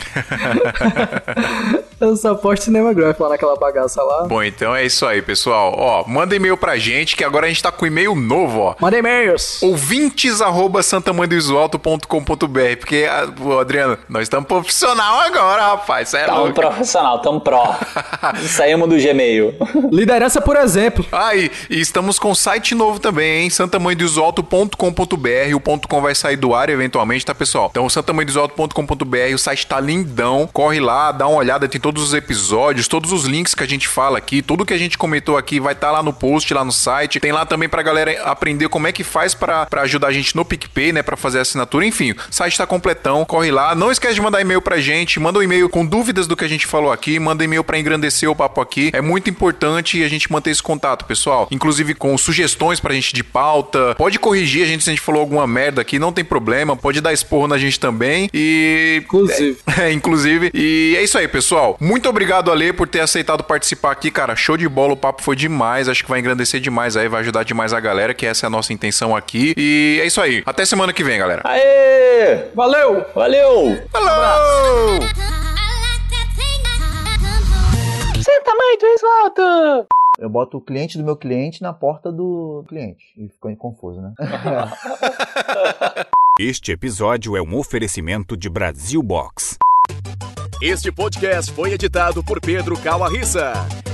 Speaker 3: eu só posto Cinematográfico lá naquela bagaça lá.
Speaker 1: Bom, então é isso aí, pessoal. Ó, manda e-mail pra gente, que agora a gente tá com e-mail novo, ó.
Speaker 3: Manda e-mails.
Speaker 1: ouvintes arroba santamandoisoalto ponto com ponto b r. Porque, pô, Adriano, nós estamos profissional agora, rapaz. É
Speaker 2: tamo
Speaker 1: louco.
Speaker 2: profissional, tamo pró. Saímos do Gmail.
Speaker 3: Liderança por exemplo.
Speaker 1: Ah, e, e estamos com site novo também, hein? santamandoisoalto ponto com ponto b r. O ponto .com vai sair do ar eventualmente, tá, pessoal? Então, santamandoisoalto ponto com ponto b r, o site tá lindão. Corre lá, dá uma olhada, tem todos os episódios, todos os links que a gente fala aqui, tudo que a gente comentou aqui vai estar tá lá no post, lá no site. Tem lá também pra galera aprender como é que faz pra, pra ajudar a gente no PicPay, né? Pra fazer a assinatura. Enfim, o site tá completão. Corre lá. Não esquece de mandar e-mail pra gente. Manda um e-mail com dúvidas do que a gente falou aqui. Manda e-mail pra engrandecer o papo aqui. É muito importante a gente manter esse contato, pessoal. Inclusive com sugestões pra gente de pauta. Pode corrigir a gente se a gente falou alguma merda aqui, não tem problema. Pode dar esporro na gente também. E...
Speaker 3: Inclusive.
Speaker 1: É, inclusive. E é isso aí, pessoal. Muito obrigado, Ale, por ter aceitado participar aqui, cara. Show de bola, o papo foi demais. Acho que vai engrandecer demais aí, vai ajudar demais a galera, que essa é a nossa intenção aqui. E é isso aí. Até semana que vem, galera.
Speaker 2: Aê!
Speaker 3: Valeu!
Speaker 2: Valeu!
Speaker 1: Falou!
Speaker 2: Senta, mãe do Isoalto!
Speaker 4: Eu boto o cliente do meu cliente na porta do cliente. E ficou confuso, né?
Speaker 6: Este episódio é um oferecimento de Brasil Box.
Speaker 7: Este podcast foi editado por Pedro Calarissa.